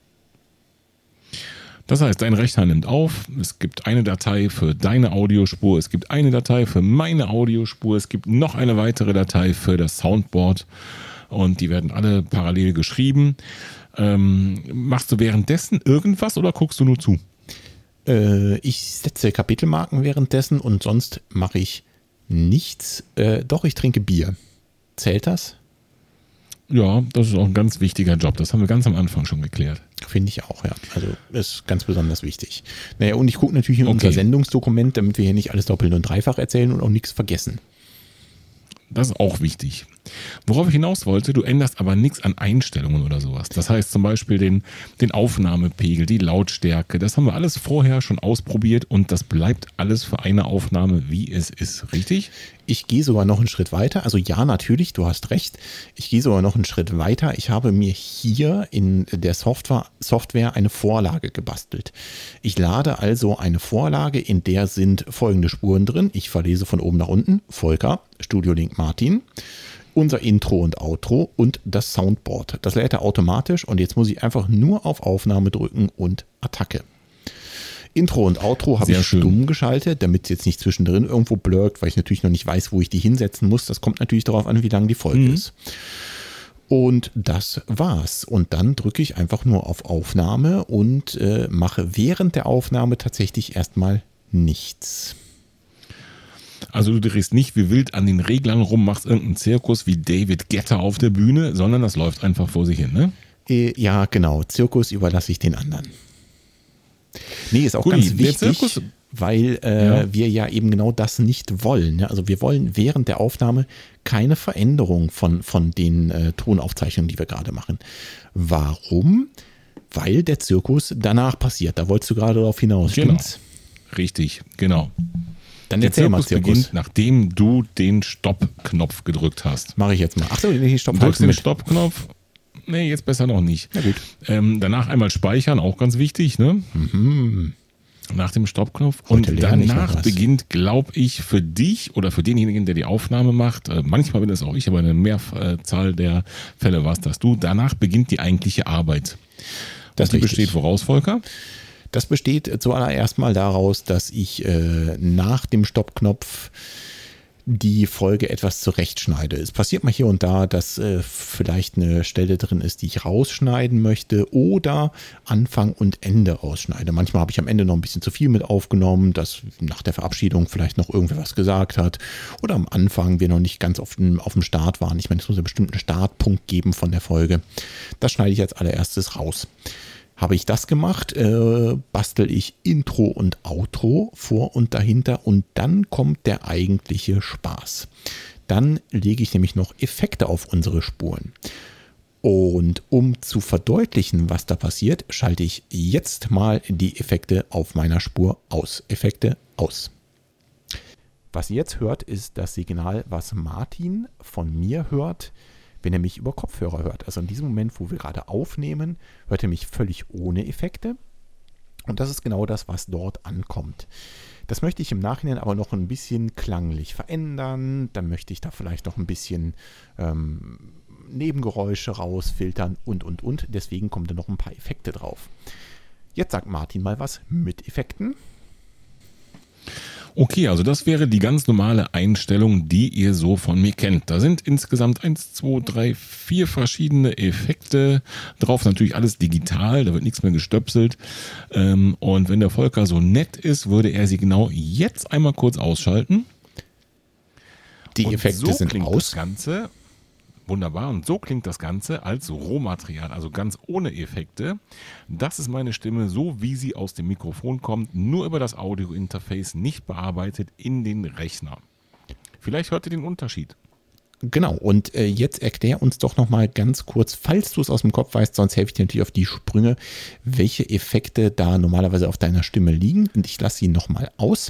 S2: Das heißt, dein Rechner nimmt auf, es gibt eine Datei für deine Audiospur, es gibt eine Datei für meine Audiospur, es gibt noch eine weitere Datei für das Soundboard und die werden alle parallel geschrieben. Ähm, machst du währenddessen irgendwas oder guckst du nur zu?
S1: Äh, ich setze Kapitelmarken währenddessen und sonst mache ich nichts. Äh, doch, ich trinke Bier. Zählt das?
S2: Ja, das ist auch ein ganz wichtiger Job. Das haben wir ganz am Anfang schon geklärt.
S1: Finde ich auch, ja. Also ist ganz besonders wichtig. Naja, und ich gucke natürlich in
S2: Okay.
S1: unser Sendungsdokument, damit wir hier nicht alles doppelt und dreifach erzählen und auch nichts vergessen.
S2: Das ist auch wichtig. Worauf ich hinaus wollte, du änderst aber nichts an Einstellungen oder sowas. Das heißt zum Beispiel den, den Aufnahmepegel, die Lautstärke. Das haben wir alles vorher schon ausprobiert und das bleibt alles für eine Aufnahme, wie es ist. Richtig?
S1: Ich gehe sogar noch einen Schritt weiter. Also ja, natürlich, du hast recht. Ich gehe sogar noch einen Schritt weiter. Ich habe mir hier in der Software, Software eine Vorlage gebastelt. Ich lade also eine Vorlage, in der sind folgende Spuren drin. Ich verlese von oben nach unten. Volker, Studio Link Martin, unser Intro und Outro und das Soundboard. Das lädt er automatisch und jetzt muss ich einfach nur auf Aufnahme drücken und Attacke. Intro und Outro habe
S2: Sehr
S1: ich
S2: schön.
S1: stumm geschaltet, damit es jetzt nicht zwischendrin irgendwo blurrt, weil ich natürlich noch nicht weiß, wo ich die hinsetzen muss. Das kommt natürlich darauf an, wie lang die Folge
S2: Mhm.
S1: ist. Und das war's. Und dann drücke ich einfach nur auf Aufnahme und äh, mache während der Aufnahme tatsächlich erstmal nichts.
S2: Also du drehst nicht wie wild an den Reglern rum, machst irgendeinen Zirkus wie David Guetta auf der Bühne, sondern das läuft einfach vor sich hin, ne?
S1: Äh, ja, genau. Zirkus überlasse ich den anderen. Nee, ist auch
S2: Guti,
S1: ganz
S2: der
S1: wichtig,
S2: Zirkus-
S1: weil äh,
S2: Ja.
S1: wir ja eben genau das nicht wollen. Ne? Also wir wollen während der Aufnahme keine Veränderung von, von den äh, Tonaufzeichnungen, die wir gerade machen. Warum? Weil der Zirkus danach passiert. Da wolltest du gerade darauf hinaus,
S2: Genau.
S1: stimmt's?
S2: Richtig, genau.
S1: Dann
S2: Der
S1: erzähl mal,
S2: Zirkus
S1: Zirkus.
S2: beginnt, nachdem du den Stopp-Knopf gedrückt hast.
S1: Mache ich jetzt mal. Achso, nee, stopp,
S2: Du
S1: halt
S2: drückst den
S1: mit.
S2: Stopp-Knopf. Nee, jetzt besser noch nicht.
S1: Na gut.
S2: Ähm, danach einmal speichern, auch ganz wichtig, ne? Nach dem Stoppknopf.
S1: Heute
S2: Und
S1: lerne ich noch
S2: danach
S1: was.
S2: beginnt, glaube ich, für dich oder für denjenigen, der die Aufnahme macht, äh, manchmal bin es auch ich, aber eine Mehrzahl der Fälle warst das du, danach beginnt die eigentliche Arbeit.
S1: Das
S2: Und die
S1: ist richtig.
S2: besteht woraus, Volker?
S1: Das besteht zuallererst mal daraus, dass ich äh, nach dem Stoppknopf die Folge etwas zurechtschneide. Es passiert mal hier und da, dass äh, vielleicht eine Stelle drin ist, die ich rausschneiden möchte oder Anfang und Ende rausschneide. Manchmal habe ich am Ende noch ein bisschen zu viel mit aufgenommen, dass nach der Verabschiedung vielleicht noch irgendwer was gesagt hat oder am Anfang wir noch nicht ganz auf dem, auf dem Start waren. Ich meine, es muss einen bestimmten Startpunkt geben von der Folge. Das schneide ich als allererstes raus. Habe ich das gemacht, äh, bastel ich Intro und Outro vor und dahinter und dann kommt der eigentliche Spaß. Dann lege ich nämlich noch Effekte auf unsere Spuren. Und um zu verdeutlichen, was da passiert, schalte ich jetzt mal die Effekte auf meiner Spur aus. Effekte aus. Was ihr jetzt hört, ist das Signal, was Martin von mir hört, wenn er mich über Kopfhörer hört. Also in diesem Moment, wo wir gerade aufnehmen, hört er mich völlig ohne Effekte. Und das ist genau das, was dort ankommt. Das möchte ich im Nachhinein aber noch ein bisschen klanglich verändern. Dann möchte ich da vielleicht noch ein bisschen ähm, Nebengeräusche rausfiltern und, und, und. Deswegen kommen da noch ein paar Effekte drauf. Jetzt sagt Martin mal was mit Effekten.
S2: Okay, also das wäre die ganz normale Einstellung, die ihr so von mir kennt. Da sind insgesamt eins, zwei, drei, vier verschiedene Effekte drauf. Natürlich alles digital, da wird nichts mehr gestöpselt. Und wenn der Volker so nett ist, würde er sie genau jetzt einmal kurz ausschalten.
S1: Die Effekte
S2: so
S1: sind
S2: klingt
S1: aus.
S2: Das Ganze. Wunderbar. Und so klingt das Ganze als Rohmaterial, also ganz ohne Effekte. Das ist meine Stimme, so wie sie aus dem Mikrofon kommt, nur über das Audio-Interface, nicht bearbeitet in den Rechner. Vielleicht hört ihr den Unterschied.
S1: Genau, und äh, jetzt erklär uns doch nochmal ganz kurz, falls du es aus dem Kopf weißt, sonst helfe ich dir natürlich auf die Sprünge, welche Effekte da normalerweise auf deiner Stimme liegen. Und ich lasse sie nochmal aus.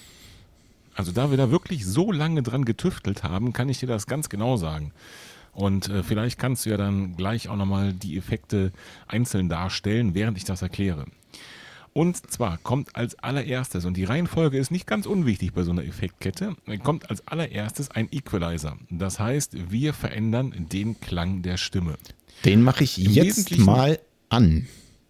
S2: Also da wir da wirklich so lange dran getüftelt haben, kann ich dir das ganz genau sagen. Und äh, vielleicht kannst du ja dann gleich auch nochmal die Effekte einzeln darstellen, während ich das erkläre. Und zwar kommt als allererstes, und die Reihenfolge ist nicht ganz unwichtig bei so einer Effektkette, kommt als allererstes ein Equalizer. Das heißt, wir verändern den Klang der Stimme.
S1: Den mache ich
S2: Im
S1: jetzt mal an.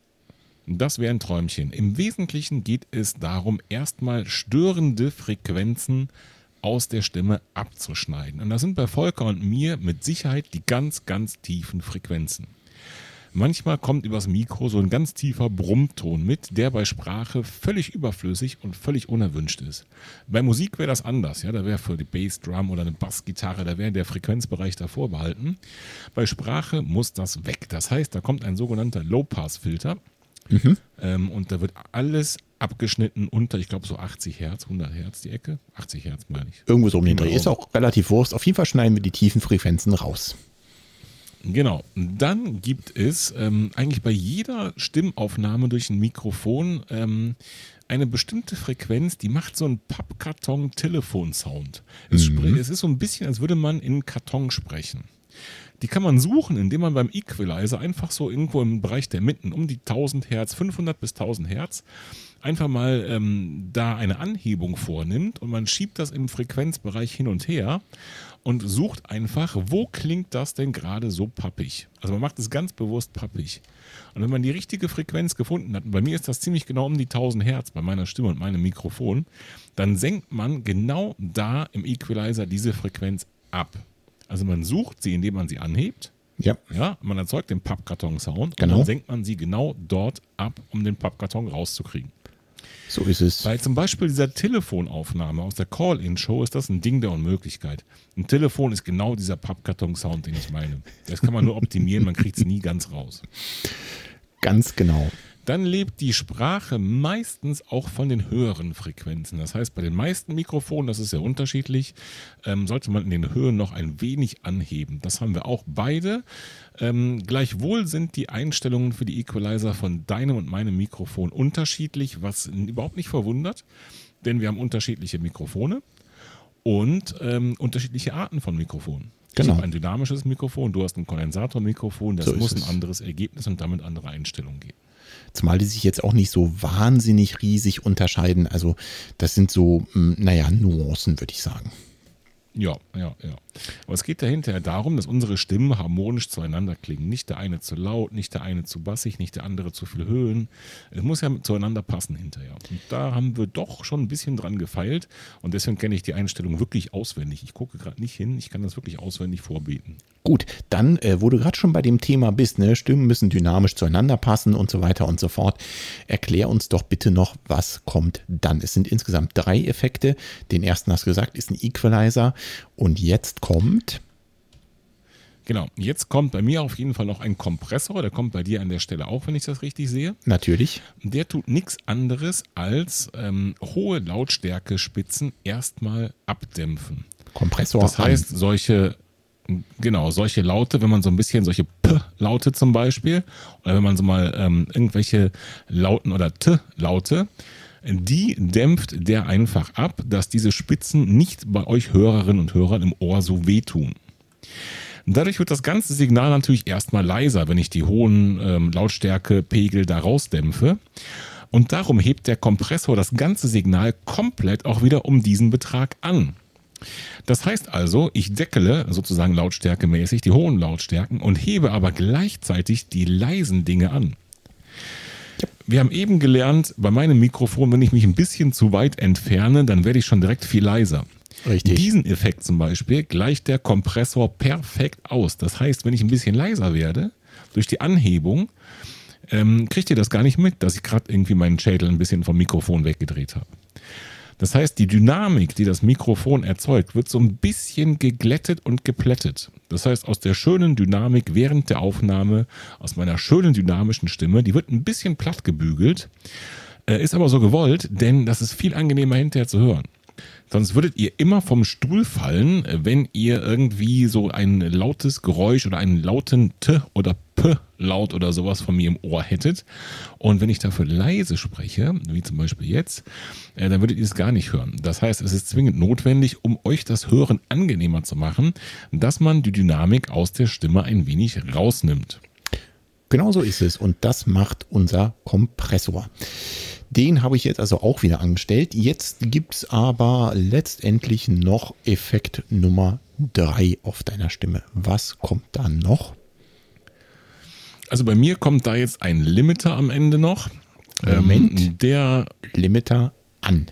S2: Das wäre ein Träumchen. Im Wesentlichen geht es darum, erstmal störende Frequenzen aus der Stimme abzuschneiden. Und das sind bei Volker und mir mit Sicherheit die ganz, ganz tiefen Frequenzen. Manchmal kommt übers Mikro so ein ganz tiefer Brummton mit, der bei Sprache völlig überflüssig und völlig unerwünscht ist. Bei Musik wäre das anders, ja, da wäre für die Bassdrum oder eine Bassgitarre, da wäre der Frequenzbereich davor behalten. Bei Sprache muss das weg. Das heißt, da kommt ein sogenannter Low-Pass-Filter. Mhm. Ähm, und da wird alles abgeschnitten unter, ich glaube so achtzig Hertz, hundert Hertz die Ecke. achtzig Hertz meine ich.
S1: Irgendwo so um den Dreh. Ist auch relativ Wurst. Auf jeden Fall schneiden wir die tiefen Frequenzen raus.
S2: Genau. Dann gibt es ähm, eigentlich bei jeder Stimmaufnahme durch ein Mikrofon ähm, eine bestimmte Frequenz, die macht so einen Pappkarton-Telefon-Sound. Es, mhm. es ist so ein bisschen, als würde man in einen Karton sprechen. Die kann man suchen, indem man beim Equalizer einfach so irgendwo im Bereich der Mitten um die tausend Hertz, fünfhundert bis tausend Hertz, einfach mal ähm, da eine Anhebung vornimmt und man schiebt das im Frequenzbereich hin und her und sucht einfach, wo klingt das denn gerade so pappig. Also man macht es ganz bewusst pappig. Und wenn man die richtige Frequenz gefunden hat, und bei mir ist das ziemlich genau um die tausend Hertz bei meiner Stimme und meinem Mikrofon, dann senkt man genau da im Equalizer diese Frequenz ab. Also man sucht sie, indem man sie anhebt.
S1: Ja.
S2: Ja, man erzeugt den Pappkarton-Sound
S1: genau.
S2: Und dann senkt man sie genau dort ab, um den Pappkarton rauszukriegen.
S1: So ist es.
S2: Bei zum Beispiel dieser Telefonaufnahme aus der Call-In-Show ist das ein Ding der Unmöglichkeit. Ein Telefon ist genau dieser Pappkarton-Sound, den ich meine. Das kann man nur optimieren, man kriegt es nie ganz raus.
S1: Ganz genau.
S2: Dann lebt die Sprache meistens auch von den höheren Frequenzen. Das heißt, bei den meisten Mikrofonen, das ist sehr unterschiedlich, ähm, sollte man in den Höhen noch ein wenig anheben. Das haben wir auch beide. Ähm, gleichwohl sind die Einstellungen für die Equalizer von deinem und meinem Mikrofon unterschiedlich, was überhaupt nicht verwundert, denn wir haben unterschiedliche Mikrofone und ähm, unterschiedliche Arten von Mikrofonen.
S1: Genau.
S2: Ich habe ein dynamisches Mikrofon, du hast ein Kondensatormikrofon, das
S1: so
S2: muss
S1: es.
S2: ein anderes Ergebnis und damit andere Einstellungen geben.
S1: Zumal die sich jetzt auch nicht so wahnsinnig riesig unterscheiden. Also das sind so, naja, Nuancen, würde ich sagen.
S2: Ja, ja, ja. Aber es geht dahinter darum, dass unsere Stimmen harmonisch zueinander klingen. Nicht der eine zu laut, nicht der eine zu bassig, nicht der andere zu viel Höhen. Es muss ja zueinander passen hinterher. Und da haben wir doch schon ein bisschen dran gefeilt. Und deswegen kenne ich die Einstellung wirklich auswendig. Ich gucke gerade nicht hin, ich kann das wirklich auswendig vorbeten.
S1: Gut, dann, äh, wo du gerade schon bei dem Thema bist, ne, Stimmen müssen dynamisch zueinander passen und so weiter und so fort. Erklär uns doch bitte noch, was kommt dann. Es sind insgesamt drei Effekte. Den ersten hast du gesagt, ist ein Equalizer. Und jetzt kommt...
S2: Genau, jetzt kommt bei mir auf jeden Fall noch ein Kompressor. Der kommt bei dir an der Stelle auch, wenn ich das richtig sehe.
S1: Natürlich.
S2: Der tut nichts anderes als ähm, hohe Lautstärke-Spitzen erstmal abdämpfen.
S1: Kompressor
S2: Das heißt,
S1: an.
S2: solche... Genau, solche Laute, wenn man so ein bisschen, solche P-Laute zum Beispiel, oder wenn man so mal ähm, irgendwelche Lauten oder T-Laute, die dämpft der einfach ab, dass diese Spitzen nicht bei euch Hörerinnen und Hörern im Ohr so wehtun. Dadurch wird das ganze Signal natürlich erstmal leiser, wenn ich die hohen ähm, Lautstärkepegel da rausdämpfe. Und darum hebt der Kompressor das ganze Signal komplett auch wieder um diesen Betrag an. Das heißt also, ich deckele sozusagen lautstärkemäßig die hohen Lautstärken und hebe aber gleichzeitig die leisen Dinge an. Wir haben eben gelernt, bei meinem Mikrofon, wenn ich mich ein bisschen zu weit entferne, dann werde ich schon direkt viel leiser.
S1: Richtig.
S2: Diesen Effekt zum Beispiel gleicht der Kompressor perfekt aus. Das heißt, wenn ich ein bisschen leiser werde, durch die Anhebung, ähm, kriegt ihr das gar nicht mit, dass ich gerade irgendwie meinen Schädel ein bisschen vom Mikrofon weggedreht habe. Das heißt, die Dynamik, die das Mikrofon erzeugt, wird so ein bisschen geglättet und geplättet. Das heißt, aus der schönen Dynamik während der Aufnahme, aus meiner schönen dynamischen Stimme, die wird ein bisschen platt gebügelt, äh, ist aber so gewollt, denn das ist viel angenehmer hinterher zu hören. Sonst würdet ihr immer vom Stuhl fallen, wenn ihr irgendwie so ein lautes Geräusch oder einen lauten T oder P-Laut oder sowas von mir im Ohr hättet. Und wenn ich dafür leise spreche, wie zum Beispiel jetzt, dann würdet ihr es gar nicht hören. Das heißt, es ist zwingend notwendig, um euch das Hören angenehmer zu machen, dass man die Dynamik aus der Stimme ein wenig rausnimmt.
S1: Genau so ist es und das macht unser Kompressor. Den habe ich jetzt also auch wieder angestellt. Jetzt gibt es aber letztendlich noch Effekt Nummer drei auf deiner Stimme. Was kommt da noch?
S2: Also bei mir kommt da jetzt ein Limiter am Ende noch.
S1: Moment.
S2: Ähm, der
S1: Limiter an.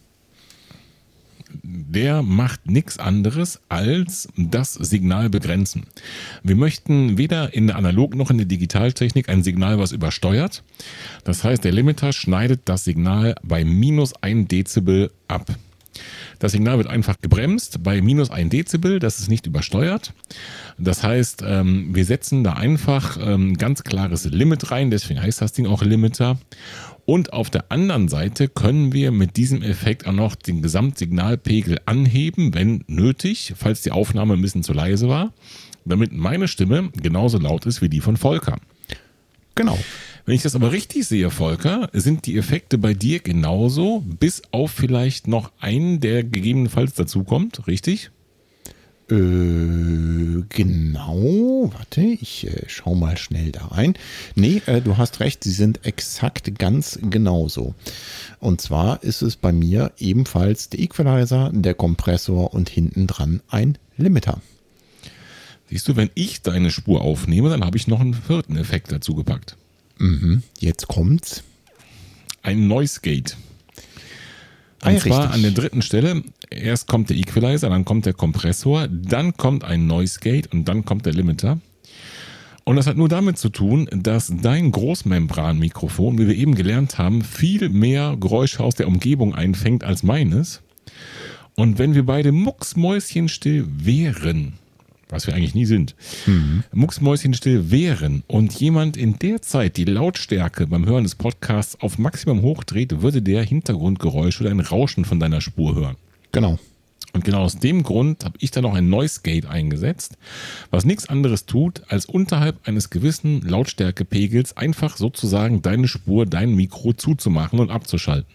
S2: Der macht nichts anderes als das Signal begrenzen. Wir möchten weder in der Analog- noch in der Digitaltechnik ein Signal, was übersteuert. Das heißt, der Limiter schneidet das Signal bei minus ein Dezibel ab. Das Signal wird einfach gebremst bei minus ein Dezibel, das ist nicht übersteuert. Das heißt, wir setzen da einfach ein ganz klares Limit rein, deswegen heißt das Ding auch Limiter. Und auf der anderen Seite können wir mit diesem Effekt auch noch den Gesamtsignalpegel anheben, wenn nötig, falls die Aufnahme ein bisschen zu leise war, damit meine Stimme genauso laut ist wie die von Volker.
S1: Genau.
S2: Wenn ich das aber richtig sehe, Volker, sind die Effekte bei dir genauso, bis auf vielleicht noch einen, der gegebenenfalls dazukommt, richtig?
S1: Äh, genau, warte, ich äh, schau mal schnell da rein. Nee, äh, du hast recht, sie sind exakt ganz genauso. Und zwar ist es bei mir ebenfalls der Equalizer, der Kompressor und hinten dran ein Limiter.
S2: Siehst du, wenn ich deine Spur aufnehme, dann habe ich noch einen vierten Effekt dazu gepackt.
S1: Mhm, jetzt kommt's.
S2: Ein Noise Gate. Und
S1: Ah,
S2: zwar
S1: richtig.
S2: an der dritten Stelle, erst kommt der Equalizer, dann kommt der Kompressor, dann kommt ein Noise Gate und dann kommt der Limiter. Und das hat nur damit zu tun, dass dein Großmembranmikrofon, wie wir eben gelernt haben, viel mehr Geräusche aus der Umgebung einfängt als meines. Und wenn wir beide mucksmäuschenstill wären, was wir eigentlich nie sind, mhm. mucksmäuschenstill wären und jemand in der Zeit die Lautstärke beim Hören des Podcasts auf Maximum hochdreht, würde der Hintergrundgeräusch oder ein Rauschen von deiner Spur hören.
S1: Genau.
S2: Und genau aus dem Grund habe ich da noch ein Noise Gate eingesetzt, was nichts anderes tut, als unterhalb eines gewissen Lautstärkepegels einfach sozusagen deine Spur, dein Mikro zuzumachen und abzuschalten.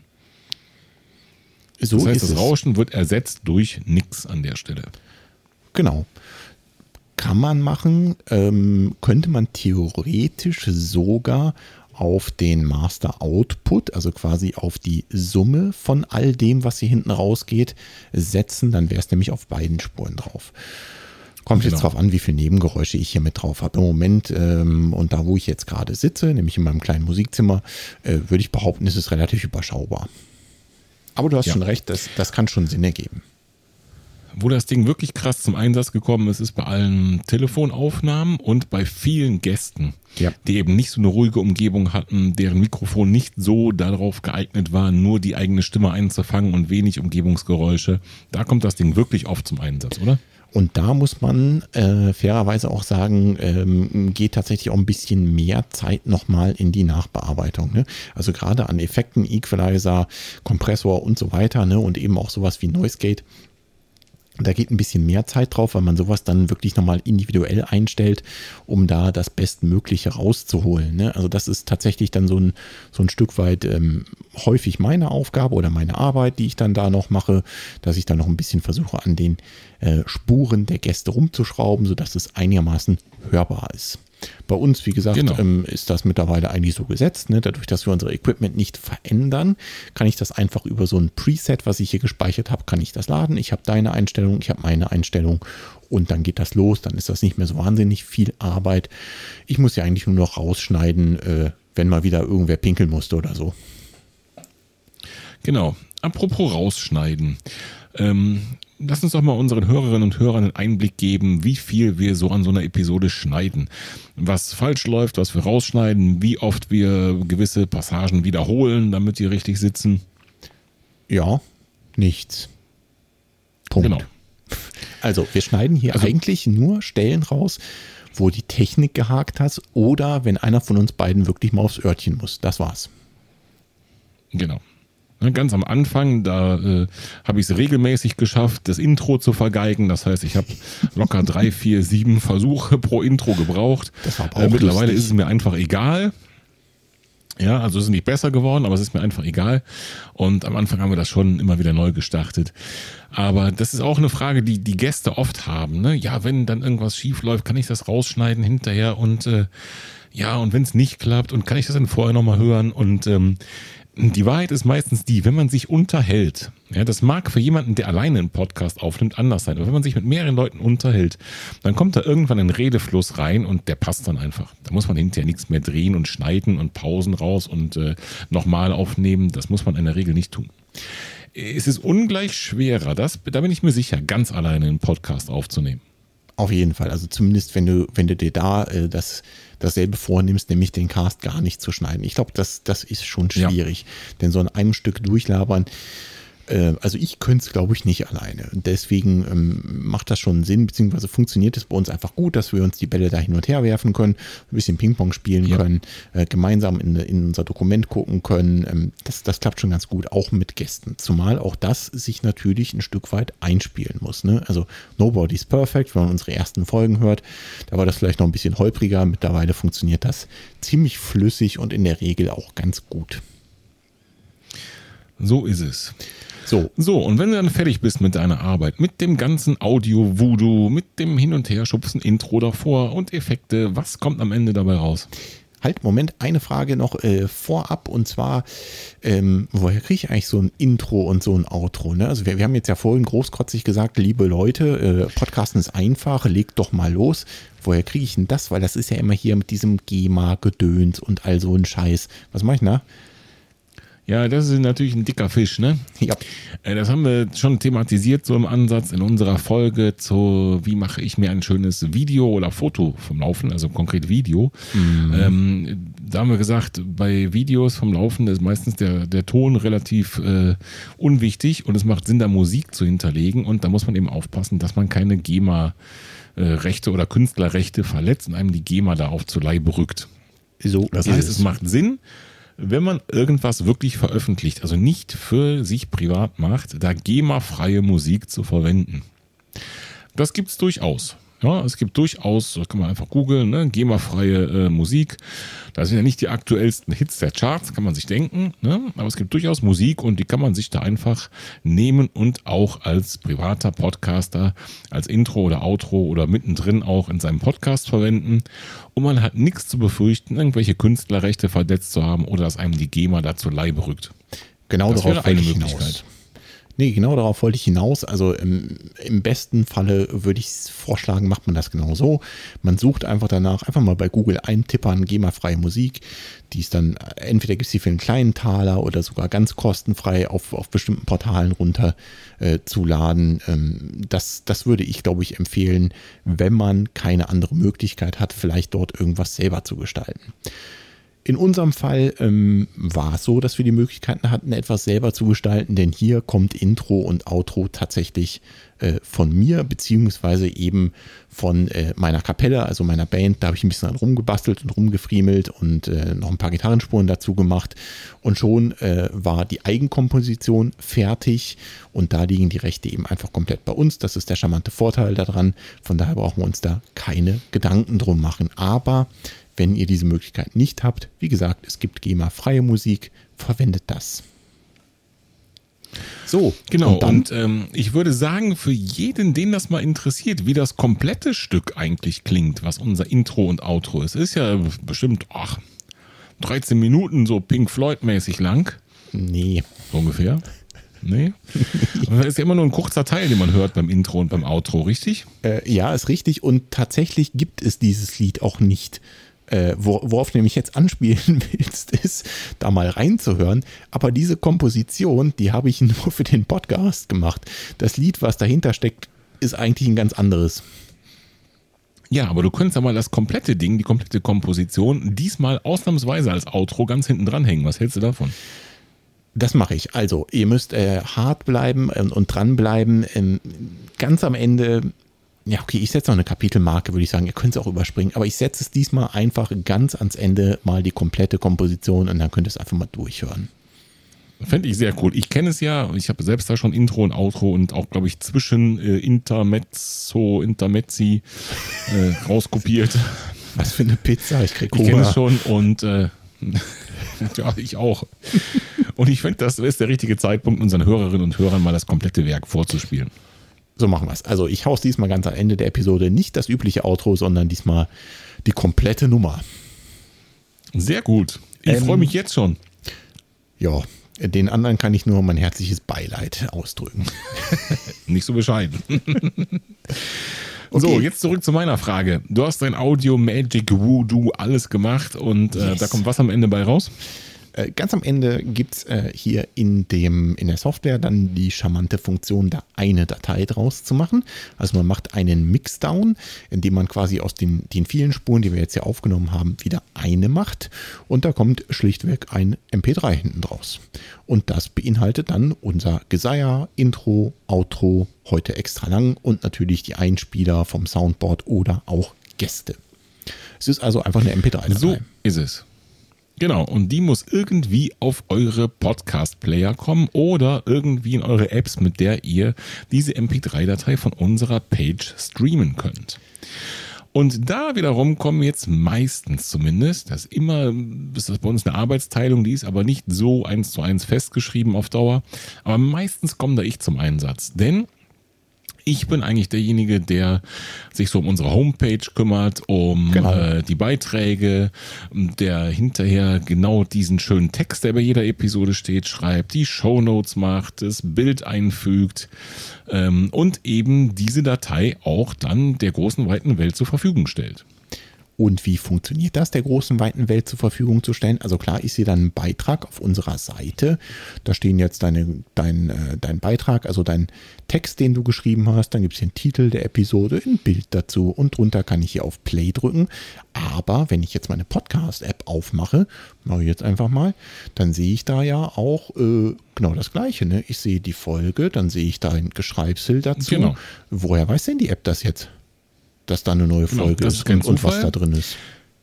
S1: So
S2: das heißt,
S1: ist
S2: das
S1: es.
S2: Rauschen wird ersetzt durch nix an der Stelle.
S1: Genau. Kann man machen, ähm, könnte man theoretisch sogar auf den Master Output, also quasi auf die Summe von all dem, was hier hinten rausgeht, setzen. Dann wäre es nämlich auf beiden Spuren drauf. Kommt
S2: Genau.
S1: jetzt drauf an, wie viele Nebengeräusche ich hier mit drauf habe. Im Moment ähm, und da, wo ich jetzt gerade sitze, nämlich in meinem kleinen Musikzimmer, äh, würde ich behaupten, ist es relativ überschaubar. Aber du hast
S2: Ja.
S1: schon recht, das, das kann schon Sinn ergeben.
S2: Wo das Ding wirklich krass zum Einsatz gekommen ist, ist bei allen Telefonaufnahmen und bei vielen Gästen,
S1: Ja.
S2: die eben nicht so eine ruhige Umgebung hatten, deren Mikrofon nicht so darauf geeignet war, nur die eigene Stimme einzufangen und wenig Umgebungsgeräusche. Da kommt das Ding wirklich oft zum Einsatz, oder?
S1: Und da muss man äh, fairerweise auch sagen, ähm, geht tatsächlich auch ein bisschen mehr Zeit nochmal in die Nachbearbeitung. Ne? Also gerade an Effekten, Equalizer, Kompressor und so weiter, ne? Und eben auch sowas wie Noise Gate. Da geht ein bisschen mehr Zeit drauf, weil man sowas dann wirklich nochmal individuell einstellt, um da das Bestmögliche rauszuholen. Ne? Also das ist tatsächlich dann so ein, so ein Stück weit ähm, häufig meine Aufgabe oder meine Arbeit, die ich dann da noch mache, dass ich dann noch ein bisschen versuche, an den äh, Spuren der Gäste rumzuschrauben, sodass es einigermaßen hörbar ist. Bei uns, wie gesagt, genau. ähm, ist das mittlerweile eigentlich so gesetzt. Ne? Dadurch, dass wir unser Equipment nicht verändern, kann ich das einfach über so ein Preset, was ich hier gespeichert habe, kann ich das laden. Ich habe deine Einstellung, ich habe meine Einstellung und dann geht das los. Dann ist das nicht mehr so wahnsinnig viel Arbeit. Ich muss ja eigentlich nur noch rausschneiden, äh, wenn mal wieder irgendwer pinkeln musste oder so.
S2: Genau. Apropos rausschneiden. Ähm, lass uns doch mal unseren Hörerinnen und Hörern einen Einblick geben, wie viel wir so an so einer Episode schneiden. Was falsch läuft, was wir rausschneiden, wie oft wir gewisse Passagen wiederholen, damit die richtig sitzen.
S1: Ja, nichts. Punkt. Genau. Also wir schneiden hier also, eigentlich nur Stellen raus, wo die Technik gehakt hat oder wenn einer von uns beiden wirklich mal aufs Örtchen muss. Das war's.
S2: Genau. Ganz am Anfang, da äh, habe ich es regelmäßig geschafft, das Intro zu vergeigen. Das heißt, ich habe locker drei, vier, sieben Versuche pro Intro gebraucht. Das war aber auch äh, mittlerweile lustig. Ist es mir einfach egal. Ja, also es ist nicht besser geworden, aber es ist mir einfach egal. Und am Anfang haben wir das schon immer wieder neu gestartet. Aber das ist auch eine Frage, die die Gäste oft haben. Ne? Ja, wenn dann irgendwas schief läuft, kann ich das rausschneiden hinterher und äh, ja, und wenn es nicht klappt und kann ich das dann vorher nochmal hören und ähm, die Wahrheit ist meistens die, wenn man sich unterhält, ja, das mag für jemanden, der alleine einen Podcast aufnimmt, anders sein, aber wenn man sich mit mehreren Leuten unterhält, dann kommt da irgendwann ein Redefluss rein und der passt dann einfach. Da muss man hinterher nichts mehr drehen und schneiden und Pausen raus und äh, nochmal aufnehmen. Das muss man in der Regel nicht tun. Es ist ungleich schwerer, das, da bin ich mir sicher, ganz alleine einen Podcast aufzunehmen.
S1: Auf jeden Fall, also zumindest wenn du, wenn du dir da äh, das, dasselbe vornimmst, nämlich den Cast gar nicht zu schneiden. Ich glaube, das, das ist schon schwierig, ja. Denn so an einem Stück durchlabern, äh, also ich könnte es, glaube ich, nicht alleine. Und deswegen ähm, macht das schon Sinn, beziehungsweise funktioniert es bei uns einfach gut, dass wir uns die Bälle da hin und her werfen können, ein bisschen Ping-Pong spielen ja. können, äh, gemeinsam in, in unser Dokument gucken können. Ähm, das, das klappt schon ganz gut, auch mit Gästen. Zumal auch das sich natürlich ein Stück weit einspielen muss. Ne? Also Nobody's Perfect, wenn man unsere ersten Folgen hört, da war das vielleicht noch ein bisschen holpriger. Mittlerweile funktioniert das ziemlich flüssig und in der Regel auch ganz gut.
S2: So ist es. So. so, und wenn du dann fertig bist mit deiner Arbeit, mit dem ganzen Audio-Voodoo, mit dem Hin- und Her-Schubsen, Intro davor und Effekte, was kommt am Ende dabei raus?
S1: Halt, Moment, eine Frage noch äh, vorab und zwar, ähm, woher kriege ich eigentlich so ein Intro und so ein Outro? Ne? Also wir, wir haben jetzt ja vorhin großkotzig gesagt, liebe Leute, äh, Podcasten ist einfach, legt doch mal los. Woher kriege ich denn das? Weil das ist ja immer hier mit diesem GEMA-Gedöns und all so ein Scheiß. Was mache ich da?
S2: Ja, das ist natürlich ein dicker Fisch, ne?
S1: Ja.
S2: Das haben wir schon thematisiert, so im Ansatz in unserer Folge zu, wie mache ich mir ein schönes Video oder Foto vom Laufen, also konkret Video. Mhm. Ähm, da haben wir gesagt, bei Videos vom Laufen ist meistens der, der Ton relativ äh, unwichtig und es macht Sinn, da Musik zu hinterlegen und da muss man eben aufpassen, dass man keine GEMA-Rechte oder Künstlerrechte verletzt und einem die GEMA da auf zu Leibe rückt. So, das heißt, es macht Sinn, wenn man irgendwas wirklich veröffentlicht, also nicht für sich privat macht, da GEMA-freie Musik zu verwenden. Das gibt es durchaus. Ja, es gibt durchaus, das kann man einfach googeln, ne, GEMA-freie äh, Musik. Das sind ja nicht die aktuellsten Hits der Charts, kann man sich denken, ne? Aber es gibt durchaus Musik und die kann man sich da einfach nehmen und auch als privater Podcaster, als Intro oder Outro oder mittendrin auch in seinem Podcast verwenden. Und man hat nichts zu befürchten, irgendwelche Künstlerrechte verletzt zu haben oder dass einem die GEMA dazu Leibe rückt.
S1: Genau,
S2: das wäre eine Möglichkeit. Hinaus.
S1: Nee, genau darauf wollte ich hinaus. Also im, im besten Falle würde ich vorschlagen, macht man das genau so. Man sucht einfach danach, einfach mal bei Google eintippern, GEMA-freie Musik. Die ist dann, entweder gibt es die für einen kleinen Taler oder sogar ganz kostenfrei auf, auf bestimmten Portalen runter äh, zu laden. Ähm, das, das würde ich, glaube ich, empfehlen, wenn man keine andere Möglichkeit hat, vielleicht dort irgendwas selber zu gestalten. In unserem Fall ähm, war es so, dass wir die Möglichkeiten hatten, etwas selber zu gestalten, denn hier kommt Intro und Outro tatsächlich äh, von mir, beziehungsweise eben von äh, meiner Kapelle, also meiner Band. Da habe ich ein bisschen rumgebastelt und rumgefriemelt und äh, noch ein paar Gitarrenspuren dazu gemacht. Und schon äh, war die Eigenkomposition fertig und da liegen die Rechte eben einfach komplett bei uns. Das ist der charmante Vorteil daran. Von daher brauchen wir uns da keine Gedanken drum machen. Aber wenn ihr diese Möglichkeit nicht habt, wie gesagt, es gibt GEMA-freie Musik, verwendet das. So,
S2: genau.
S1: Und, dann,
S2: und ähm, ich würde sagen, für jeden, den das mal interessiert, wie das komplette Stück eigentlich klingt, was unser Intro und Outro ist, ist ja bestimmt ach, dreizehn Minuten so Pink Floyd-mäßig lang.
S1: Nee.
S2: So ungefähr. Nee. Das ist ja immer nur ein kurzer Teil, den man hört beim Intro und beim Outro, richtig?
S1: Äh, ja, ist richtig. Und tatsächlich gibt es dieses Lied auch nicht. Äh, worauf du nämlich jetzt anspielen willst, ist, da mal reinzuhören. Aber diese Komposition, die habe ich nur für den Podcast gemacht. Das Lied, was dahinter steckt, ist eigentlich ein ganz anderes.
S2: Ja, aber du könntest ja mal das komplette Ding, die komplette Komposition, diesmal ausnahmsweise als Outro ganz hinten dranhängen. Was hältst du davon?
S1: Das mache ich. Also, ihr müsst äh, hart bleiben und, und dranbleiben. Ähm, ganz am Ende, ja okay, ich setze noch eine Kapitelmarke, würde ich sagen. Ihr könnt es auch überspringen. Aber ich setze es diesmal einfach ganz ans Ende mal die komplette Komposition und dann könnt ihr es einfach mal durchhören.
S2: Fände ich sehr cool. Ich kenne es ja, ich habe selbst da schon Intro und Outro und auch, glaube ich, zwischen äh, Intermezzo, Intermezzi äh, rauskopiert.
S1: Was für eine Pizza, ich kriege
S2: Ich kenne es schon und äh, ja, ich auch. Und ich finde, das ist der richtige Zeitpunkt, unseren Hörerinnen und Hörern mal das komplette Werk vorzuspielen.
S1: So machen wir es. Also ich haue es diesmal ganz am Ende der Episode, nicht das übliche Outro, sondern diesmal die komplette Nummer.
S2: Sehr gut. Ich ähm, freue mich jetzt schon.
S1: Ja, den anderen kann ich nur mein herzliches Beileid ausdrücken.
S2: Nicht so bescheiden.
S1: Okay.
S2: So, jetzt zurück zu meiner Frage. Du hast dein Audio, Magic, Voodoo, alles gemacht und äh, yes. Da kommt was am Ende bei raus?
S1: Äh, ganz am Ende gibt es äh, hier in, dem, in der Software dann die charmante Funktion, da eine Datei draus zu machen. Also man macht einen Mixdown, indem man quasi aus den, den vielen Spuren, die wir jetzt hier aufgenommen haben, wieder eine macht. Und da kommt schlichtweg ein M P drei hinten draus. Und das beinhaltet dann unser Geseier, Intro, Outro, heute extra lang und natürlich die Einspieler vom Soundboard oder auch Gäste. Es ist also einfach eine M P drei Datei.
S2: So ist es. Genau, und die muss irgendwie auf eure Podcast-Player kommen oder irgendwie in eure Apps, mit der ihr diese M P drei Datei von unserer Page streamen könnt. Und da wiederum kommen jetzt meistens zumindest, das ist immer, das ist bei uns eine Arbeitsteilung, die ist aber nicht so eins zu eins festgeschrieben auf Dauer, aber meistens komme da ich zum Einsatz, denn ich bin eigentlich derjenige, der sich so um unsere Homepage kümmert, um genau. äh, die Beiträge, der hinterher genau diesen schönen Text, der bei jeder Episode steht, schreibt, die Shownotes macht, das Bild einfügt ähm, und eben diese Datei auch dann der großen, weiten Welt zur Verfügung stellt.
S1: Und wie funktioniert das, der großen, weiten Welt zur Verfügung zu stellen? Also klar, ich sehe dann einen Beitrag auf unserer Seite. Da stehen jetzt deine, dein, äh, dein Beitrag, also dein Text, den du geschrieben hast. Dann gibt es den Titel der Episode, ein Bild dazu und drunter kann ich hier auf Play drücken. Aber wenn ich jetzt meine Podcast-App aufmache, mache ich jetzt einfach mal, dann sehe ich da ja auch äh, genau das Gleiche. Ne? Ich sehe die Folge, dann sehe ich da ein Geschreibsel dazu.
S2: Genau.
S1: Woher weiß denn die App das jetzt? Dass da eine neue Folge
S2: genau,
S1: ist und, und was da drin ist.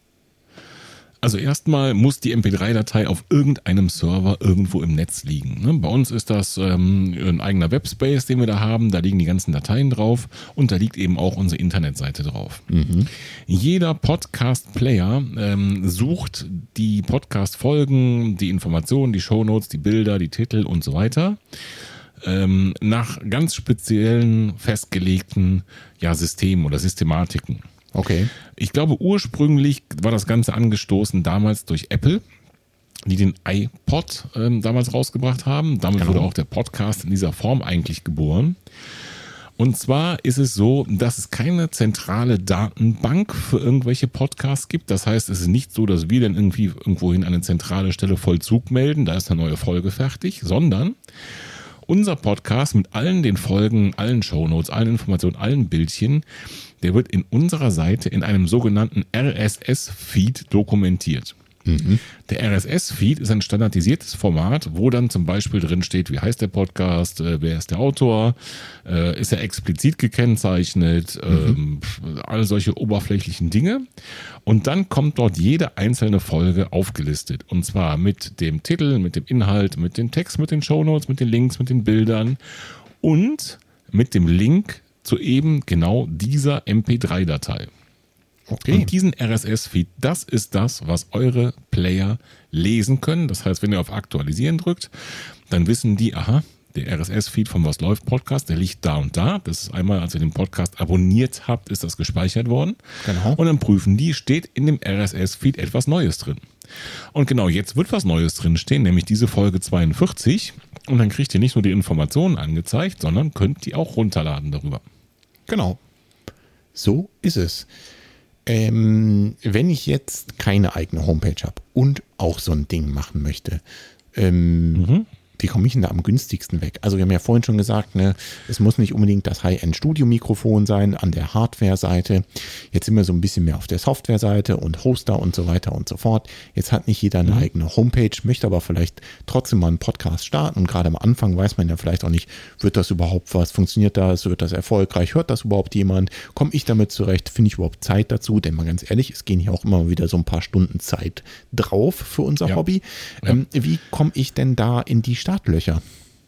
S2: Also erstmal muss die M P drei Datei auf irgendeinem Server irgendwo im Netz liegen. Ne? Bei uns ist das ähm, ein eigener Webspace, den wir da haben. Da liegen die ganzen Dateien drauf und da liegt eben auch unsere Internetseite drauf. Mhm. Jeder Podcast-Player ähm, sucht die Podcast-Folgen, die Informationen, die Shownotes, die Bilder, die Titel und so weiter ähm, nach ganz speziellen, festgelegten ja, Systemen oder Systematiken.
S1: Okay.
S2: Ich glaube, ursprünglich war das Ganze angestoßen damals durch Apple, die den iPod ähm, damals rausgebracht haben. Damit genau. wurde auch der Podcast in dieser Form eigentlich geboren. Und zwar ist es so, dass es keine zentrale Datenbank für irgendwelche Podcasts gibt. Das heißt, es ist nicht so, dass wir dann irgendwie irgendwohin eine zentrale Stelle Vollzug melden, da ist eine neue Folge fertig, sondern unser Podcast mit allen den Folgen, allen Shownotes, allen Informationen, allen Bildchen, der wird in unserer Seite in einem sogenannten R S S-Feed dokumentiert. Mhm. Der R S S-Feed ist ein standardisiertes Format, wo dann zum Beispiel drin steht, wie heißt der Podcast, äh, wer ist der Autor, äh, ist er explizit gekennzeichnet, mhm. ähm, all solche oberflächlichen Dinge. Und dann kommt dort jede einzelne Folge aufgelistet. Und zwar mit dem Titel, mit dem Inhalt, mit dem Text, mit den Shownotes, mit den Links, mit den Bildern und mit dem Link zu eben genau dieser M P drei Datei. Okay. Und diesen R S S-Feed, das ist das, was eure Player lesen können. Das heißt, wenn ihr auf Aktualisieren drückt, dann wissen die, aha, der R S S-Feed vom Was läuft Podcast, der liegt da und da. Das ist einmal, als ihr den Podcast abonniert habt, ist das gespeichert worden. Genau. Und dann prüfen die, steht in dem R S S-Feed etwas Neues drin. Und genau jetzt wird was Neues drin stehen, nämlich diese Folge zweiundvierzig. Und dann kriegt ihr nicht nur die Informationen angezeigt, sondern könnt die auch runterladen darüber.
S1: Genau. So ist es. Ähm, wenn ich jetzt keine eigene Homepage habe und auch so ein Ding machen möchte, ähm, mhm. wie komme ich denn da am günstigsten weg? Also wir haben ja vorhin schon gesagt, ne, es muss nicht unbedingt das High-End-Studio-Mikrofon sein an der Hardware-Seite. Jetzt sind wir so ein bisschen mehr auf der Software-Seite und Hoster und so weiter und so fort. Jetzt hat nicht jeder eine mhm. eigene Homepage, möchte aber vielleicht trotzdem mal einen Podcast starten. Und gerade am Anfang weiß man ja vielleicht auch nicht, wird das überhaupt was? Funktioniert das? Wird das erfolgreich? Hört das überhaupt jemand? Komme ich damit zurecht? Finde ich überhaupt Zeit dazu? Denn mal ganz ehrlich, es gehen hier auch immer wieder so ein paar Stunden Zeit drauf für unser ja. Hobby. Ja. Ähm, wie komme ich denn da in die Startlöcher?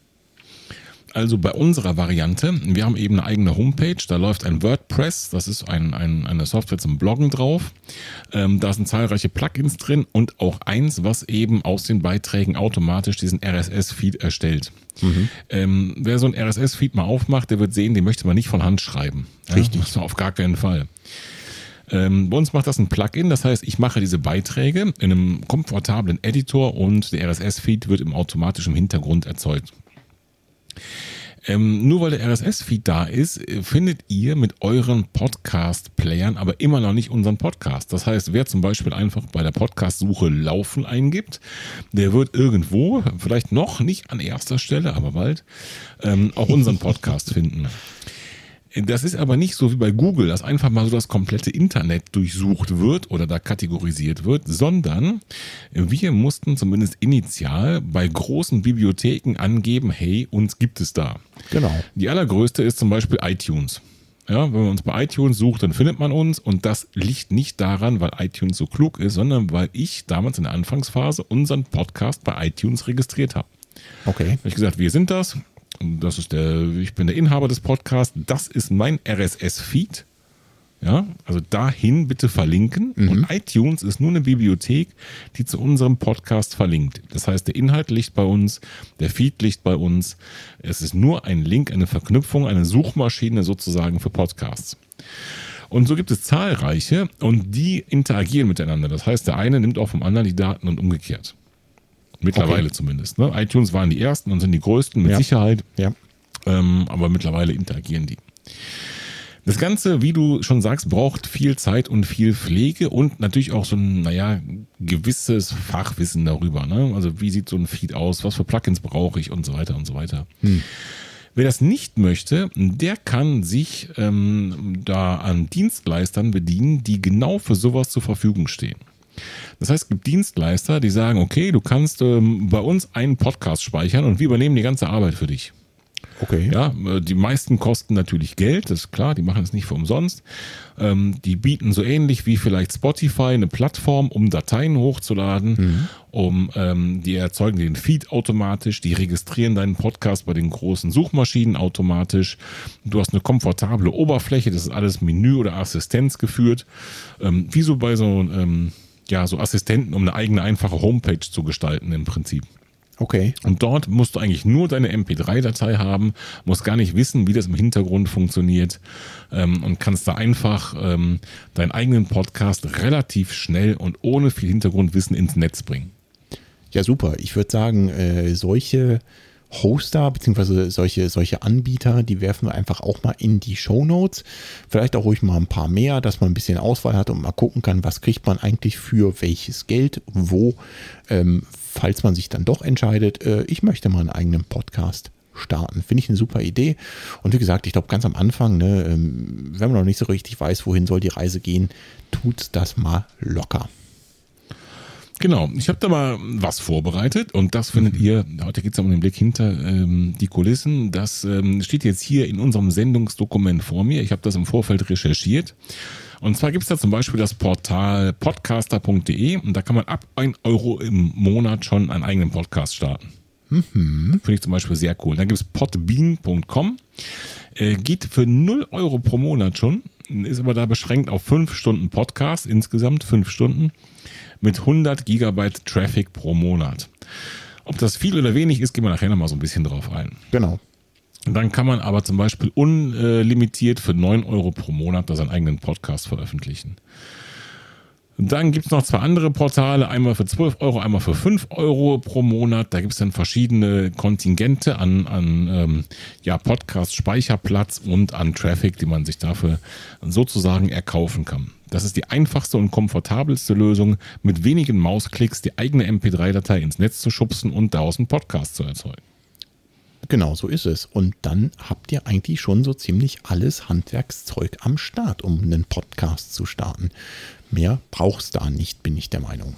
S2: Also bei unserer Variante, wir haben eben eine eigene Homepage, da läuft ein WordPress, das ist ein, ein, eine Software zum Bloggen drauf. Ähm, da sind zahlreiche Plugins drin und auch eins, was eben aus den Beiträgen automatisch diesen R S S-Feed erstellt. Mhm. Ähm, wer so einen R S S-Feed mal aufmacht, der wird sehen, den möchte man nicht von Hand schreiben.
S1: Richtig.
S2: Ja, auf gar keinen Fall. Ähm, bei uns macht das ein Plugin, das heißt, ich mache diese Beiträge in einem komfortablen Editor und der R S S-Feed wird im automatischen Hintergrund erzeugt. Ähm, nur weil der R S S-Feed da ist, findet ihr mit euren Podcast-Playern aber immer noch nicht unseren Podcast. Das heißt, wer zum Beispiel einfach bei der Podcast-Suche Laufen eingibt, der wird irgendwo, vielleicht noch nicht an erster Stelle, aber bald, ähm, auch unseren Podcast finden. Das ist aber nicht so wie bei Google, dass einfach mal so das komplette Internet durchsucht wird oder da kategorisiert wird, sondern wir mussten zumindest initial bei großen Bibliotheken angeben, hey, uns gibt es da.
S1: Genau.
S2: Die allergrößte ist zum Beispiel iTunes. Ja, wenn man uns bei iTunes sucht, dann findet man uns und das liegt nicht daran, weil iTunes so klug ist, sondern weil ich damals in der Anfangsphase unseren Podcast bei iTunes registriert habe.
S1: Okay.
S2: Da habe ich gesagt, wir sind das. Das ist der, ich bin der Inhaber des Podcasts, das ist mein R S S-Feed. Ja, also dahin bitte verlinken. Mhm. Und iTunes ist nur eine Bibliothek, die zu unserem Podcast verlinkt. Das heißt, der Inhalt liegt bei uns, der Feed liegt bei uns. Es ist nur ein Link, eine Verknüpfung, eine Suchmaschine sozusagen für Podcasts. Und so gibt es zahlreiche und die interagieren miteinander. Das heißt, der eine nimmt auch vom anderen die Daten und umgekehrt. Mittlerweile okay. zumindest. Ne? iTunes waren die ersten und sind die größten mit
S1: ja.
S2: Sicherheit.
S1: Ja.
S2: Ähm, aber mittlerweile interagieren die. Das Ganze, wie du schon sagst, braucht viel Zeit und viel Pflege und natürlich auch so ein, naja, gewisses Fachwissen darüber. Ne? Also wie sieht so ein Feed aus, was für Plugins brauche ich und so weiter und so weiter. Hm. Wer das nicht möchte, der kann sich ähm, da an Dienstleistern bedienen, die genau für sowas zur Verfügung stehen. Das heißt, es gibt Dienstleister, die sagen, okay, du kannst ähm, bei uns einen Podcast speichern und wir übernehmen die ganze Arbeit für dich.
S1: Okay.
S2: Ja, die meisten kosten natürlich Geld, das ist klar, die machen es nicht für umsonst. Ähm, die bieten so ähnlich wie vielleicht Spotify eine Plattform, um Dateien hochzuladen, mhm. um ähm, die erzeugen den Feed automatisch, die registrieren deinen Podcast bei den großen Suchmaschinen automatisch. Du hast eine komfortable Oberfläche, das ist alles Menü oder Assistenz geführt, ähm, wie so bei so ähm, ja, so Assistenten, um eine eigene einfache Homepage zu gestalten im Prinzip.
S1: Okay.
S2: Und dort musst du eigentlich nur deine M P drei Datei haben, musst gar nicht wissen, wie das im Hintergrund funktioniert ähm, und kannst da einfach ähm, deinen eigenen Podcast relativ schnell und ohne viel Hintergrundwissen ins Netz bringen.
S1: Ja, super. Ich würde sagen, äh, solche Hoster beziehungsweise solche, solche Anbieter, die werfen wir einfach auch mal in die Shownotes. Vielleicht auch ruhig mal ein paar mehr, dass man ein bisschen Auswahl hat und mal gucken kann, was kriegt man eigentlich für welches Geld, wo, ähm, falls man sich dann doch entscheidet, äh, ich möchte mal einen eigenen Podcast starten. Finde ich eine super Idee. Und wie gesagt, ich glaube ganz am Anfang, ne, ähm, wenn man noch nicht so richtig weiß, wohin soll die Reise gehen, tut's das mal locker.
S2: Genau, ich habe da mal was vorbereitet und das findet mhm. ihr, heute geht es um den Blick hinter ähm, die Kulissen, das ähm, steht jetzt hier in unserem Sendungsdokument vor mir, ich habe das im Vorfeld recherchiert und zwar gibt es da zum Beispiel das Portal podcaster punkt de und da kann man ab ein Euro im Monat schon einen eigenen Podcast starten. Mhm. Finde ich zum Beispiel sehr cool. Dann gibt es podbean punkt com, äh, geht für null Euro pro Monat schon, ist aber da beschränkt auf fünf Stunden Podcast, insgesamt fünf Stunden. Mit hundert Gigabyte Traffic pro Monat. Ob das viel oder wenig ist, gehen wir nachher nochmal so ein bisschen drauf ein.
S1: Genau.
S2: Und dann kann man aber zum Beispiel unlimitiert für neun Euro pro Monat da seinen eigenen Podcast veröffentlichen. Und dann gibt es noch zwei andere Portale, einmal für zwölf Euro, einmal für fünf Euro pro Monat. Da gibt es dann verschiedene Kontingente an, an ähm, ja, Podcast-Speicherplatz und an Traffic, die man sich dafür sozusagen erkaufen kann. Das ist die einfachste und komfortabelste Lösung, mit wenigen Mausklicks die eigene M P drei Datei ins Netz zu schubsen und daraus einen Podcast zu erzeugen.
S1: Genau, so ist es. Und dann habt ihr eigentlich schon so ziemlich alles Handwerkszeug am Start, um einen Podcast zu starten. Mehr brauchst du da nicht, bin ich der Meinung.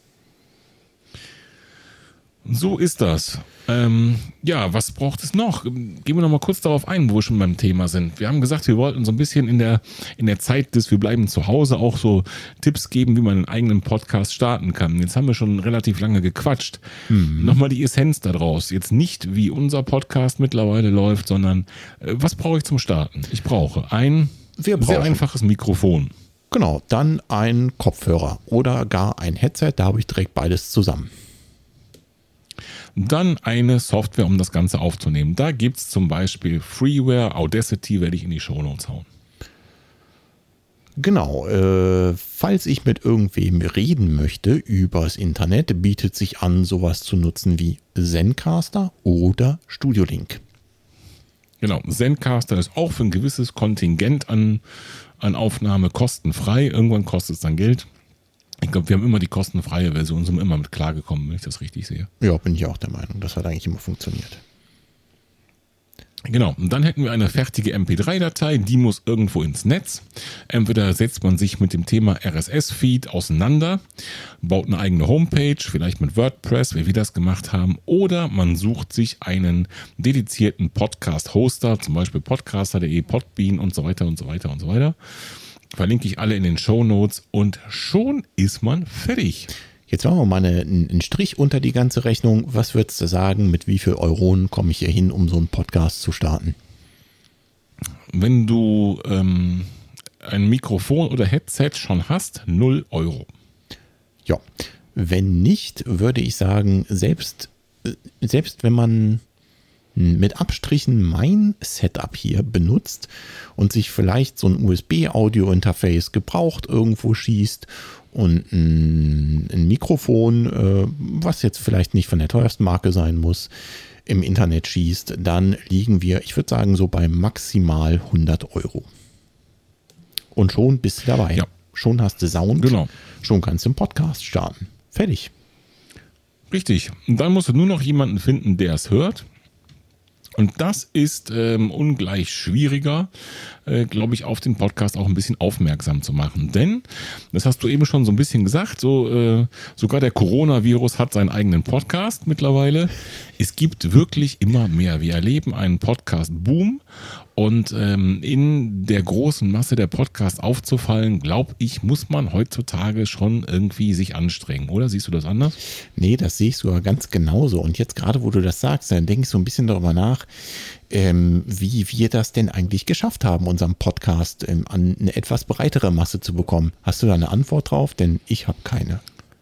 S2: So ist das. Ähm, ja, was braucht es noch? Gehen wir noch mal kurz darauf ein, wo wir schon beim Thema sind. Wir haben gesagt, wir wollten so ein bisschen in der, in der Zeit des Wir bleiben zu Hause auch so Tipps geben, wie man einen eigenen Podcast starten kann. Jetzt haben wir schon relativ lange gequatscht. Mhm. Nochmal die Essenz daraus. Jetzt nicht, wie unser Podcast mittlerweile läuft, sondern äh, was brauche ich zum Starten? Ich brauche ein
S1: wir
S2: sehr einfaches Mikrofon.
S1: Genau, dann ein Kopfhörer oder gar ein Headset. Da habe ich direkt beides zusammen.
S2: Dann eine Software, um das Ganze aufzunehmen. Da gibt es zum Beispiel Freeware, Audacity, werde ich in die Shownotes hauen.
S1: Genau, äh, falls ich mit irgendwem reden möchte übers Internet, bietet sich an, sowas zu nutzen wie Zencastr oder Studio Link.
S2: Genau, Zencastr ist auch für ein gewisses Kontingent an, an Aufnahme kostenfrei. Irgendwann kostet es dann Geld. Ich glaube, wir haben immer die kostenfreie Version, sind immer mit klargekommen, wenn ich das richtig sehe.
S1: Ja, bin ich auch der Meinung. Das hat eigentlich immer funktioniert.
S2: Genau, und dann hätten wir eine fertige M P drei Datei, die muss irgendwo ins Netz. Entweder setzt man sich mit dem Thema R S S-Feed auseinander, baut eine eigene Homepage, vielleicht mit WordPress, wie wir das gemacht haben, oder man sucht sich einen dedizierten Podcast-Hoster, zum Beispiel podcaster punkt de, Podbean und so weiter und so weiter und so weiter. Verlinke ich alle in den Shownotes und schon ist man fertig.
S1: Jetzt machen wir mal eine, einen Strich unter die ganze Rechnung. Was würdest du sagen, mit wie viel Euronen komme ich hier hin, um so einen Podcast zu starten?
S2: Wenn du ähm, ein Mikrofon oder Headset schon hast, null Euro.
S1: Ja, wenn nicht, würde ich sagen, selbst, selbst wenn man mit Abstrichen mein Setup hier benutzt und sich vielleicht so ein U S B-Audio-Interface gebraucht irgendwo schießt und ein, ein Mikrofon, äh, was jetzt vielleicht nicht von der teuersten Marke sein muss, im Internet schießt, dann liegen wir, ich würde sagen, so bei maximal hundert Euro. Und schon bist du dabei. Ja. Schon hast du Sound,
S2: genau.
S1: Schon kannst du einen Podcast starten. Fertig.
S2: Richtig. Und dann musst du nur noch jemanden finden, der es hört. Und das ist ähm, ungleich schwieriger, äh, glaube ich, auf den Podcast auch ein bisschen aufmerksam zu machen. Denn, das hast du eben schon so ein bisschen gesagt, so äh, sogar der Coronavirus hat seinen eigenen Podcast mittlerweile. Es gibt wirklich immer mehr. Wir erleben einen Podcast-Boom. Und ähm, in der großen Masse der Podcasts aufzufallen, glaube ich, muss man heutzutage schon irgendwie sich anstrengen, oder? Siehst du das anders?
S1: Nee, das sehe ich sogar ganz genauso. Und jetzt gerade, wo du das sagst, dann denke ich so ein bisschen darüber nach, ähm, wie wir das denn eigentlich geschafft haben, unseren Podcast ähm, an eine etwas breitere Masse zu bekommen. Hast du da eine Antwort drauf? Denn ich habe keine.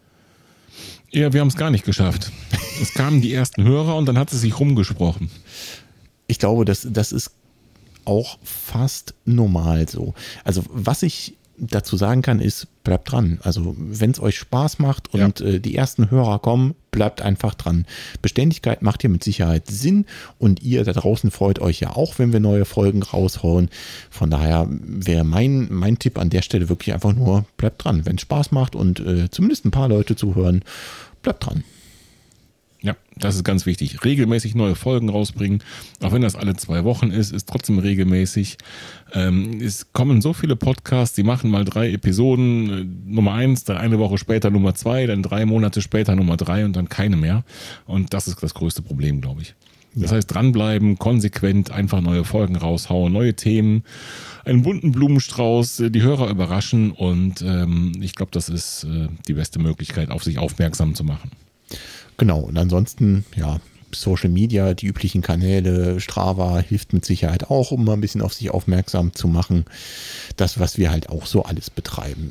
S2: Ja, wir haben es gar nicht geschafft. Es kamen die ersten Hörer und dann hat es sich rumgesprochen.
S1: Ich glaube, das, das ist auch fast normal so. Also was ich dazu sagen kann, ist, bleibt dran. Also wenn es euch Spaß macht und ja. äh, die ersten Hörer kommen, bleibt einfach dran. Beständigkeit macht hier mit Sicherheit Sinn und ihr da draußen freut euch ja auch, wenn wir neue Folgen raushauen. Von daher wäre mein, mein Tipp an der Stelle wirklich einfach nur, bleibt dran. Wenn es Spaß macht und äh, zumindest ein paar Leute zuhören, bleibt dran.
S2: Ja, das ist ganz wichtig. Regelmäßig neue Folgen rausbringen. Auch wenn das alle zwei Wochen ist, ist trotzdem regelmäßig. Ähm, es kommen so viele Podcasts, die machen mal drei Episoden, äh, Nummer eins, dann eine Woche später Nummer zwei, dann drei Monate später Nummer drei und dann keine mehr. Und das ist das größte Problem, glaube ich. Das heißt, dranbleiben, konsequent einfach neue Folgen raushauen, neue Themen, einen bunten Blumenstrauß, die Hörer überraschen und ähm, ich glaube, das ist äh, die beste Möglichkeit, auf sich aufmerksam zu machen.
S1: Genau, und ansonsten, ja, Social Media, die üblichen Kanäle, Strava hilft mit Sicherheit auch, um mal ein bisschen auf sich aufmerksam zu machen. Das, was wir halt auch so alles betreiben.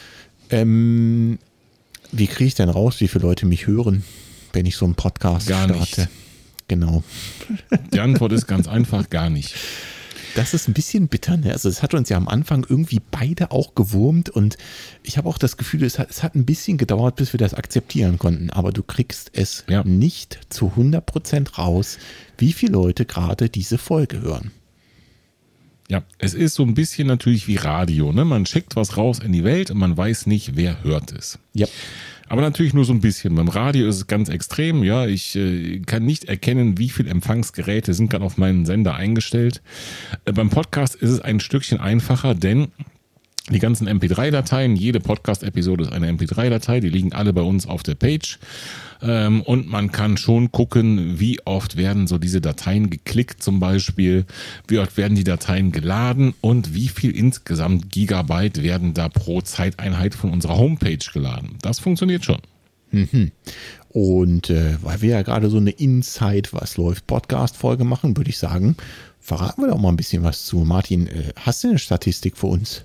S1: Ähm, wie kriege ich denn raus, wie viele Leute mich hören, wenn ich so einen Podcast
S2: Gar
S1: starte?
S2: nicht.
S1: Genau.
S2: Die Antwort ist ganz einfach, gar nicht.
S1: Das ist ein bisschen bitter, ne? Also es hat uns ja am Anfang irgendwie beide auch gewurmt und ich habe auch das Gefühl, es hat, es hat ein bisschen gedauert, bis wir das akzeptieren konnten, aber du kriegst es
S2: Ja.
S1: nicht zu hundert Prozent raus, wie viele Leute gerade diese Folge hören.
S2: Ja, es ist so ein bisschen natürlich wie Radio, ne? Man schickt was raus in die Welt und man weiß nicht, wer hört es.
S1: Ja.
S2: Aber natürlich nur so ein bisschen. Beim Radio ist es ganz extrem. Ja, ich äh, kann nicht erkennen, wie viele Empfangsgeräte sind gerade auf meinen Sender eingestellt. Äh, beim Podcast ist es ein Stückchen einfacher, denn die ganzen M P drei Dateien, jede Podcast-Episode ist eine M P drei Datei, die liegen alle bei uns auf der Page. Ähm, und man kann schon gucken, wie oft werden so diese Dateien geklickt zum Beispiel, wie oft werden die Dateien geladen und wie viel insgesamt Gigabyte werden da pro Zeiteinheit von unserer Homepage geladen. Das funktioniert schon.
S1: Mhm. Und äh, weil wir ja gerade so eine Inside Was läuft Podcast-Folge machen, würde ich sagen, verraten wir doch mal ein bisschen was zu. Martin, äh, hast du eine Statistik für uns?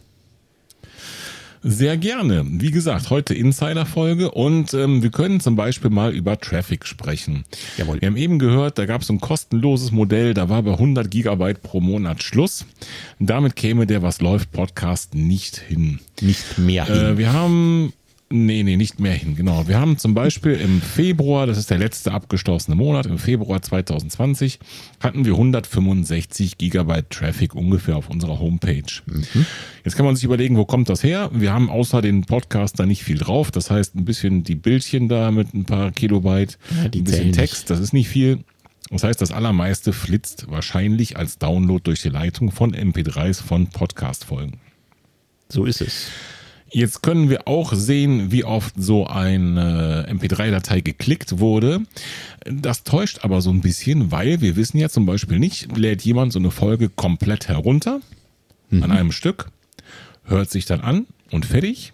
S2: Sehr gerne. Wie gesagt, heute Insider-Folge und ähm, wir können zum Beispiel mal über Traffic sprechen.
S1: Jawohl.
S2: Wir haben eben gehört, da gab es ein kostenloses Modell, da war bei hundert Gigabyte pro Monat Schluss. Damit käme der Was läuft Podcast nicht hin.
S1: Nicht mehr hin.
S2: Äh, wir haben... Nee, nee, nicht mehr hin, genau. Wir haben zum Beispiel im Februar, das ist der letzte abgeschlossene Monat, im Februar zwanzig zwanzig hatten wir hundertfünfundsechzig Gigabyte Traffic ungefähr auf unserer Homepage. Mhm. Jetzt kann man sich überlegen, wo kommt das her? Wir haben außer den Podcast da nicht viel drauf. Das heißt, ein bisschen die Bildchen da mit ein paar Kilobyte,
S1: Ja, die
S2: ein bisschen
S1: zählen
S2: Text, das ist nicht viel. Das heißt, das allermeiste flitzt wahrscheinlich als Download durch die Leitung von M P dreis von Podcast-Folgen.
S1: So ist es.
S2: Jetzt können wir auch sehen, wie oft so eine M P drei Datei geklickt wurde. Das täuscht aber so ein bisschen, weil wir wissen ja zum Beispiel nicht, lädt jemand so eine Folge komplett herunter, mhm. an einem Stück, hört sich dann an und fertig.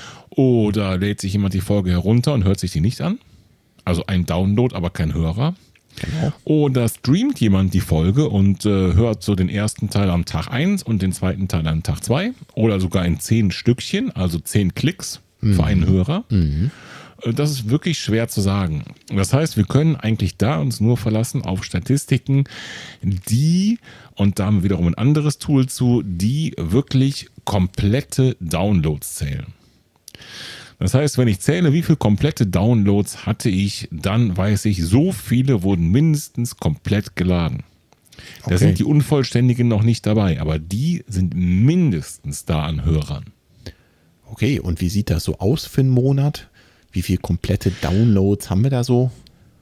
S2: Oder lädt sich jemand die Folge herunter und hört sich die nicht an. Also ein Download, aber kein Hörer. Genau. Oder streamt jemand die Folge und äh, hört so den ersten Teil am Tag eins und den zweiten Teil am Tag zwei oder sogar in zehn Stückchen, also zehn Klicks mhm. für einen Hörer. Mhm. Das ist wirklich schwer zu sagen. Das heißt, wir können eigentlich da uns nur verlassen auf Statistiken, die, und da haben wir wiederum ein anderes Tool zu, die wirklich komplette Downloads zählen. Das heißt, wenn ich zähle, wie viele komplette Downloads hatte ich, dann weiß ich, so viele wurden mindestens komplett geladen. Da okay. sind die Unvollständigen noch nicht dabei, aber die sind mindestens da an Hörern.
S1: Okay, und wie sieht das so aus für einen Monat? Wie viele komplette Downloads haben wir da so?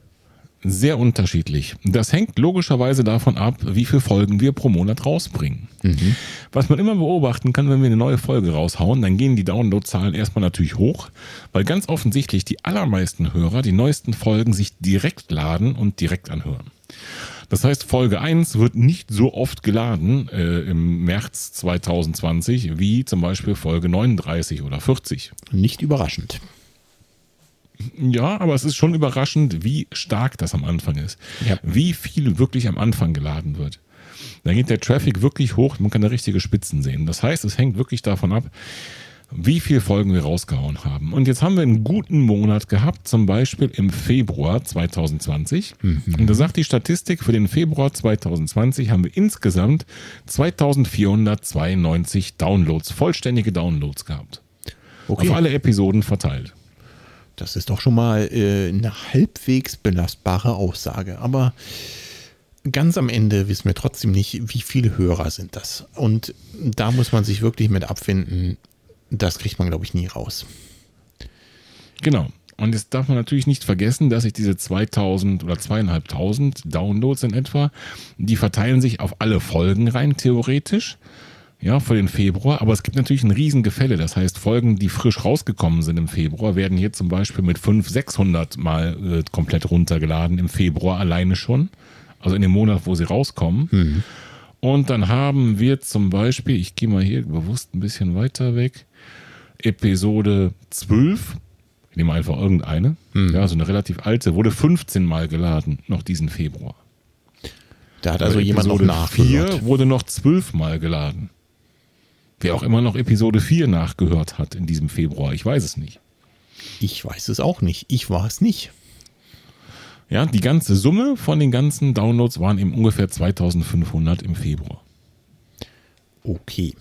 S2: Sehr unterschiedlich. Das hängt logischerweise davon ab, wie viele Folgen wir pro Monat rausbringen. Mhm. Was man immer beobachten kann, wenn wir eine neue Folge raushauen, dann gehen die Downloadzahlen erstmal natürlich hoch, weil ganz offensichtlich die allermeisten Hörer die neuesten Folgen sich direkt laden und direkt anhören. Das heißt, Folge eins wird nicht so oft geladen äh, im März zwanzig zwanzig wie zum Beispiel Folge neununddreißig oder vierzig.
S1: Nicht überraschend.
S2: Ja, aber es ist schon überraschend, wie stark das am Anfang ist. Ja. Wie viel wirklich am Anfang geladen wird. Da geht der Traffic wirklich hoch, man kann da richtige Spitzen sehen. Das heißt, es hängt wirklich davon ab, wie viele Folgen wir rausgehauen haben. Und jetzt haben wir einen guten Monat gehabt, zum Beispiel im Februar zwanzig zwanzig. Mhm. Und da sagt die Statistik, für den Februar zwanzig zwanzig haben wir insgesamt zweitausendvierhundertzweiundneunzig Downloads, vollständige Downloads gehabt. Okay. Auf alle Episoden verteilt.
S1: Das ist doch schon mal äh, eine halbwegs belastbare Aussage. Aber ganz am Ende wissen wir trotzdem nicht, wie viele Hörer sind das. Und da muss man sich wirklich mit abfinden. Das kriegt man, glaube ich, nie raus.
S2: Genau. Und jetzt darf man natürlich nicht vergessen, dass sich diese zweitausend oder zweitausendfünfhundert Downloads in etwa, die verteilen sich auf alle Folgen rein, theoretisch, ja, für den Februar. Aber es gibt natürlich ein Riesengefälle. Das heißt, Folgen, die frisch rausgekommen sind im Februar, werden hier zum Beispiel mit fünfhundert, sechshundert Mal äh, komplett runtergeladen im Februar alleine schon. Also in dem Monat, wo sie rauskommen. Mhm. Und dann haben wir zum Beispiel, ich gehe mal hier bewusst ein bisschen weiter weg, Episode zwölf, ich nehme einfach irgendeine, hm. ja, so eine relativ alte, wurde fünfzehn Mal geladen, noch diesen Februar.
S1: Da hat also Aber jemand
S2: Episode
S1: noch nachgehört.
S2: vier wurde noch zwölf Mal geladen. Wer auch immer noch Episode vier nachgehört hat in diesem Februar, ich weiß es nicht.
S1: Ich weiß es auch nicht, ich war es nicht.
S2: Ja, die ganze Summe von den ganzen Downloads waren eben ungefähr zweitausendfünfhundert im Februar.
S1: Okay.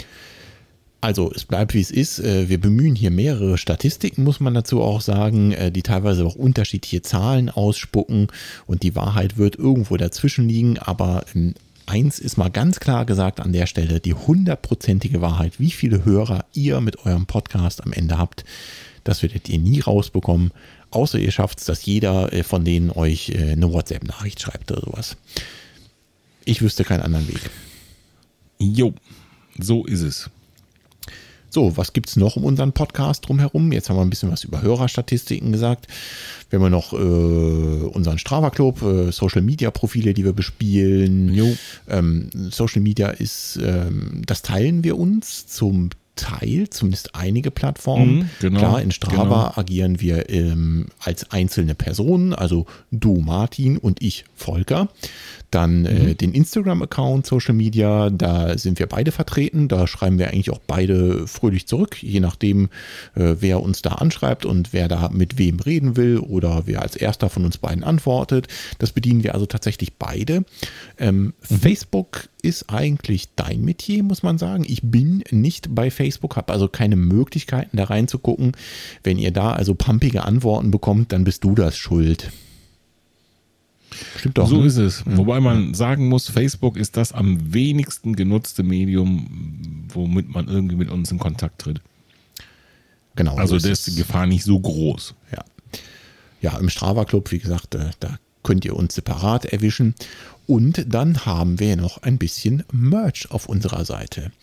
S1: Also es bleibt wie es ist. Wir bemühen hier mehrere Statistiken, muss man dazu auch sagen, die teilweise auch unterschiedliche Zahlen ausspucken und die Wahrheit wird irgendwo dazwischen liegen. Aber eins ist mal ganz klar gesagt an der Stelle, die hundertprozentige Wahrheit, wie viele Hörer ihr mit eurem Podcast am Ende habt, das werdet ihr nie rausbekommen. Außer ihr schafft es, dass jeder von denen euch eine WhatsApp-Nachricht schreibt oder sowas. Ich wüsste keinen anderen Weg.
S2: Jo, so ist es.
S1: So, was gibt es noch um unseren Podcast drumherum? Jetzt haben wir ein bisschen was über Hörerstatistiken gesagt. Wir haben ja noch äh, unseren Strava-Club, äh, Social-Media-Profile, die wir bespielen. Jo. Ähm, Social Media ist, ähm, das teilen wir uns zum Teil, zumindest einige Plattformen. Mhm, genau, Klar, in Strava genau. agieren wir ähm, als einzelne Personen, also du Martin und ich Volker. Dann mhm. äh, den Instagram-Account, Social Media, da sind wir beide vertreten. Da schreiben wir eigentlich auch beide fröhlich zurück, je nachdem, äh, wer uns da anschreibt und wer da mit wem reden will oder wer als erster von uns beiden antwortet. Das bedienen wir also tatsächlich beide. Ähm, mhm. Facebook ist eigentlich dein Metier, muss man sagen. Ich bin nicht bei Facebook, habe also keine Möglichkeiten da reinzugucken. Wenn ihr da also pumpige Antworten bekommt, dann bist du das schuld.
S2: Stimmt doch. So ne? ist es. Ja. Wobei man sagen muss, Facebook ist das am wenigsten genutzte Medium, womit man irgendwie mit uns in Kontakt tritt.
S1: Genau.
S2: Also da ist die Gefahr nicht so groß.
S1: Ja, ja, im Strava-Club, wie gesagt, da könnt ihr uns separat erwischen. Und dann haben wir noch ein bisschen Merch auf unserer Seite.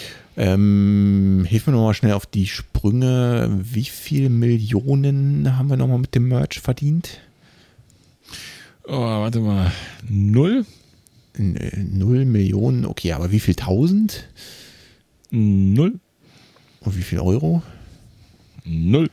S1: Ähm, hilf mir nochmal schnell auf die Sprünge. Wie viele Millionen haben wir nochmal mit dem Merch verdient?
S2: Oh, warte mal. Null?
S1: Null Millionen, okay, aber wie viel tausend?
S2: Null.
S1: Und wie viel Euro?
S2: Null.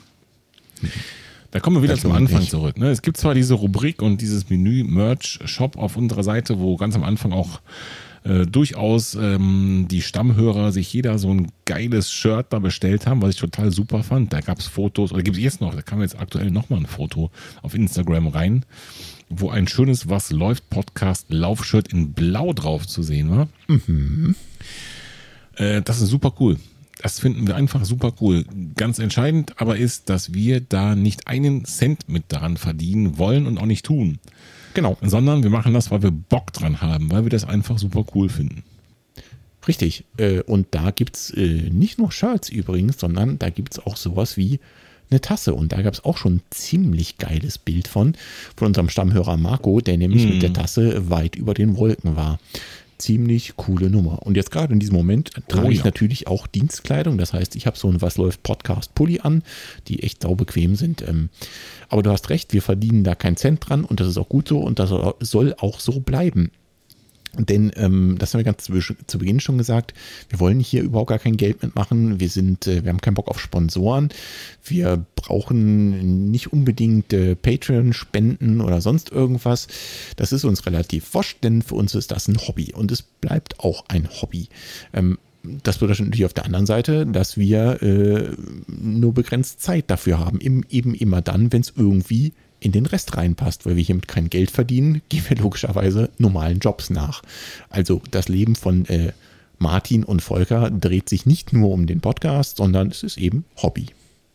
S2: Da kommen wir wieder das zum Anfang nicht. zurück. Ne? Es gibt zwar diese Rubrik und dieses Menü Merch Shop auf unserer Seite, wo ganz am Anfang auch äh, durchaus ähm, die Stammhörer sich jeder so ein geiles Shirt da bestellt haben, was ich total super fand. Da gab es Fotos, oder gibt es jetzt noch, da kam jetzt aktuell nochmal ein Foto auf Instagram rein, wo ein schönes Was läuft Podcast Laufshirt in Blau drauf zu sehen war. Mhm. Äh, das ist super cool. Das finden wir einfach super cool. Ganz entscheidend aber ist, dass wir da nicht einen Cent mit daran verdienen wollen und auch nicht tun. Genau. Sondern wir machen das, weil wir Bock dran haben, weil wir das einfach super cool finden.
S1: Richtig. Und da gibt es nicht nur Shirts übrigens, sondern da gibt es auch sowas wie eine Tasse. Und da gab es auch schon ein ziemlich geiles Bild von, von unserem Stammhörer Marco, der nämlich mm. mit der Tasse weit über den Wolken war. Ziemlich coole Nummer. Und jetzt gerade in diesem Moment trage oh, ich ja. natürlich auch Dienstkleidung. Das heißt, ich habe so ein Was läuft Podcast Pulli an, die echt saubequem sind. Aber du hast recht, wir verdienen da keinen Cent dran und das ist auch gut so und das soll auch so bleiben. Denn, ähm, das haben wir ganz zu, zu Beginn schon gesagt, wir wollen hier überhaupt gar kein Geld mitmachen. Wir sind, äh, wir haben keinen Bock auf Sponsoren. Wir brauchen nicht unbedingt äh, Patreon-Spenden oder sonst irgendwas. Das ist uns relativ wurscht, denn für uns ist das ein Hobby und es bleibt auch ein Hobby. Ähm, das bedeutet natürlich auf der anderen Seite, dass wir äh, nur begrenzt Zeit dafür haben. Eben, eben immer dann, wenn es irgendwie in den Rest reinpasst, weil wir hiermit kein Geld verdienen, gehen wir logischerweise normalen Jobs nach. Also das Leben von äh, Martin und Volker dreht sich nicht nur um den Podcast, sondern es ist eben Hobby.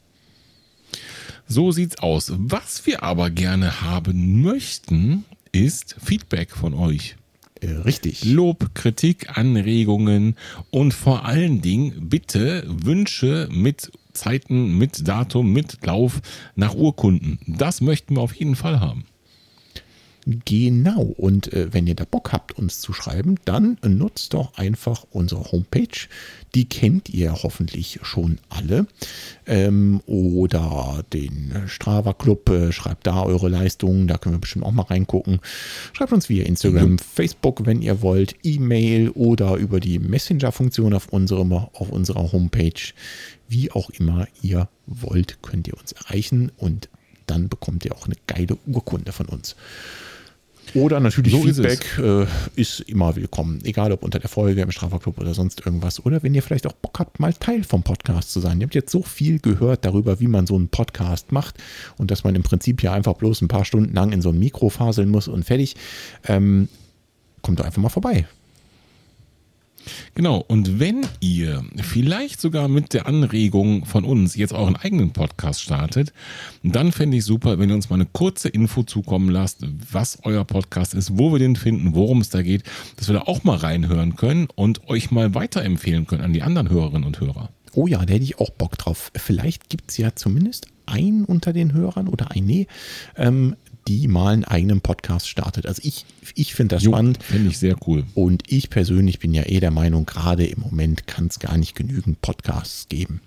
S2: So sieht's aus. Was wir aber gerne haben möchten, ist Feedback von euch.
S1: Äh, richtig.
S2: Lob, Kritik, Anregungen und vor allen Dingen bitte Wünsche mit Zeiten, mit Datum, mit Lauf nach Urkunden. Das möchten wir auf jeden Fall haben.
S1: Genau. Und äh, wenn ihr da Bock habt, uns zu schreiben, dann nutzt doch einfach unsere Homepage. Die kennt ihr hoffentlich schon alle. Ähm, oder den Strava Club. Äh, schreibt da eure Leistungen. Da können wir bestimmt auch mal reingucken. Schreibt uns via Instagram, mhm. Facebook, wenn ihr wollt, E-Mail oder über die Messenger-Funktion auf, unserem, auf unserer Homepage. Wie auch immer ihr wollt, könnt ihr uns erreichen. Und dann bekommt ihr auch eine geile Urkunde von uns. Oder natürlich so Feedback ist, äh, ist immer willkommen. Egal ob unter der Folge im Strava Club oder sonst irgendwas. Oder wenn ihr vielleicht auch Bock habt, mal Teil vom Podcast zu sein. Ihr habt jetzt so viel gehört darüber, wie man so einen Podcast macht und dass man im Prinzip ja einfach bloß ein paar Stunden lang in so ein Mikro faseln muss und fertig. Ähm, kommt doch einfach mal vorbei.
S2: Genau, und wenn ihr vielleicht sogar mit der Anregung von uns jetzt euren eigenen Podcast startet, dann fände ich super, wenn ihr uns mal eine kurze Info zukommen lasst, was euer Podcast ist, wo wir den finden, worum es da geht, dass wir da auch mal reinhören können und euch mal weiterempfehlen können an die anderen Hörerinnen und Hörer.
S1: Oh ja, da hätte ich auch Bock drauf. Vielleicht gibt es ja zumindest einen unter den Hörern oder eine, ähm, die mal einen eigenen Podcast startet. Also ich, ich finde das jo, spannend.
S2: Finde ich sehr cool.
S1: Und ich persönlich bin ja eh der Meinung, gerade im Moment kann es gar nicht genügend Podcasts geben.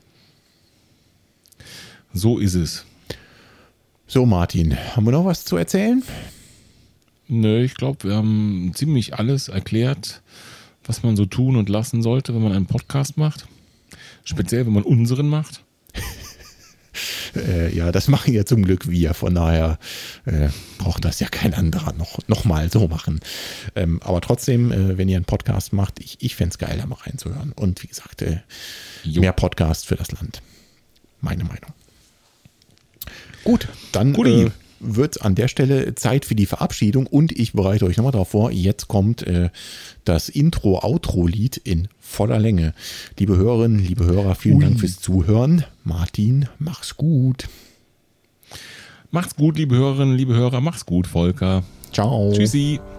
S2: So ist es.
S1: So, Martin, haben wir noch was zu erzählen?
S2: Nö, ich glaube, wir haben ziemlich alles erklärt, was man so tun und lassen sollte, wenn man einen Podcast macht. Speziell, wenn man unseren macht.
S1: Äh, ja, das machen ja zum Glück wir. Von daher äh, braucht das ja kein anderer noch, noch mal so machen. Ähm, aber trotzdem, äh, wenn ihr einen Podcast macht, ich, ich fände es geil, da mal reinzuhören. Und wie gesagt, äh, mehr Podcast für das Land. Meine Meinung. Gut, dann äh, wird es an der Stelle Zeit für die Verabschiedung. Und ich bereite euch nochmal darauf vor, jetzt kommt äh, das Intro-Outro-Lied in voller Länge. Liebe Hörerinnen, liebe Hörer, vielen Ui. Dank fürs Zuhören. Martin, mach's gut.
S2: Macht's gut, liebe Hörerinnen, liebe Hörer. Mach's gut, Volker.
S1: Ciao.
S2: Tschüssi.